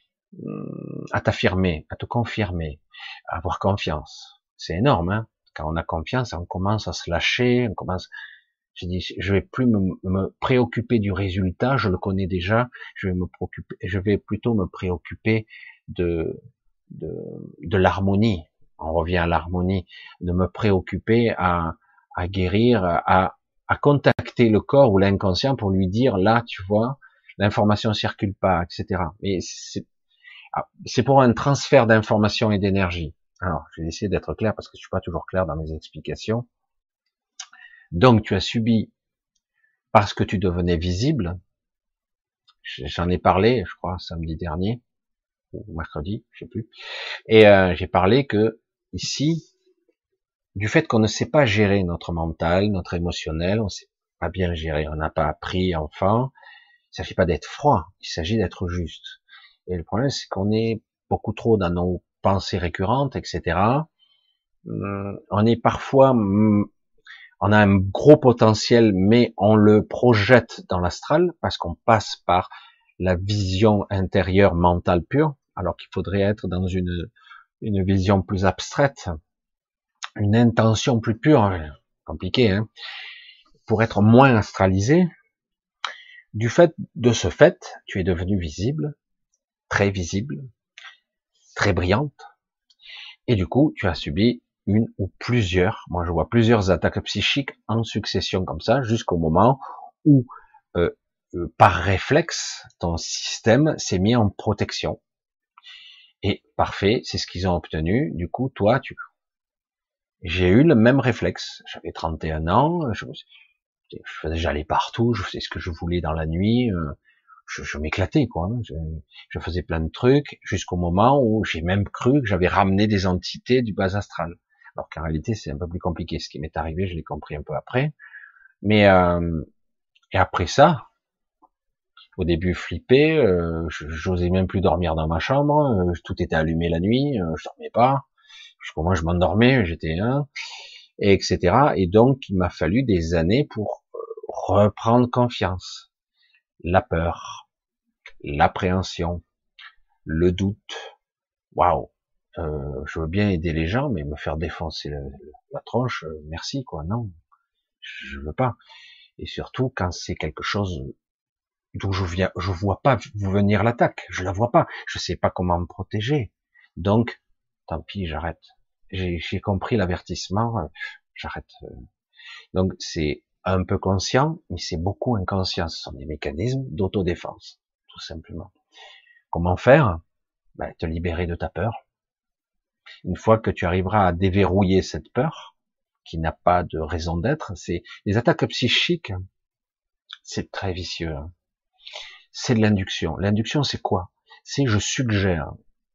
à t'affirmer, à te confirmer, à avoir confiance. C'est énorme, hein. Quand on a confiance, on commence à se lâcher, on commence. J'ai dit, je vais plus me préoccuper du résultat, je le connais déjà. Je vais plutôt me préoccuper de de, de l'harmonie. On revient à l'harmonie, de me préoccuper à guérir, à contacter le corps ou l'inconscient pour lui dire là, tu vois, l'information circule pas, etc. Mais c'est pour un transfert d'information et d'énergie. Alors, je vais essayer d'être clair parce que je suis pas toujours clair dans mes explications. Donc, tu as subi parce que tu devenais visible. J'en ai parlé, je crois, samedi dernier ou mercredi, je sais plus. Et j'ai parlé que ici, du fait qu'on ne sait pas gérer notre mental, notre émotionnel, on sait pas bien gérer, on n'a pas appris enfant. Il s'agit pas d'être froid, il s'agit d'être juste. Et le problème, c'est qu'on est beaucoup trop dans nos pensées récurrentes, etc. On est parfois, on a un gros potentiel, mais on le projette dans l'astral parce qu'on passe par la vision intérieure mentale pure, alors qu'il faudrait être dans une vision plus abstraite, une intention plus pure, compliqué, hein, pour être moins astralisé. De ce fait, tu es devenu visible, très brillante, et du coup, tu as subi une ou plusieurs, moi je vois plusieurs attaques psychiques en succession comme ça, jusqu'au moment où, euh, par réflexe, ton système s'est mis en protection. Et parfait, c'est ce qu'ils ont obtenu. Du coup, toi, j'ai eu le même réflexe. J'avais 31 ans, j'allais partout, je faisais ce que je voulais dans la nuit, je m'éclatais, quoi. Hein. Je faisais plein de trucs jusqu'au moment où j'ai même cru que j'avais ramené des entités du bas astral. Alors qu'en réalité, c'est un peu plus compliqué. Ce qui m'est arrivé, je l'ai compris un peu après. Mais et après ça, au début flippé, j'osais même plus dormir dans ma chambre. Tout était allumé la nuit, je dormais pas. Jusqu'au moment où je m'endormais, j'étais et etc. Et donc, il m'a fallu des années pour reprendre confiance. La peur, l'appréhension, le doute. Waouh. Je veux bien aider les gens, mais me faire défoncer la tronche, merci quoi, non, je veux pas. Et surtout quand c'est quelque chose d'où je vois pas venir l'attaque, je la vois pas, je sais pas comment me protéger. Donc, tant pis, j'arrête. J'ai compris l'avertissement, j'arrête. Donc c'est un peu conscient, mais c'est beaucoup inconscient. Ce sont des mécanismes d'autodéfense, tout simplement. Comment faire? Ben, te libérer de ta peur. Une fois que tu arriveras à déverrouiller cette peur, qui n'a pas de raison d'être, c'est les attaques psychiques, c'est très vicieux. Hein. C'est de l'induction. L'induction, c'est quoi? C'est je suggère.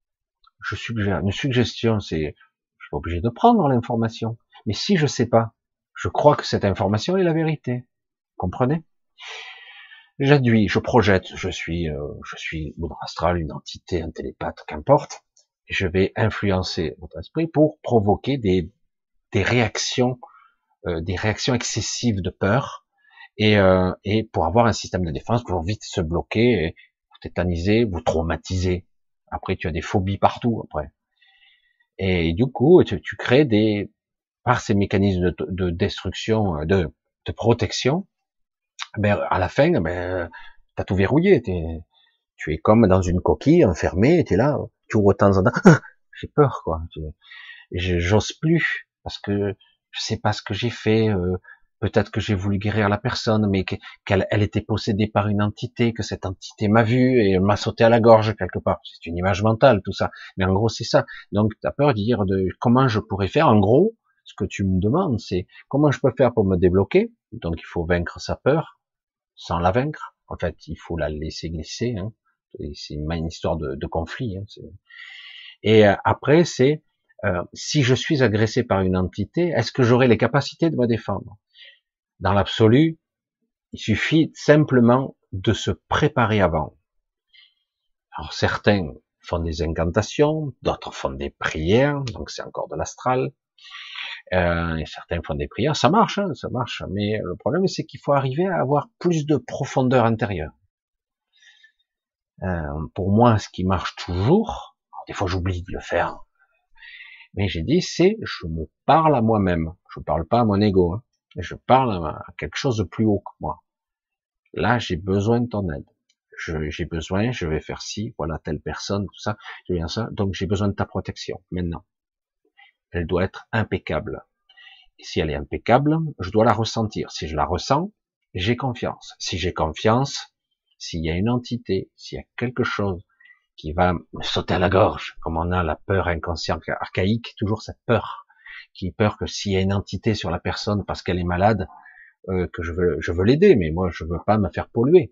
Je suggère. Une suggestion, c'est je suis pas obligé de prendre l'information. Mais si je sais pas, je crois que cette information est la vérité. Comprenez? J'induis, je projette, je suis l'ordre astral, une entité, un télépathe, qu'importe. Et je vais influencer votre esprit pour provoquer des réactions excessives de peur et pour avoir un système de défense pour vite se bloquer, et vous tétaniser, vous traumatiser. Après, tu as des phobies partout après. Et du coup, tu crées par ces mécanismes de destruction, de protection, ben à la fin, ben t'as tout verrouillé. Tu es comme dans une coquille enfermée, tu es là, tu ouvres de temps en temps. J'ai peur quoi. J'ose plus parce que je sais pas ce que j'ai fait. Peut-être que j'ai voulu guérir la personne, mais qu'elle était possédée par une entité, que cette entité m'a vu et m'a sauté à la gorge quelque part. C'est une image mentale tout ça. Mais en gros c'est ça. Donc tu as peur de dire de comment je pourrais faire. En gros, ce que tu me demandes, c'est comment je peux faire pour me débloquer. Donc il faut vaincre sa peur sans la vaincre. En fait, il faut la laisser glisser. Hein. C'est une histoire de conflit. Hein. Et après, c'est si je suis agressé par une entité, est-ce que j'aurai les capacités de me défendre? Dans l'absolu, il suffit simplement de se préparer avant. Alors certains font des incantations, d'autres font des prières, donc c'est encore de l'astral. Et certains font des prières, ça marche, hein, ça marche. Mais le problème, c'est qu'il faut arriver à avoir plus de profondeur intérieure. Pour moi, ce qui marche toujours, des fois j'oublie de le faire, mais j'ai dit c'est je me parle à moi-même, je parle pas à mon ego, hein. Je parle à quelque chose de plus haut que moi. Là, j'ai besoin de ton aide. J'ai besoin, je vais faire ci, voilà telle personne, tout ça, je viens ça, donc j'ai besoin de ta protection maintenant. Elle doit être impeccable. Et si elle est impeccable, je dois la ressentir. Si je la ressens, j'ai confiance. Si j'ai confiance, s'il y a une entité, s'il y a quelque chose qui va me sauter à la gorge, comme on a la peur inconsciente archaïque, toujours cette peur, qui peur que s'il y a une entité sur la personne parce qu'elle est malade, que je veux l'aider, mais moi je veux pas me faire polluer.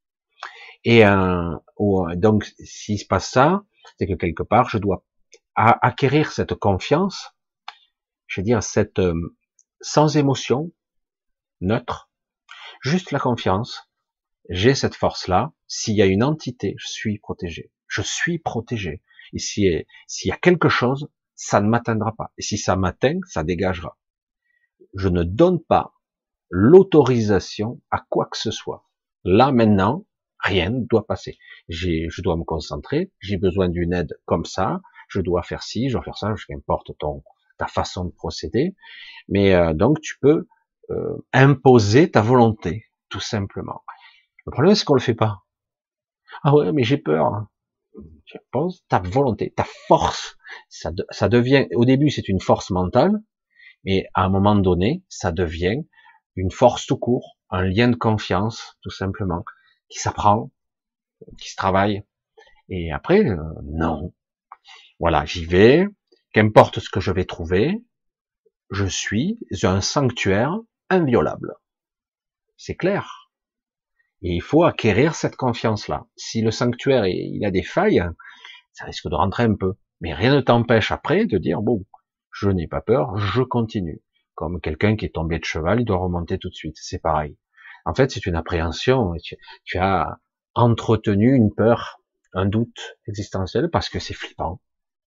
Et donc s'il se passe ça, c'est que quelque part je dois acquérir cette confiance, je veux dire cette sans émotion, neutre, juste la confiance. J'ai cette force-là. S'il y a une entité, je suis protégé. Je suis protégé. Et s'il y a quelque chose, ça ne m'atteindra pas. Et si ça m'atteint, ça dégagera. Je ne donne pas l'autorisation à quoi que ce soit. Là, maintenant, rien ne doit passer. Je dois me concentrer. J'ai besoin d'une aide comme ça. Je dois faire ci, je dois faire ça. Qu'importe ta façon de procéder. Mais donc, tu peux imposer ta volonté, tout simplement. Le problème, c'est qu'on le fait pas. Ah ouais, mais j'ai peur. Je pense ta volonté, ta force, ça devient. Au début, c'est une force mentale, et à un moment donné, ça devient une force tout court, un lien de confiance, tout simplement, qui s'apprend, qui se travaille. Et après, non. Voilà, j'y vais. Qu'importe ce que je vais trouver, je suis un sanctuaire inviolable. C'est clair. Et il faut acquérir cette confiance-là. Si le sanctuaire il a des failles, ça risque de rentrer un peu. Mais rien ne t'empêche après de dire bon, je n'ai pas peur, je continue. Comme quelqu'un qui est tombé de cheval, il doit remonter tout de suite. C'est pareil. En fait, c'est une appréhension. Tu as entretenu une peur, un doute existentiel parce que c'est flippant.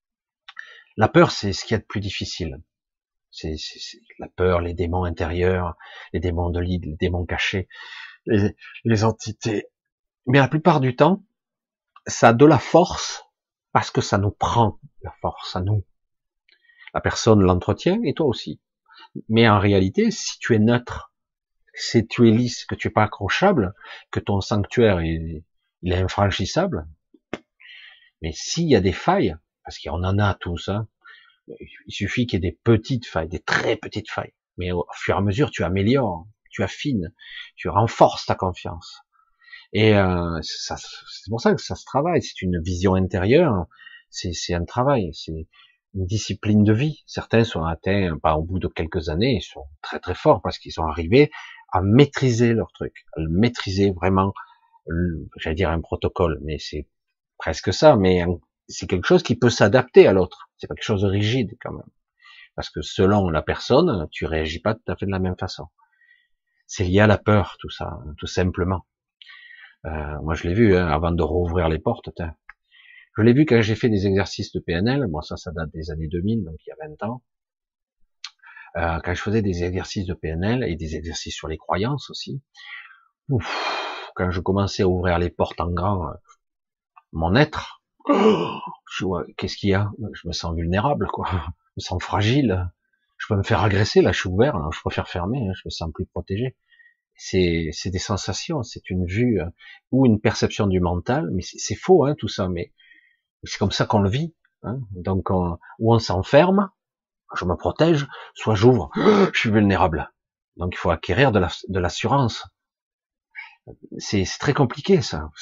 La peur, c'est ce qu'il y a de plus difficile. C'est la peur, les démons intérieurs, les démons de l'île, les démons cachés, les entités. Mais la plupart du temps, ça a de la force parce que ça nous prend la force à nous. La personne l'entretient et toi aussi. Mais en réalité, si tu es neutre, si tu es lisse, que tu es pas accrochable, que ton sanctuaire il est infranchissable, mais s'il y a des failles, parce qu'on en a tous, hein, il suffit qu'il y ait des petites failles, des très petites failles, mais au fur et à mesure, tu améliores, tu affines, tu renforces ta confiance. Et c'est pour ça que ça se travaille. C'est une vision intérieure, c'est un travail, c'est une discipline de vie. Certains sont atteints, pas au bout de quelques années, ils sont très très forts parce qu'ils sont arrivés à maîtriser leur truc, à le maîtriser vraiment. J'allais dire un protocole, mais c'est presque ça. Mais c'est quelque chose qui peut s'adapter à l'autre. C'est pas quelque chose de rigide quand même, parce que selon la personne, tu réagis pas tout à fait de la même façon. C'est lié à la peur, tout ça, tout simplement. Moi, je l'ai vu hein, avant de rouvrir les portes. Je l'ai vu quand j'ai fait des exercices de PNL. Bon, ça date des années 2000, donc il y a 20 ans. Quand je faisais des exercices de PNL et des exercices sur les croyances aussi. Ouf, quand je commençais à ouvrir les portes en grand, mon être, je vois, qu'est-ce qu'il y a? Je me sens vulnérable, quoi. Je me sens fragile. Je peux me faire agresser, là, je suis ouvert, là, je préfère fermer, hein, je me sens plus protégé. C'est des sensations, c'est une vue ou une perception du mental, mais c'est faux, hein, tout ça, mais c'est comme ça qu'on le vit. Hein. Donc, ou on s'enferme, je me protège, soit j'ouvre, je suis vulnérable. Donc, il faut acquérir de l'assurance. C'est très compliqué,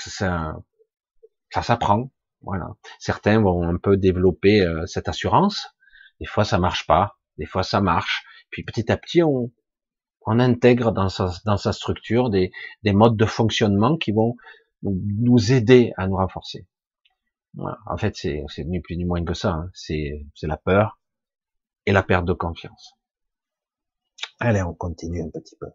ça s'apprend. Voilà. Certains vont un peu développer cette assurance. Des fois, ça marche pas. Des fois, ça marche. Puis petit à petit, on intègre dans sa structure des modes de fonctionnement qui vont nous aider à nous renforcer. Voilà. En fait, c'est ni plus ni moins que ça. Hein. C'est la peur et la perte de confiance. Allez, on continue un petit peu.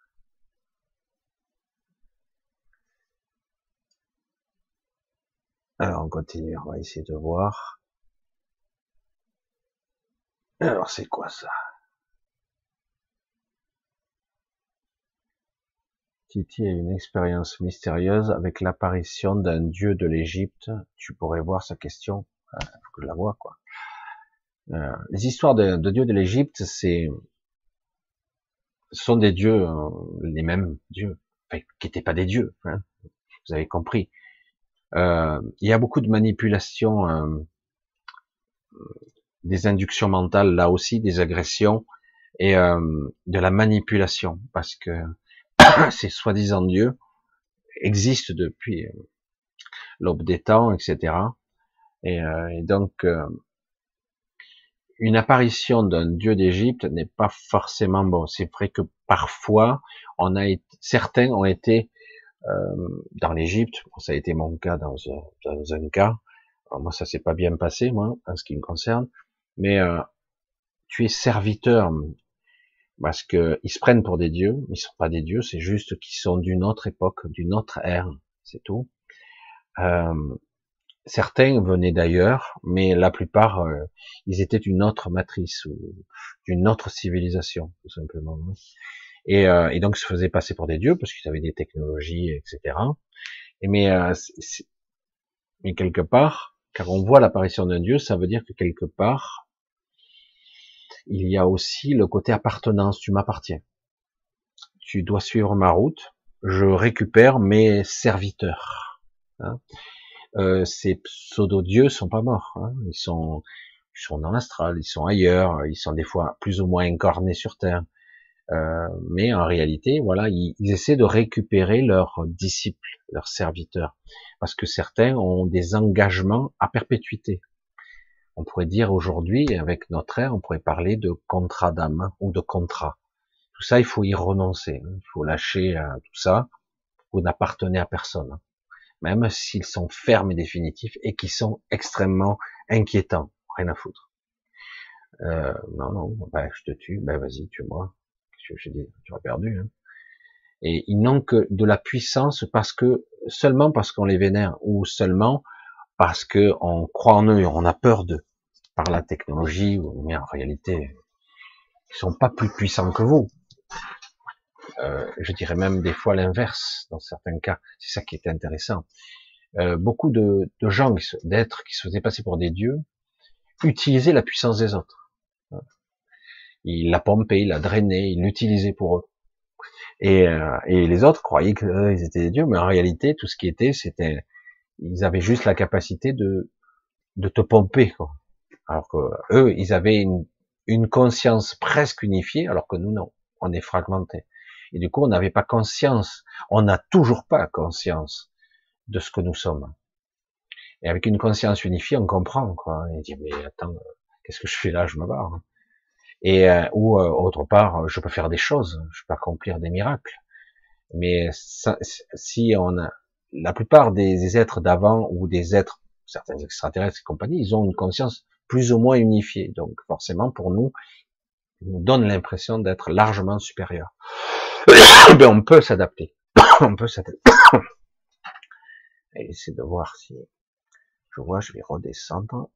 Alors, on continue. On va essayer de voir. Alors, c'est quoi ça? Titi a une expérience mystérieuse avec l'apparition d'un dieu de l'Égypte. Tu pourrais voir sa question. Faut que je la vois, quoi. Les histoires de dieux de l'Égypte, ce sont des dieux, les mêmes dieux, enfin, qui n'étaient pas des dieux. Hein, vous avez compris. Il y a beaucoup de manipulation, des inductions mentales, là aussi, des agressions et de la manipulation, parce que ces soi-disant dieux existent depuis l'aube des temps, etc. Et donc, une apparition d'un dieu d'Égypte n'est pas forcément bon. C'est vrai que parfois, certains ont été dans l'Égypte. Ça a été mon cas dans un cas. Alors moi, ça s'est pas bien passé, moi, en ce qui me concerne. Mais tu es serviteur, parce que ils se prennent pour des dieux. Ils sont pas des dieux, c'est juste qu'ils sont d'une autre époque, d'une autre ère, c'est tout. Certains venaient d'ailleurs, mais la plupart, ils étaient d'une autre matrice ou d'une autre civilisation, tout simplement. Et donc, ils se faisaient passer pour des dieux parce qu'ils avaient des technologies, etc. Mais quelque part, car on voit l'apparition d'un dieu, ça veut dire que quelque part, il y a aussi le côté appartenance. Tu m'appartiens. Tu dois suivre ma route. Je récupère mes serviteurs. Hein. Ces pseudo-dieux sont pas morts. Hein. Ils sont dans l'astral, ils sont ailleurs, ils sont des fois plus ou moins incarnés sur Terre. Mais en réalité, voilà, ils essaient de récupérer leurs disciples, leurs serviteurs, parce que certains ont des engagements à perpétuité. On pourrait dire aujourd'hui, avec notre ère, on pourrait parler de contrat d'âme ou de contrat. Tout ça, il faut y renoncer. Il faut lâcher tout ça. Vous n'appartenez à personne, même s'ils sont fermes et définitifs et qui sont extrêmement inquiétants. Rien à foutre. Non, bah, je te tue. Ben vas-y, tue-moi. Je dis, tu as perdu. Hein. Et ils n'ont que de la puissance seulement parce qu'on les vénère ou seulement parce que on croit en eux, on a peur d'eux par la technologie, mais en réalité, ils sont pas plus puissants que vous. Je dirais même des fois l'inverse dans certains cas. C'est ça qui est intéressant. beaucoup de gens, d'êtres qui se faisaient passer pour des dieux, utilisaient la puissance des autres. Il la pompait, il la drainait, il l'utilisait pour eux. Et les autres croyaient qu'ils étaient des dieux, mais en réalité, tout ce qui était, c'était, ils avaient juste la capacité de te pomper, quoi. Alors que eux, ils avaient une conscience presque unifiée, alors que nous, non. On est fragmentés. Et du coup, on n'avait pas conscience, on n'a toujours pas conscience de ce que nous sommes. Et avec une conscience unifiée, on comprend, quoi. Et dit, mais attends, qu'est-ce que je fais là? Je me barre. Et ou autre part, je peux faire des choses, je peux accomplir des miracles. Mais ça, si on a la plupart des êtres d'avant ou des êtres, certains extraterrestres et compagnie, ils ont une conscience plus ou moins unifiée. Donc forcément, pour nous, ils nous donnent l'impression d'être largement supérieurs. Ben, on peut s'adapter. On peut s'adapter. Et essayer de voir si je vois, je vais redescendre.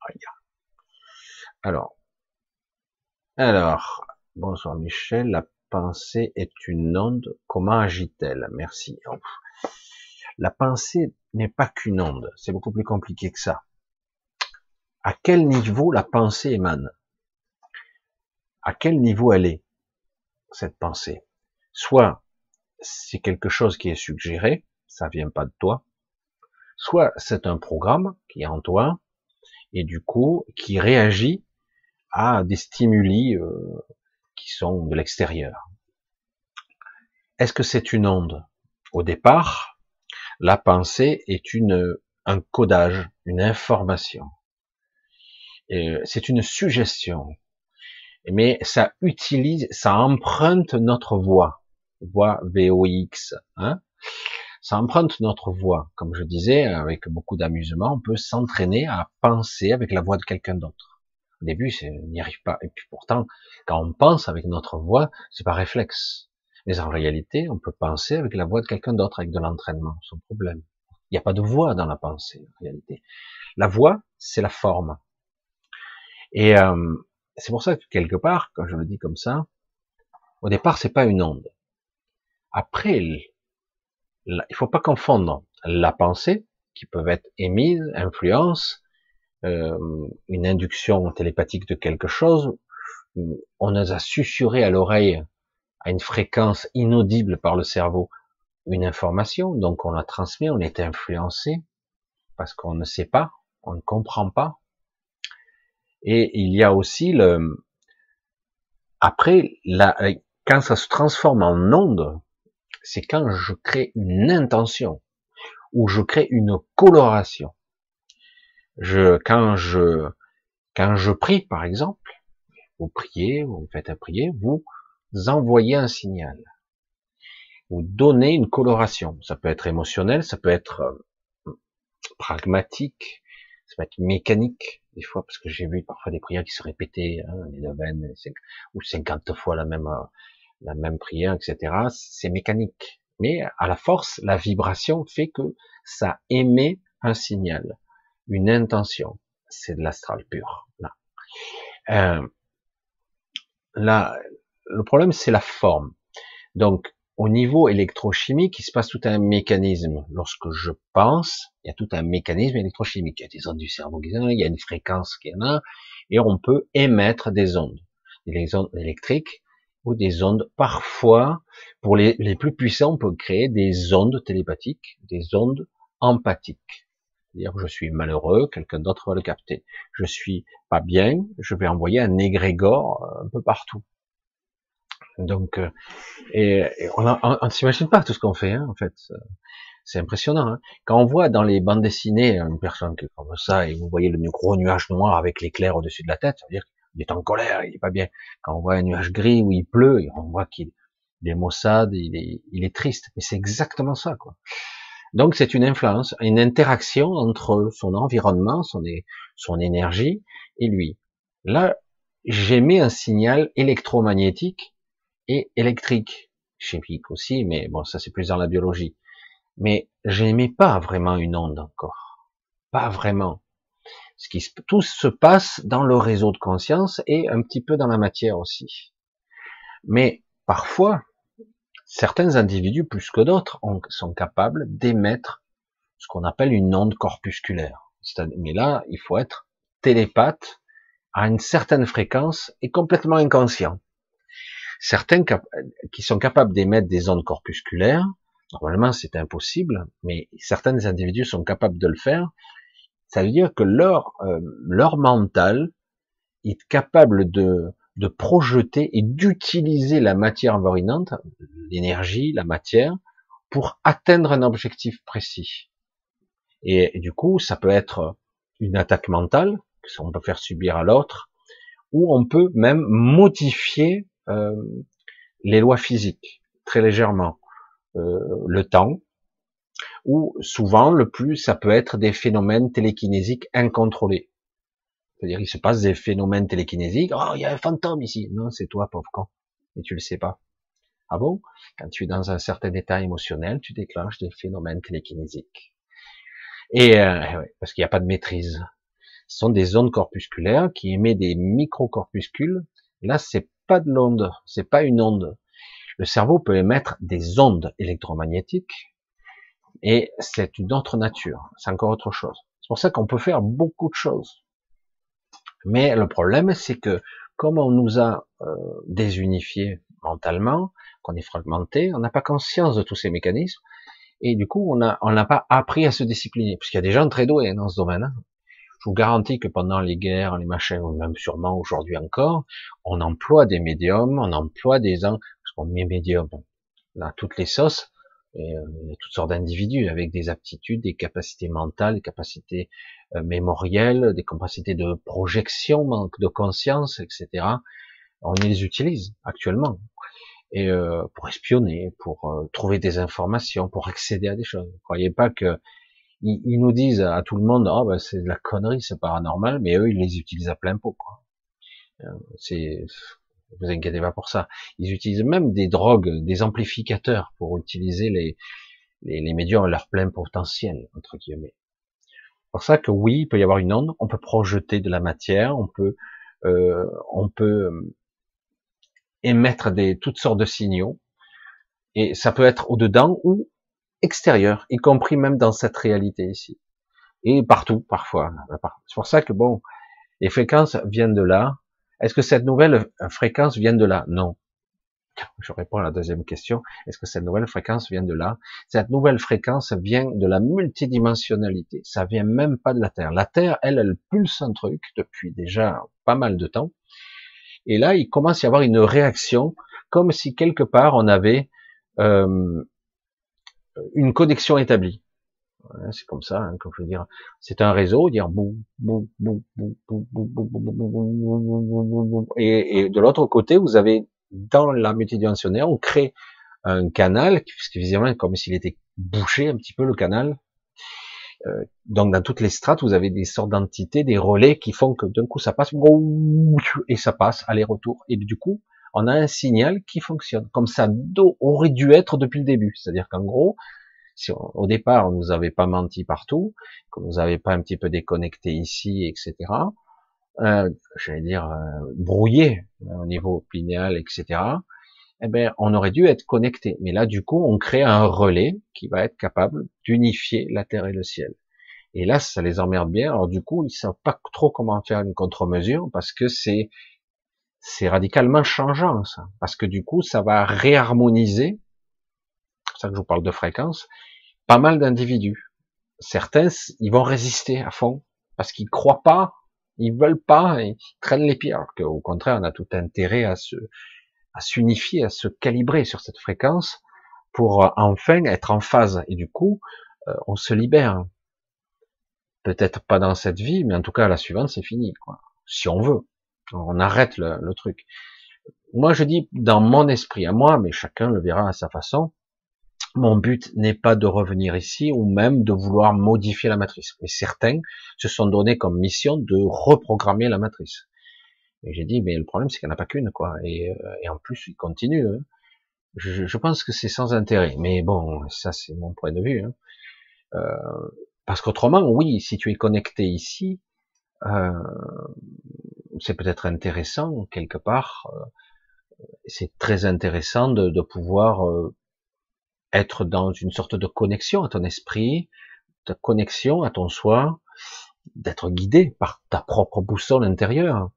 Alors, bonsoir Michel, la pensée est une onde, comment agit-elle? Merci. La pensée n'est pas qu'une onde, c'est beaucoup plus compliqué que ça. À quel niveau la pensée émane? À quel niveau elle est, cette pensée? Soit c'est quelque chose qui est suggéré, ça vient pas de toi, soit c'est un programme qui est en toi, et du coup, qui réagit à des stimuli qui sont de l'extérieur. Est-ce que c'est une onde? Au départ, la pensée est un codage, une information. C'est une suggestion. Mais ça utilise, ça emprunte notre voix VOX, hein. Ça emprunte notre voix. Comme je disais, avec beaucoup d'amusement, on peut s'entraîner à penser avec la voix de quelqu'un d'autre. Au début, on n'y arrive pas. Et puis pourtant, quand on pense avec notre voix, c'est pas réflexe. Mais en réalité, on peut penser avec la voix de quelqu'un d'autre, avec de l'entraînement, sans problème. Il n'y a pas de voix dans la pensée, en réalité. La voix, c'est la forme. Et c'est pour ça que quelque part, quand je le dis comme ça, au départ, c'est pas une onde. Après, il faut pas confondre la pensée, qui peut être émise, influence, une induction télépathique de quelque chose, on nous a susurré à l'oreille à une fréquence inaudible par le cerveau une information, donc on la transmet, on est influencé parce qu'on ne sait pas, on ne comprend pas. Et il y a aussi après, quand ça se transforme en onde, c'est quand je crée une intention ou je crée une coloration. Quand je prie, par exemple, vous priez, vous faites prier, vous envoyez un signal, vous donnez une coloration. Ça peut être émotionnel, ça peut être pragmatique, ça peut être mécanique, des fois, parce que j'ai vu parfois des prières qui se répétaient, hein, les neuvaines, ou 50 fois la même prière, etc. C'est mécanique. Mais à la force, la vibration fait que ça émet un signal, une intention. C'est de l'astral pur. Là, le problème, c'est la forme. Donc, au niveau électrochimique, il se passe tout un mécanisme. Lorsque je pense, il y a tout un mécanisme électrochimique. Il y a des ondes du cerveau qui sont, il y a une fréquence qui est là, et on peut émettre des ondes électriques ou des ondes. Parfois, pour les plus puissants, on peut créer des ondes télépathiques, des ondes empathiques. C'est-à-dire que je suis malheureux, quelqu'un d'autre va le capter. Je suis pas bien, je vais envoyer un égrégore un peu partout. Donc, et on ne s'imagine pas tout ce qu'on fait, hein, en fait. C'est impressionnant. Hein. Quand on voit dans les bandes dessinées une personne qui est comme ça, et vous voyez le gros nuage noir avec l'éclair au-dessus de la tête, ça veut dire qu'il est en colère, il est pas bien. Quand on voit un nuage gris où il pleut, on voit qu'il est maussade, il est triste. Mais c'est exactement ça, quoi. Donc c'est une influence, une interaction entre son environnement, son énergie et lui. Là, j'émets un signal électromagnétique et électrique, chimique aussi, mais bon, ça c'est plus dans la biologie. Mais j'émets pas vraiment une onde encore, pas vraiment. Tout se passe dans le réseau de conscience et un petit peu dans la matière aussi. Mais parfois, certains individus plus que d'autres sont capables d'émettre ce qu'on appelle une onde corpusculaire. Mais là, il faut être télépathe à une certaine fréquence et complètement inconscient. Certains qui sont capables d'émettre des ondes corpusculaires, normalement c'est impossible, mais certains individus sont capables de le faire. Ça veut dire que leur mental est capable de projeter et d'utiliser la matière environnante, l'énergie, la matière, pour atteindre un objectif précis. Et du coup, ça peut être une attaque mentale, que on peut faire subir à l'autre, ou on peut même modifier les lois physiques, très légèrement. Le temps, ou souvent, le plus, ça peut être des phénomènes télékinésiques incontrôlés. C'est-à-dire, il se passe des phénomènes télékinésiques. Oh, il y a un fantôme ici. Non, c'est toi, pauvre con. Et tu le sais pas. Ah bon? Quand tu es dans un certain état émotionnel, tu déclenches des phénomènes télékinésiques. Et ouais, parce qu'il n'y a pas de maîtrise. Ce sont des ondes corpusculaires qui émettent des microcorpuscules. Là, c'est pas de l'onde, c'est pas une onde. Le cerveau peut émettre des ondes électromagnétiques, et c'est une autre nature. C'est encore autre chose. C'est pour ça qu'on peut faire beaucoup de choses. Mais le problème, c'est que comme on nous a désunifiés mentalement, qu'on est fragmenté, on n'a pas conscience de tous ces mécanismes, et du coup, on n'a pas appris à se discipliner, parce qu'il y a des gens très doués dans ce domaine. Hein. Je vous garantis que pendant les guerres, les machins, ou même sûrement aujourd'hui encore, on emploie des médiums, on emploie des gens, parce qu'on met médium dans toutes les sauces, et il y a toutes sortes d'individus avec des aptitudes, des capacités mentales, des capacités mémorielles, des capacités de projection, manque de conscience, etc. On les utilise actuellement, et pour espionner, pour trouver des informations, pour accéder à des choses. Ne croyez pas que ils nous disent à tout le monde, oh ben c'est de la connerie, c'est paranormal, mais eux ils les utilisent à plein pot, quoi. C'est, vous inquiétez pas pour ça. Ils utilisent même des drogues, des amplificateurs pour utiliser les médiums à leur plein potentiel, entre guillemets. C'est pour ça que oui, il peut y avoir une onde, on peut projeter de la matière, on peut émettre toutes sortes de signaux, et ça peut être au-dedans ou extérieur, y compris même dans cette réalité ici. Et partout, parfois. C'est pour ça que bon, les fréquences viennent de là. Est-ce que cette nouvelle fréquence vient de là? Non. Je réponds à la deuxième question. Est-ce que cette nouvelle fréquence vient de là? Cette nouvelle fréquence vient de la multidimensionnalité. Ça vient même pas de la Terre. La Terre, elle pulse un truc depuis déjà pas mal de temps. Et là, il commence à y avoir une réaction, comme si quelque part on avait une connexion établie. C'est comme ça, hein, comme je veux dire. C'est un réseau, dire boum, boum, boum, boum, boum, boum, boum, boum, boum, boum, et de l'autre côté, vous avez dans la multidimensionnaire, on crée un canal, puisque visiblement comme s'il était bouché un petit peu le canal. Donc dans toutes les strates, vous avez des sortes d'entités, des relais qui font que d'un coup ça passe et ça passe aller-retour. Et du coup, on a un signal qui fonctionne, comme ça aurait dû être depuis le début. C'est-à-dire qu'en gros, si au départ on nous avait pas menti partout, qu'on nous avait pas un petit peu déconnecté ici, etc. J'allais dire brouillé au niveau pinéal, etc. Eh ben, on aurait dû être connecté. Mais là, du coup, on crée un relais qui va être capable d'unifier la terre et le ciel. Et là, ça les emmerde bien. Alors du coup, ils savent pas trop comment faire une contre-mesure parce que c'est radicalement changeant, ça. Parce que du coup, ça va réharmoniser. C'est pour ça que je vous parle de fréquence. Pas mal d'individus. Certains, ils vont résister à fond parce qu'ils croient pas, ils veulent pas, et ils traînent les pieds. Alors qu'au contraire, on a tout intérêt à s'unifier, à se calibrer sur cette fréquence pour enfin être en phase. Et du coup, on se libère. Peut-être pas dans cette vie, mais en tout cas la suivante, c'est fini, quoi. Si on veut, on arrête le truc. Moi, je dis dans mon esprit à moi, mais chacun le verra à sa façon. Mon but n'est pas de revenir ici ou même de vouloir modifier la matrice. Mais certains se sont donné comme mission de reprogrammer la matrice. Et j'ai dit, mais le problème, c'est qu'il n'y en a pas qu'une, quoi. Et en plus, ils continuent. Hein. Je pense que c'est sans intérêt. Mais bon, ça, c'est mon point de vue. Hein. Parce qu'autrement, oui, si tu es connecté ici, c'est peut-être intéressant quelque part. C'est très intéressant de pouvoir être dans une sorte de connexion à ton esprit, ta connexion à ton soi, d'être guidé par ta propre boussole intérieure,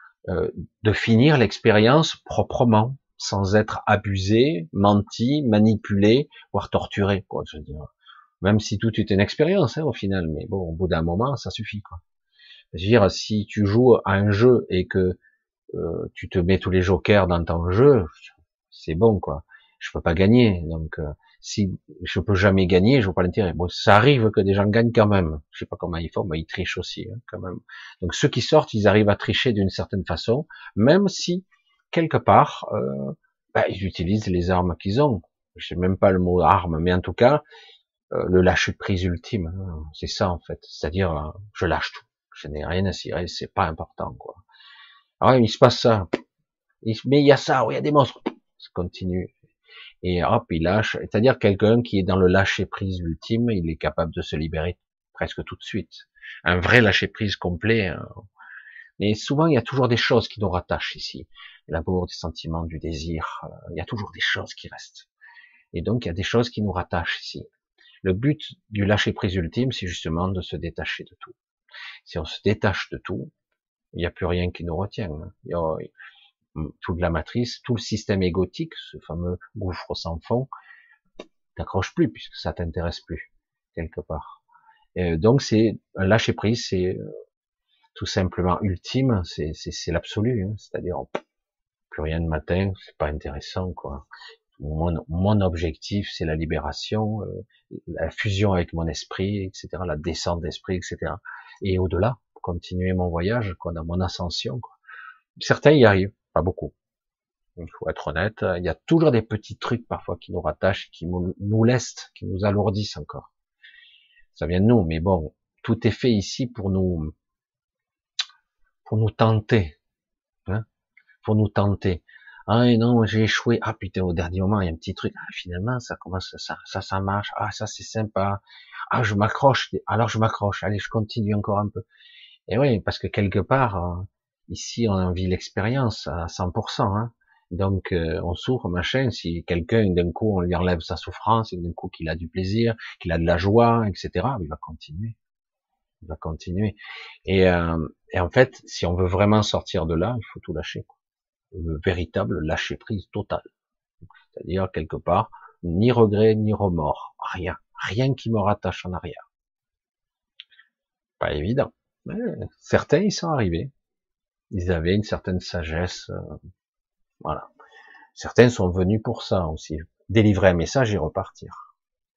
de finir l'expérience proprement, sans être abusé, menti, manipulé, voire torturé, quoi, je veux dire. Même si tout est une expérience, hein, au final, mais bon, au bout d'un moment, ça suffit, quoi. Je veux dire, si tu joues à un jeu et que tu te mets tous les jokers dans ton jeu, c'est bon, quoi. Je peux pas gagner, donc si je peux jamais gagner, je vois pas l'intérêt. Bon, ça arrive que des gens gagnent quand même. Je sais pas comment ils font, mais ils trichent aussi, hein, quand même. Donc ceux qui sortent, ils arrivent à tricher d'une certaine façon, même si quelque part, ils utilisent les armes qu'ils ont. Je sais même pas le mot arme, mais en tout cas, le lâcher prise ultime, hein, c'est ça en fait. C'est-à-dire, je lâche tout. Je n'ai rien à cirer, c'est pas important, quoi. Alors, il se passe ça. Mais il y a ça, il y a des monstres. Ça continue. Et hop, il lâche. C'est-à-dire quelqu'un qui est dans le lâcher prise ultime, il est capable de se libérer presque tout de suite. Un vrai lâcher prise complet. Hein. Mais souvent, il y a toujours des choses qui nous rattachent ici. L'amour, des sentiments, du désir. Il y a toujours des choses qui restent. Et donc, il y a des choses qui nous rattachent ici. Le but du lâcher prise ultime, c'est justement de se détacher de tout. Si on se détache de tout, il n'y a plus rien qui nous retient. Il y a toute la matrice, tout le système égotique, ce fameux gouffre sans fond, t'accroches plus puisque ça t'intéresse plus quelque part. Et donc c'est un lâcher prise, c'est tout simplement ultime, c'est l'absolu, hein, c'est-à-dire plus rien de matin, c'est pas intéressant, quoi. Mon objectif, c'est la libération, la fusion avec mon esprit, etc., la descente d'esprit, etc. Et au-delà, continuer mon voyage, quoi, dans mon ascension, quoi. Certains y arrivent, pas beaucoup. Il faut être honnête. Il y a toujours des petits trucs parfois qui nous rattachent, qui nous lestent, qui nous alourdissent encore. Ça vient de nous, mais bon, tout est fait ici pour nous tenter, hein, pour nous tenter. Ah et non, j'ai échoué. Ah putain, au dernier moment, il y a un petit truc. Ah, finalement, ça commence, ça marche. Ah, ça c'est sympa. Ah, je m'accroche. Alors je m'accroche. Allez, je continue encore un peu. Et oui, parce que quelque part, ici, on vit l'expérience à 100%. Hein. Donc, on souffre, machin. Si quelqu'un, d'un coup, on lui enlève sa souffrance, et d'un coup, qu'il a du plaisir, qu'il a de la joie, etc., il va continuer. Il va continuer. Et en fait, si on veut vraiment sortir de là, il faut tout lâcher. Quoi. Le véritable lâcher prise total. C'est-à-dire, quelque part, ni regret, ni remords. Rien. Rien qui me rattache en arrière. Pas évident. Mais certains, ils sont arrivés. Ils avaient une certaine sagesse. Voilà. Certains sont venus pour ça aussi. Délivrer un message et repartir.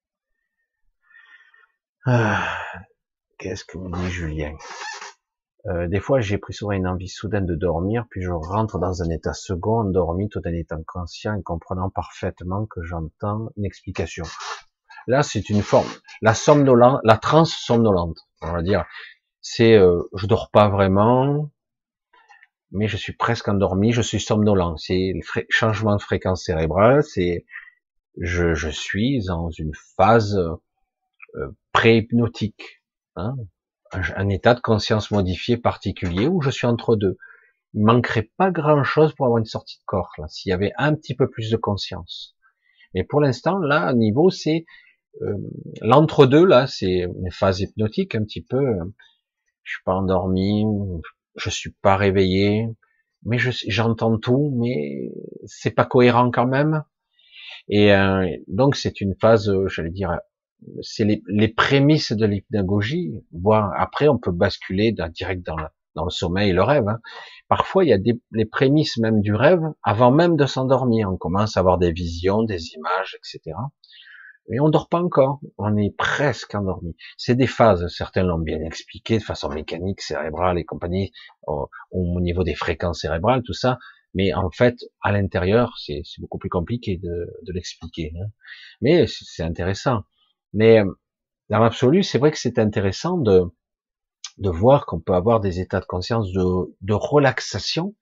Ah, qu'est-ce que me dit Julien? Des fois, j'ai pris souvent une envie soudaine de dormir, puis je rentre dans un état second, endormi, tout en étant conscient et comprenant parfaitement que j'entends une explication. Là, c'est une forme, la somnolence, la transe somnolente, on va dire. C'est, je dors pas vraiment, mais je suis presque endormi, je suis somnolent. C'est le changement de fréquence cérébrale, c'est, je suis dans une phase pré-hypnotique, hein, un état de conscience modifié particulier où je suis entre deux. Il manquerait pas grand chose pour avoir une sortie de corps, là, s'il y avait un petit peu plus de conscience. Mais pour l'instant, là, à niveau, c'est l'entre-deux, là, c'est une phase hypnotique un petit peu. Je suis pas endormi, je suis pas réveillé, mais j'entends tout, mais c'est pas cohérent quand même. Et donc c'est une phase, j'allais dire, c'est les prémices de l'hypnagogie. Voire après, on peut basculer direct dans le sommeil et le rêve. Hein. Parfois, il y a les prémices même du rêve avant même de s'endormir. On commence à avoir des visions, des images, etc. Mais on dort pas encore. On est presque endormi. C'est des phases. Certains l'ont bien expliqué de façon mécanique, cérébrale et compagnie, au niveau des fréquences cérébrales, tout ça. Mais en fait, à l'intérieur, c'est beaucoup plus compliqué de l'expliquer. Hein. Mais c'est intéressant. Mais dans l'absolu, c'est vrai que c'est intéressant de voir qu'on peut avoir des états de conscience de relaxation,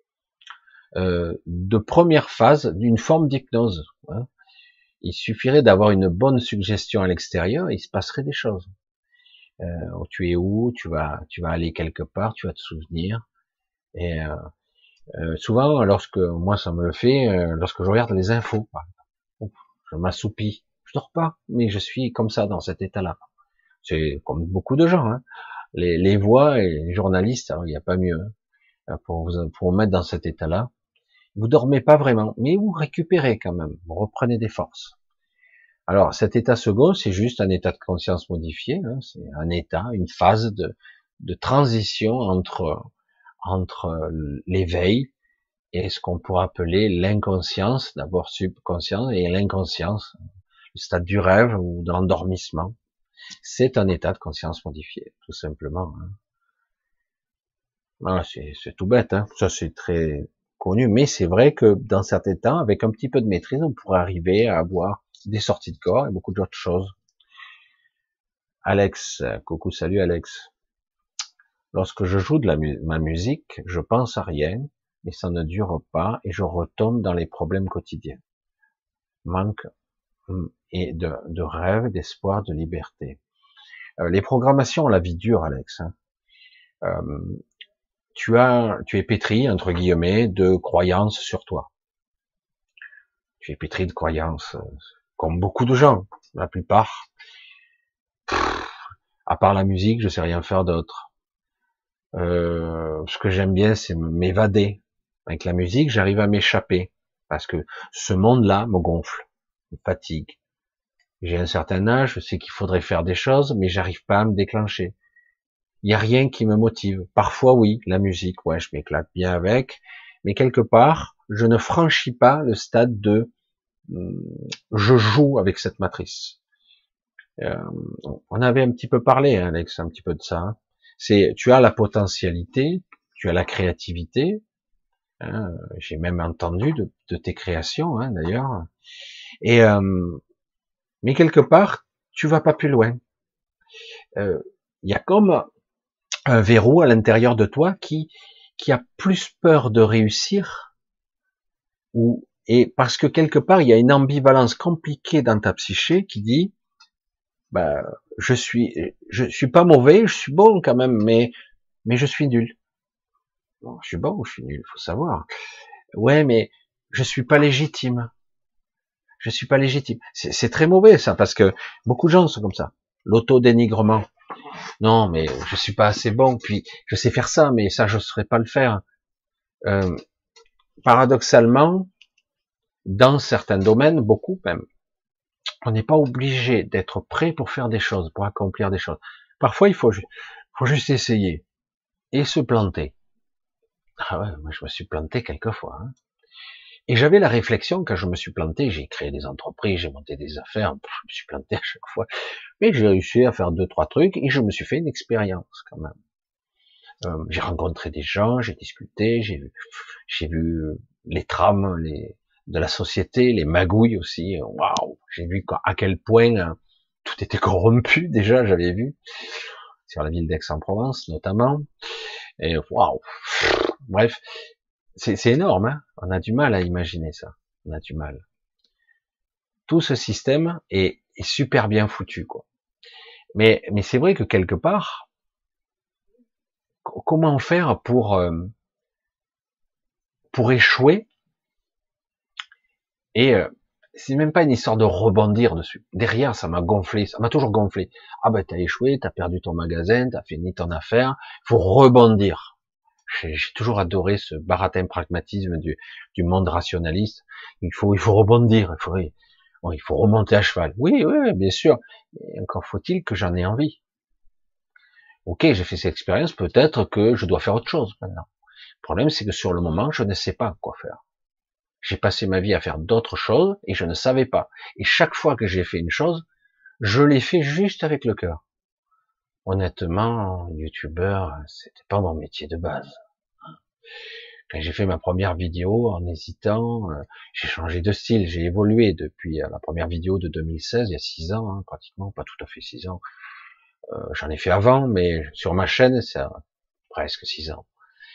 de première phase d'une forme d'hypnose. Hein. Il suffirait d'avoir une bonne suggestion à l'extérieur et il se passerait des choses. Tu es où, tu vas aller quelque part, tu vas te souvenir. Et souvent, lorsque moi ça me le fait, lorsque je regarde les infos, je m'assoupis. Je dors pas, mais je suis comme ça dans cet état-là. C'est comme beaucoup de gens, hein. Les voix et les journalistes, alors, il n'y a pas mieux pour vous mettre dans cet état-là. Vous dormez pas vraiment, mais vous récupérez quand même, vous reprenez des forces. Alors cet état second, c'est juste un état de conscience modifié, hein, c'est un état, une phase de transition entre l'éveil et ce qu'on pourrait appeler l'inconscience, d'abord subconscience, et l'inconscience, le stade du rêve ou de l'endormissement. C'est un état de conscience modifié, tout simplement. Hein. Voilà, c'est tout bête, hein. Ça c'est très connu, mais c'est vrai que dans certains temps, avec un petit peu de maîtrise, on pourrait arriver à avoir des sorties de corps et beaucoup d'autres choses. Alex, coucou, salut Alex. Lorsque je joue de ma musique, je pense à rien, mais ça ne dure pas et je retombe dans les problèmes quotidiens. Manque et de rêve, d'espoir, de liberté. Les programmations, la vie dure, Alex. Hein. Tu es pétri, entre guillemets, de croyances sur toi. Tu es pétri de croyances, comme beaucoup de gens, la plupart. À part la musique, je sais rien faire d'autre. Ce que j'aime bien, c'est m'évader. Avec la musique, j'arrive à m'échapper. Parce que ce monde-là me gonfle, me fatigue. J'ai un certain âge, je sais qu'il faudrait faire des choses, mais j'arrive pas à me déclencher. Il n'y a rien qui me motive. Parfois, oui, la musique, ouais, je m'éclate bien avec, mais quelque part, je ne franchis pas le stade de je joue avec cette matrice. Euh, on avait un petit peu parlé, hein, Alex, un petit peu de ça. Hein. C'est, tu as la potentialité, tu as la créativité. Hein, j'ai même entendu de tes créations, hein, d'ailleurs. Et mais quelque part, tu vas pas plus loin. Il y a comme un verrou à l'intérieur de toi qui a plus peur de réussir et parce que quelque part il y a une ambivalence compliquée dans ta psyché qui dit bah je suis pas mauvais, je suis bon quand même, mais je suis nul. Bon, je suis bon ou je suis nul, faut savoir. Ouais, mais je suis pas légitime. Je suis pas légitime. C'est très mauvais ça parce que beaucoup de gens sont comme ça. L'auto-dénigrement. Non, mais je suis pas assez bon. Puis je sais faire ça, mais ça je ne saurais pas le faire. Euh, Paradoxalement, dans certains domaines, beaucoup même, on n'est pas obligé d'être prêt pour faire des choses, pour accomplir des choses. Parfois, faut juste essayer et se planter. Ah ouais, moi je me suis planté quelques fois. Hein. Et j'avais la réflexion quand je me suis planté, j'ai créé des entreprises, j'ai monté des affaires, je me suis planté à chaque fois, mais j'ai réussi à faire deux trois trucs et je me suis fait une expérience quand même. J'ai rencontré des gens, j'ai discuté, j'ai vu les trames, de la société, les magouilles aussi. Waouh, j'ai vu à quel point tout était corrompu déjà. J'avais vu sur la ville d'Aix-en-Provence notamment. Et waouh, bref, c'est énorme. Hein. On a du mal à imaginer ça. On a du mal. Tout ce système est super bien foutu, quoi. Mais c'est vrai que quelque part, comment faire pour échouer et c'est même pas une histoire de rebondir dessus. Derrière, ça m'a gonflé, ça m'a toujours gonflé. Ah ben t'as échoué, t'as perdu ton magasin, t'as fini ton affaire, faut rebondir. J'ai toujours adoré ce baratin pragmatisme du monde rationaliste. Il faut rebondir, il faut remonter à cheval. Oui, oui, bien sûr. Mais encore faut-il que j'en ai envie. Ok, j'ai fait cette expérience, peut-être que je dois faire autre chose maintenant. Le problème, c'est que sur le moment, je ne sais pas quoi faire. J'ai passé ma vie à faire d'autres choses et je ne savais pas. Et chaque fois que j'ai fait une chose, je l'ai fait juste avec le cœur. Honnêtement, youtubeur, c'était pas mon métier de base. Quand j'ai fait ma première vidéo, en hésitant, j'ai changé de style, j'ai évolué depuis la première vidéo de 2016, il y a 6 ans, hein, pratiquement, pas tout à fait 6 ans. J'en ai fait avant, mais sur ma chaîne, c'est presque 6 ans.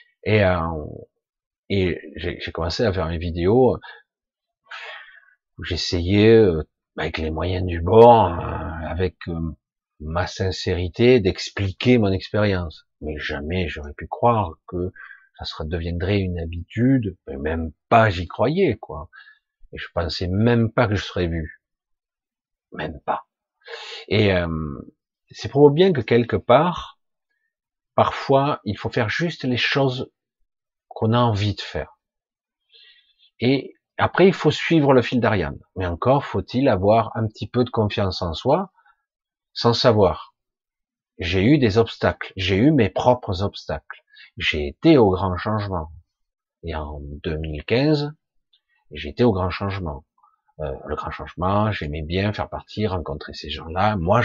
Et j'ai commencé à faire une vidéo où j'essayais, avec les moyens du bord, avec ma sincérité, d'expliquer mon expérience. Mais jamais j'aurais pu croire que deviendrait une habitude, mais même pas j'y croyais, quoi. Et je pensais même pas que je serais vu. Même pas. Et c'est prouve bien que quelque part, parfois, il faut faire juste les choses qu'on a envie de faire. Et après, il faut suivre le fil d'Ariane. Mais encore faut-il avoir un petit peu de confiance en soi, sans savoir. J'ai eu des obstacles, j'ai eu mes propres obstacles. J'ai été au grand changement. Et en 2015, j'ai été au grand changement. Le grand changement, j'aimais bien faire partie, rencontrer ces gens-là. Moi,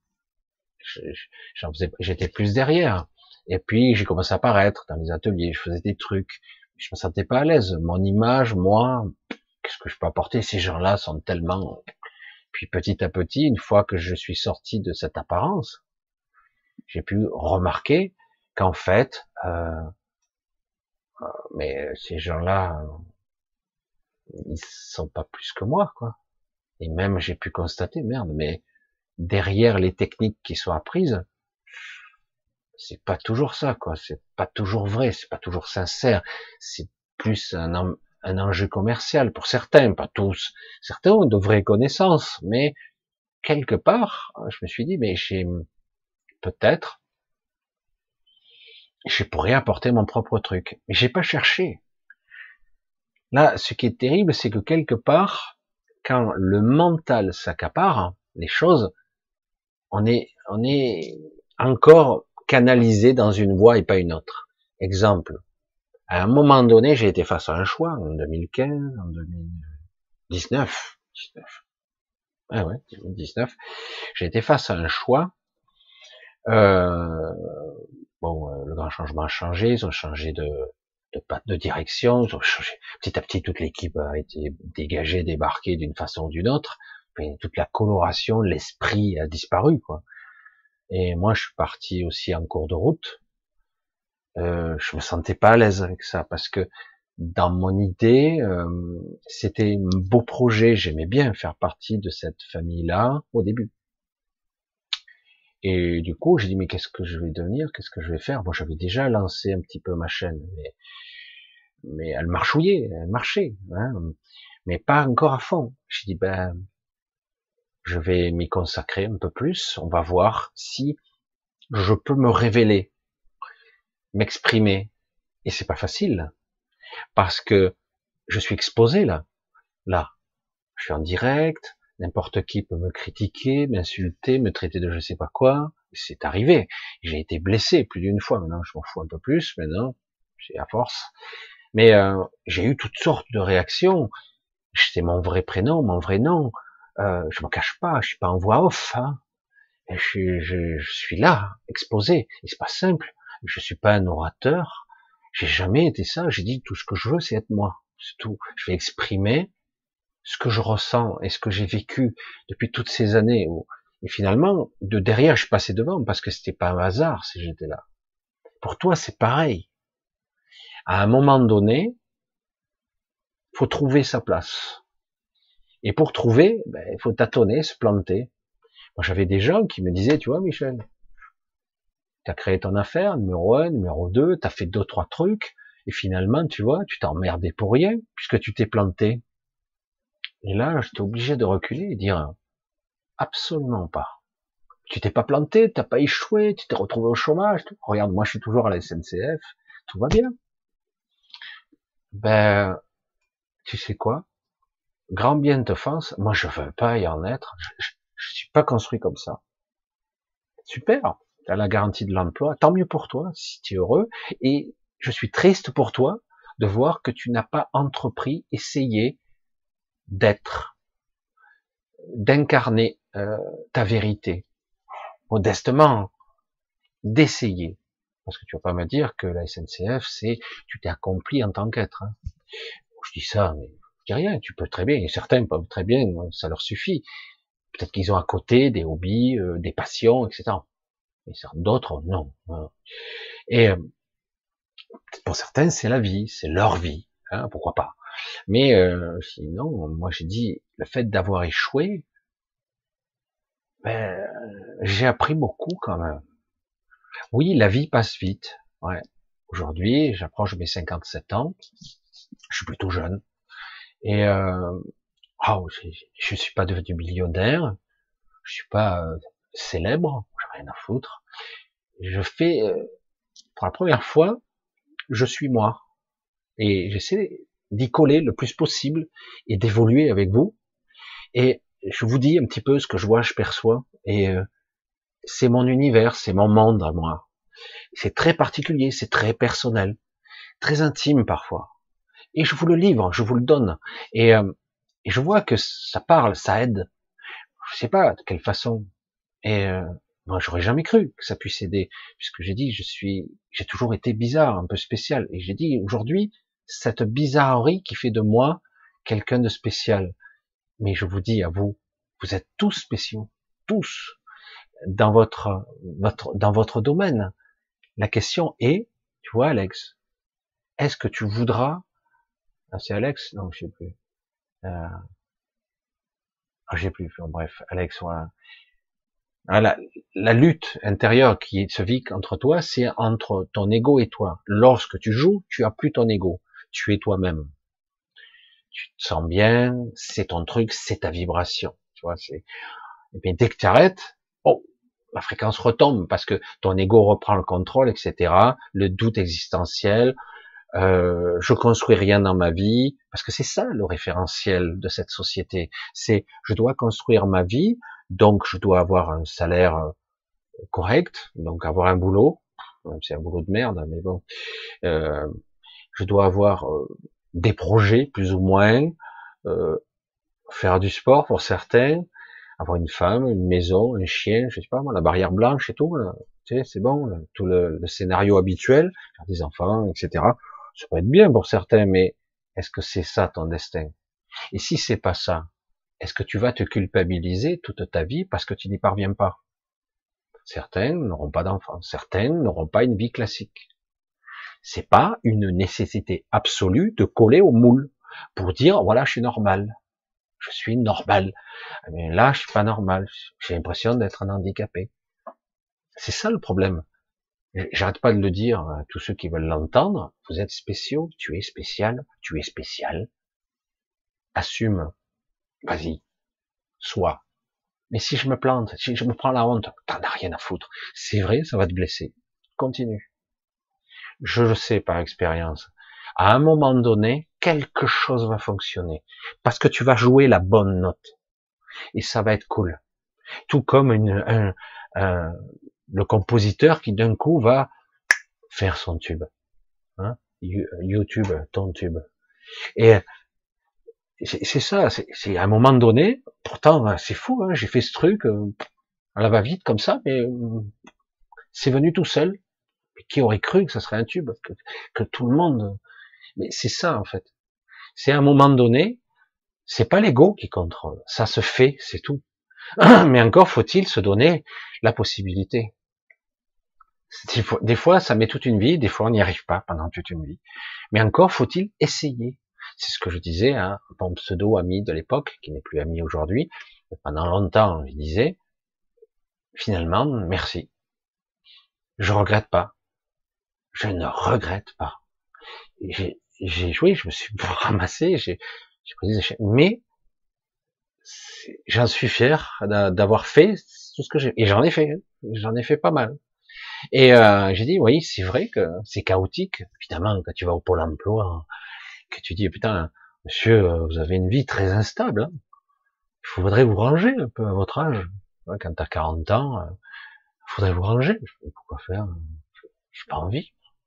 j'étais plus derrière. Et puis, j'ai commencé à apparaître dans les ateliers, je faisais des trucs. Je me sentais pas à l'aise. Mon image, moi, qu'est-ce que je peux apporter? Ces gens-là sont tellement... Puis petit à petit, une fois que je suis sorti de cette apparence, j'ai pu remarquer qu'en fait, mais ces gens-là, ils sont pas plus que moi, quoi. Et même j'ai pu constater, merde, mais derrière les techniques qui sont apprises, c'est pas toujours ça, quoi. C'est pas toujours vrai, c'est pas toujours sincère. C'est plus un enjeu commercial pour certains, pas tous. Certains ont de vraies connaissances, mais quelque part, je me suis dit, mais j'ai peut-être, je pourrais apporter mon propre truc. Mais j'ai pas cherché. Là, ce qui est terrible, c'est que quelque part, quand le mental s'accapare les choses, on est encore canalisé dans une voie et pas une autre. Exemple. À un moment donné, j'ai été face à un choix en 2015, en 2019. 19. Ah ouais, 2019. J'ai été face à un choix. Euh, le grand changement a changé. Ils ont changé de direction. Ils ont changé. Petit à petit, toute l'équipe a été dégagée, débarquée d'une façon ou d'une autre. Mais toute la coloration, l'esprit a disparu, quoi. Et moi, je suis parti aussi en cours de route. Je me sentais pas à l'aise avec ça parce que dans mon idée, c'était un beau projet. J'aimais bien faire partie de cette famille-là au début. Et du coup, j'ai dit mais qu'est-ce que je vais devenir, qu'est-ce que je vais faire. Bon, j'avais déjà lancé un petit peu ma chaîne, mais elle marchouillait, elle marchait, hein, mais pas encore à fond. J'ai dit ben, je vais m'y consacrer un peu plus. On va voir si je peux me révéler, m'exprimer. Et c'est pas facile parce que je suis exposé là. Là, je suis en direct, n'importe qui peut me critiquer, m'insulter, me traiter de je sais pas quoi. C'est arrivé. J'ai été blessé plus d'une fois. Maintenant, je m'en fous un peu plus. Maintenant, c'est à force. Mais j'ai eu toutes sortes de réactions. C'est mon vrai prénom, mon vrai nom. Je me cache pas. Je suis pas en voix off. Hein. Et je suis là, exposé. Et c'est pas simple. Je suis pas un orateur. J'ai jamais été ça. J'ai dit tout ce que je veux, c'est être moi. C'est tout. Je vais exprimer ce que je ressens et ce que j'ai vécu depuis toutes ces années et finalement, de derrière, je suis passé devant parce que c'était pas un hasard si j'étais là. Pour toi, c'est pareil. À un moment donné, faut trouver sa place. Et pour trouver, ben, il faut tâtonner, se planter. Moi, j'avais des gens qui me disaient, tu vois, Michel, tu as créé ton affaire, numéro un, numéro 2, tu as fait deux, trois trucs, et finalement, tu vois, tu t'es emmerdé pour rien, puisque tu t'es planté. Et là, j'étais obligé de reculer et dire, absolument pas. Tu t'es pas planté, t'as pas échoué, tu t'es retrouvé au chômage. Regarde, moi je suis toujours à la SNCF, tout va bien. Ben, tu sais quoi? Grand bien te fasse, moi je veux pas y en être. Je suis pas construit comme ça. Super, t'as la garantie de l'emploi, tant mieux pour toi si tu es heureux. Et je suis triste pour toi de voir que tu n'as pas entrepris, essayé d'être, d'incarner ta vérité modestement, d'essayer. Parce que tu vas pas me dire que la SNCF, c'est tu t'es accompli en tant qu'être. Hein. Je dis ça, mais je dis rien. Tu peux très bien, et certains peuvent très bien, ça leur suffit. Peut-être qu'ils ont à côté des hobbies, des passions, etc. Mais d'autres, non. Et pour certains, c'est la vie, c'est leur vie. Hein, pourquoi pas. Mais sinon, moi j'ai dit, le fait d'avoir échoué, ben, j'ai appris beaucoup quand même. Oui, la vie passe vite. Ouais. Aujourd'hui, j'approche mes 57 ans. Je suis plutôt jeune. Et je suis pas devenu millionnaire. Je suis pas célèbre. rien à foutre. Je fais, pour la première fois, je suis moi. Et j'essaie d'y coller le plus possible et d'évoluer avec vous. Et je vous dis un petit peu ce que je vois, je perçois. Et c'est mon univers, c'est mon monde à moi. C'est très particulier, c'est très personnel, très intime parfois. Et je vous le livre, je vous le donne. Et je vois que ça parle, ça aide. Je sais pas de quelle façon. Et moi, j'aurais jamais cru que ça puisse aider, puisque j'ai dit, j'ai toujours été bizarre, un peu spécial. Et j'ai dit, aujourd'hui, cette bizarrerie qui fait de moi quelqu'un de spécial. Mais je vous dis à vous, vous êtes tous spéciaux, tous, dans dans votre domaine. La question est, tu vois, Alex, est-ce que tu voudras, ah, c'est Alex? Non, je sais plus. Je sais plus. Bon, bref, Alex, voilà. Ah, la lutte intérieure qui se vit entre toi, c'est entre ton ego et toi. Lorsque tu joues, tu as plus ton ego. Tu es toi-même. Tu te sens bien, c'est ton truc, c'est ta vibration. Tu vois, et puis dès que tu arrêtes, oh, la fréquence retombe parce que ton ego reprend le contrôle, etc. Le doute existentiel, je construis rien dans ma vie, parce que c'est ça le référentiel de cette société. C'est je dois construire ma vie, donc je dois avoir un salaire correct, donc avoir un boulot, même si c'est un boulot de merde, mais bon, euh, je dois avoir des projets plus ou moins, euh, faire du sport pour certains, avoir une femme, une maison, un chien, je sais pas moi, la barrière blanche et tout, là, tu sais, c'est bon, là, tout le scénario habituel, faire des enfants, etc. Ça peut être bien pour certains, mais est-ce que c'est ça ton destin? Et si c'est pas ça, est-ce que tu vas te culpabiliser toute ta vie parce que tu n'y parviens pas? Certains n'auront pas d'enfants, certains n'auront pas une vie classique. C'est pas une nécessité absolue de coller au moule pour dire voilà, je suis normal, je suis normal. Mais là, je suis pas normal. J'ai l'impression d'être un handicapé. C'est ça le problème. J'arrête pas de le dire à tous ceux qui veulent l'entendre. Vous êtes spéciaux, tu es spécial, tu es spécial. Assume, vas-y, sois. Mais si je me plante, si je me prends la honte, t'en as rien à foutre. C'est vrai, ça va te blesser. Continue. Je le sais par expérience. À un moment donné, quelque chose va fonctionner. Parce que tu vas jouer la bonne note. Et ça va être cool. Tout comme le compositeur qui d'un coup va faire son tube. Hein, YouTube, ton tube. Et c'est ça, c'est à un moment donné, pourtant c'est fou, hein, j'ai fait ce truc à la va-vite comme ça, mais c'est venu tout seul. Mais qui aurait cru que ça serait un tube, que tout le monde... Mais c'est ça en fait. C'est à un moment donné, c'est pas l'ego qui contrôle, ça se fait, c'est tout. Mais encore faut-il se donner la possibilité. Des fois, ça met toute une vie, des fois, on n'y arrive pas pendant toute une vie. Mais encore faut-il essayer. C'est ce que je disais à mon pseudo-ami de l'époque, qui n'est plus ami aujourd'hui. Pendant longtemps, je disais, finalement, merci. Je regrette pas. Je ne regrette pas. J'ai joué, je me suis ramassé, j'ai pris des échecs. Mais j'en suis fier d'avoir fait tout ce que j'ai. Et j'en ai fait pas mal. Et j'ai dit, oui, c'est vrai que c'est chaotique. Évidemment, quand tu vas au Pôle emploi, que tu dis, putain, monsieur, vous avez une vie très instable. Hein. Il faudrait vous ranger un peu à votre âge. Ouais, quand tu as 40 ans, il faudrait vous ranger. Je dis, pourquoi faire? J'ai pas envie.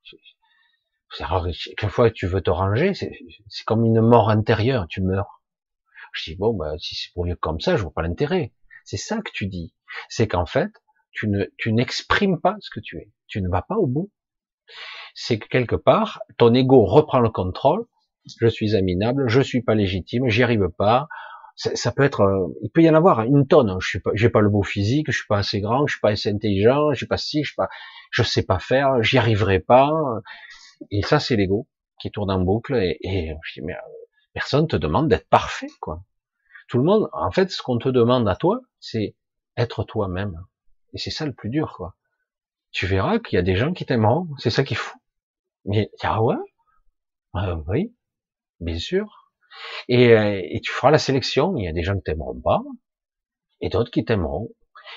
Chaque fois que tu veux te ranger, c'est comme une mort intérieure, tu meurs. Je dis, bon, bah, si c'est pour vivre comme ça, je vois pas l'intérêt. C'est ça que tu dis. C'est qu'en fait, tu n'exprimes pas ce que tu es. Tu ne vas pas au bout. C'est que quelque part, ton ego reprend le contrôle. Je suis minable, je suis pas légitime, j'y arrive pas. Ça peut être, il peut y en avoir une tonne. J'ai pas le beau physique, je suis pas assez grand, je suis pas assez intelligent, je suis pas si, je sais pas faire, j'y arriverai pas. Et ça, c'est l'ego qui tourne en boucle. Et je dis, mais personne te demande d'être parfait, quoi. Tout le monde, en fait, ce qu'on te demande à toi, c'est être toi-même. Et c'est ça le plus dur, quoi. Tu verras qu'il y a des gens qui t'aimeront. C'est ça qui est fou. Mais, ah ouais? Oui, bien sûr. Et tu feras la sélection. Il y a des gens qui t'aimeront pas, et d'autres qui t'aimeront.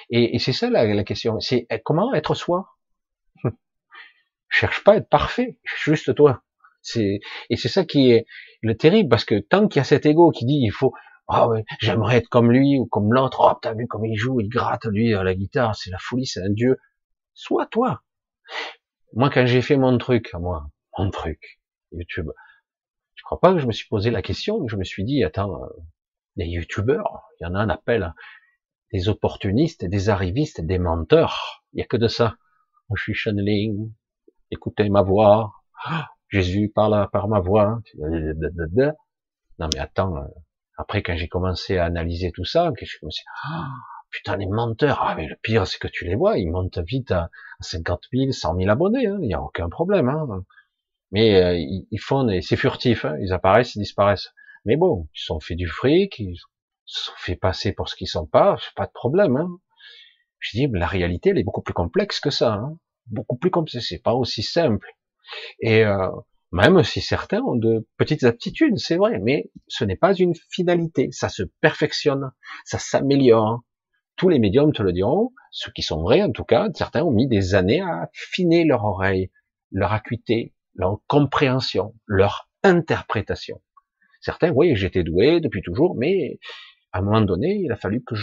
Et c'est ça la question. C'est comment être soi. Cherche pas à être parfait, juste toi. Et c'est ça qui est le terrible, parce que tant qu'il y a cet ego qui dit il faut, ah ouais, j'aimerais être comme lui ou comme l'autre, oh t'as vu comme il joue, il gratte lui à la guitare, c'est la folie, c'est un dieu. Sois toi. Moi quand j'ai fait mon truc, mon truc, YouTube, je crois pas que je me suis posé la question, je me suis dit attends, les youtubeurs, il y en a un appel des opportunistes, des arrivistes, des menteurs. Il y a que de ça. Moi, je suis channeling, écoutez ma voix. Jésus parle par ma voix. Non mais attends, après quand j'ai commencé à analyser tout ça, que je me suis dit, putain les menteurs, mais le pire c'est que tu les vois, ils montent vite à 50 000, 100 000 abonnés, il n'y a aucun problème. Mais ils font, c'est furtif, ils apparaissent, ils disparaissent. Mais bon, ils se sont fait du fric, ils se sont fait passer pour ce qu'ils sont pas, c'est pas de problème. Je dis, la réalité elle est beaucoup plus complexe que ça, beaucoup plus complexe, c'est pas aussi simple. Et même si certains ont de petites aptitudes, c'est vrai, mais ce n'est pas une finalité. Ça se perfectionne, ça s'améliore. Tous les médiums te le diront, ceux qui sont vrais en tout cas, certains ont mis des années à affiner leur oreille, leur acuité, leur compréhension, leur interprétation. Certains, oui, j'étais doué depuis toujours, mais à un moment donné, il a fallu que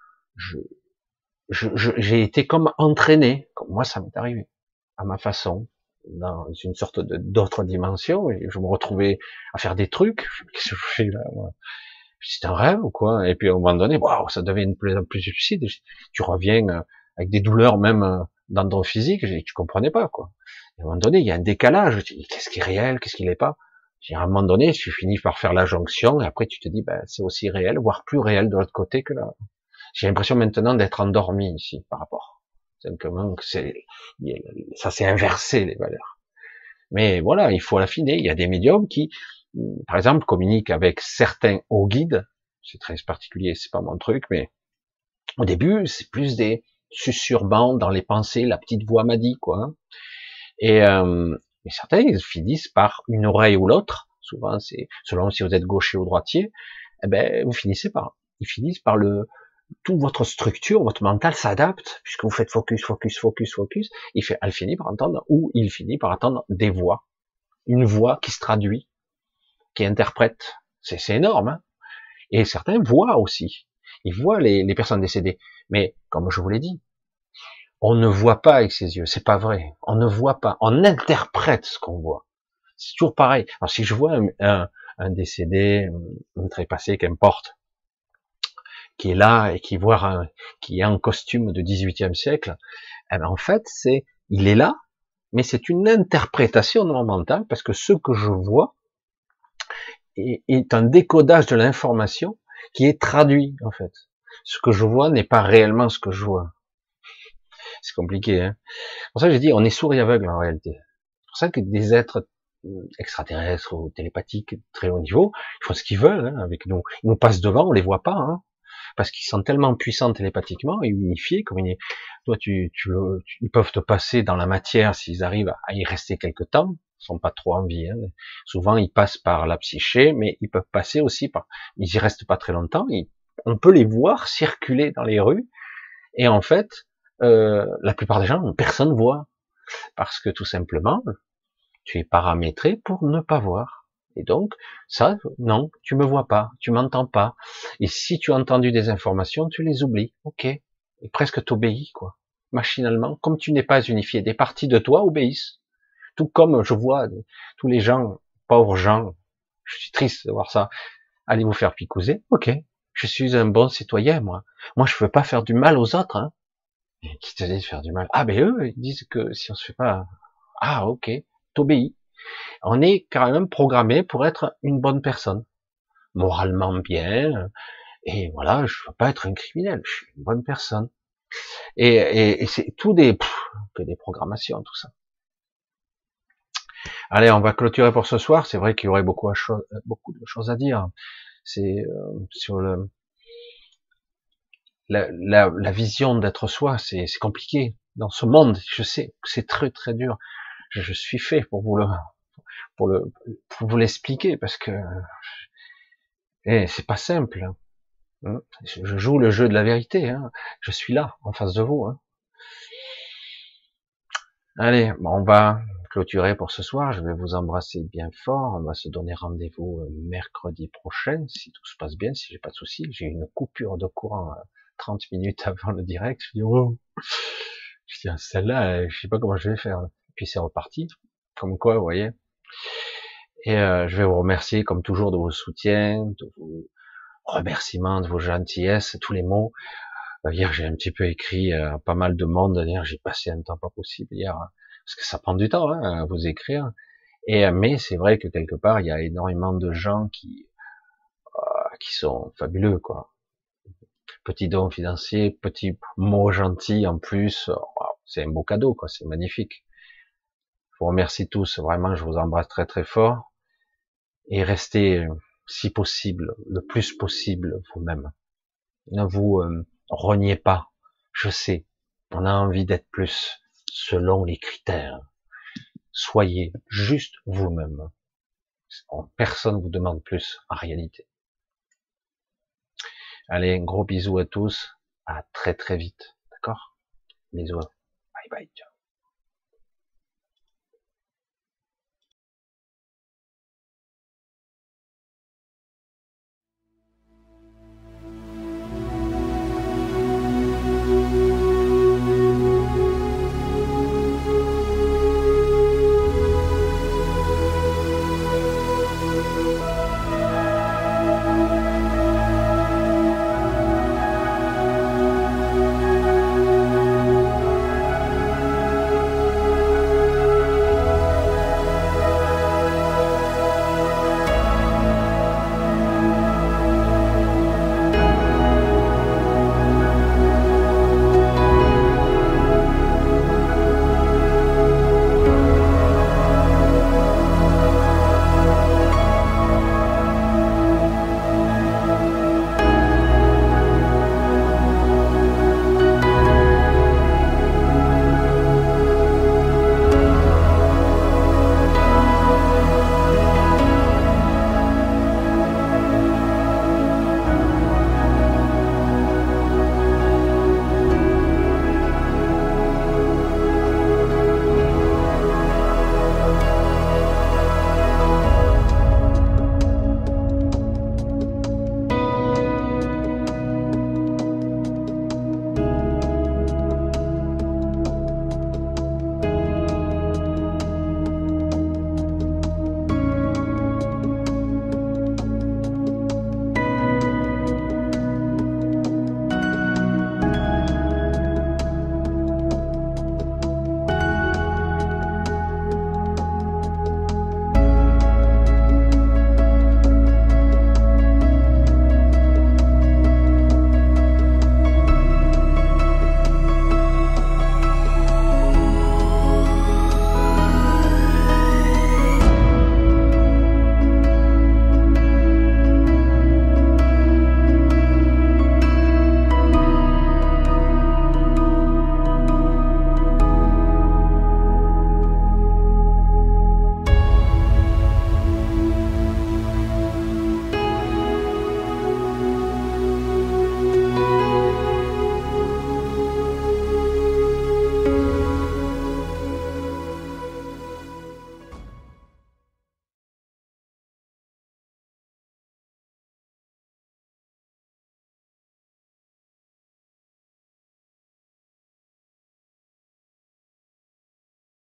j'ai été comme entraîné, comme moi ça m'est arrivé, à ma façon, dans une sorte d'autre dimension, et je me retrouvais à faire des trucs. Qu'est-ce que je fais là, moi? C'est un rêve ou quoi? Et puis à un moment donné, waouh, ça devient de plus en plus lucide. Tu reviens avec des douleurs même dans ton physique. Tu comprenais pas quoi. Et à un moment donné, il y a un décalage. Tu dis qu'est-ce qui est réel, qu'est-ce qui l'est pas. À un moment donné, tu finis par faire la jonction, et après tu te dis, ben c'est aussi réel, voire plus réel de l'autre côté que là. J'ai l'impression maintenant d'être endormi ici par rapport. Simplement que ça s'est inversé les valeurs. Mais voilà, il faut l'affiner. Il y a des médiums qui, par exemple, communiquent avec certains hauts guides. C'est très particulier, c'est pas mon truc, mais au début, c'est plus des susurrements dans les pensées. La petite voix m'a dit quoi. Et certains, ils finissent par une oreille ou l'autre. Souvent, c'est selon si vous êtes gaucher ou droitier. Eh ben, ils finissent par toute votre structure, votre mental s'adapte, puisque vous faites focus, focus, focus, focus, elle finit par entendre, ou il finit par entendre des voix. Une voix qui se traduit, qui interprète. C'est énorme, Et certains voient aussi. Ils voient les personnes décédées. Mais, comme je vous l'ai dit, on ne voit pas avec ses yeux. C'est pas vrai. On ne voit pas. On interprète ce qu'on voit. C'est toujours pareil. Alors, si je vois un décédé, un trépassé, qu'importe, qui est là et qui est en costume de 18e siècle, eh ben en fait, il est là, mais c'est une interprétation de mon mental, parce que ce que je vois est un décodage de l'information qui est traduit, en fait. Ce que je vois n'est pas réellement ce que je vois. C'est compliqué, C'est pour ça que j'ai dit, on est sourd et aveugle, en réalité. C'est pour ça que des êtres extraterrestres ou télépathiques très haut niveau, ils font ce qu'ils veulent, avec nous. Ils nous passent devant, on les voit pas, parce qu'ils sont tellement puissants télépathiquement et unifiés, toi, ils peuvent te passer dans la matière s'ils arrivent à y rester quelque temps, ils sont pas trop en vie, Souvent, ils passent par la psyché, mais ils peuvent passer aussi ils y restent pas très longtemps, on peut les voir circuler dans les rues, et en fait, la plupart des gens, personne ne voit, parce que tout simplement, tu es paramétré pour ne pas voir. Et donc, ça, non, tu me vois pas, tu m'entends pas. Et si tu as entendu des informations, tu les oublies. Ok. Et presque t'obéis, quoi. Machinalement, comme tu n'es pas unifié, des parties de toi obéissent. Tout comme je vois tous les gens, pauvres gens, je suis triste de voir ça. Allez vous faire picouser. Ok. Je suis un bon citoyen, moi. Moi, je veux pas faire du mal aux autres, Et qui te disent faire du mal? Ah, ben eux, ils disent que si on se fait pas, ok, t'obéis. On est quand même programmé pour être une bonne personne, moralement bien, et voilà, je veux pas être un criminel, je suis une bonne personne. Et c'est que des programmations, tout ça. Allez, on va clôturer pour ce soir. C'est vrai qu'il y aurait beaucoup de choses à dire. C'est sur la vision d'être soi, c'est compliqué dans ce monde. Je sais que c'est très très dur. Je suis fait pour pour vous l'expliquer, parce que c'est pas simple. Je joue le jeu de la vérité. Hein. Je suis là, en face de vous. Hein. Allez, bon, on va clôturer pour ce soir. Je vais vous embrasser bien fort. On va se donner rendez-vous mercredi prochain, si tout se passe bien, si j'ai pas de soucis. J'ai une coupure de courant 30 minutes avant le direct. Je dis, oh. Je dis, ah, celle-là, je sais pas comment je vais faire. Puis c'est reparti. Comme quoi, vous voyez. Et je vais vous remercier, comme toujours, de vos soutiens, de vos remerciements, de vos gentillesses, tous les mots. Hier, j'ai un petit peu écrit pas mal de monde. D'ailleurs, j'ai passé un temps pas possible hier, hein, parce que ça prend du temps hein, à vous écrire. Et mais c'est vrai que quelque part, il y a énormément de gens qui sont fabuleux, quoi. Petit don financier, petit mot gentil en plus, c'est un beau cadeau, quoi. C'est magnifique. Je vous remercie tous, vraiment, je vous embrasse très très fort. Et restez, si possible, le plus possible vous-même. Ne vous reniez pas. Je sais, on a envie d'être plus selon les critères. Soyez juste vous-même. Personne vous demande plus en réalité. Allez, gros bisous à tous. À très très vite. D'accord? Bisous. Bye bye.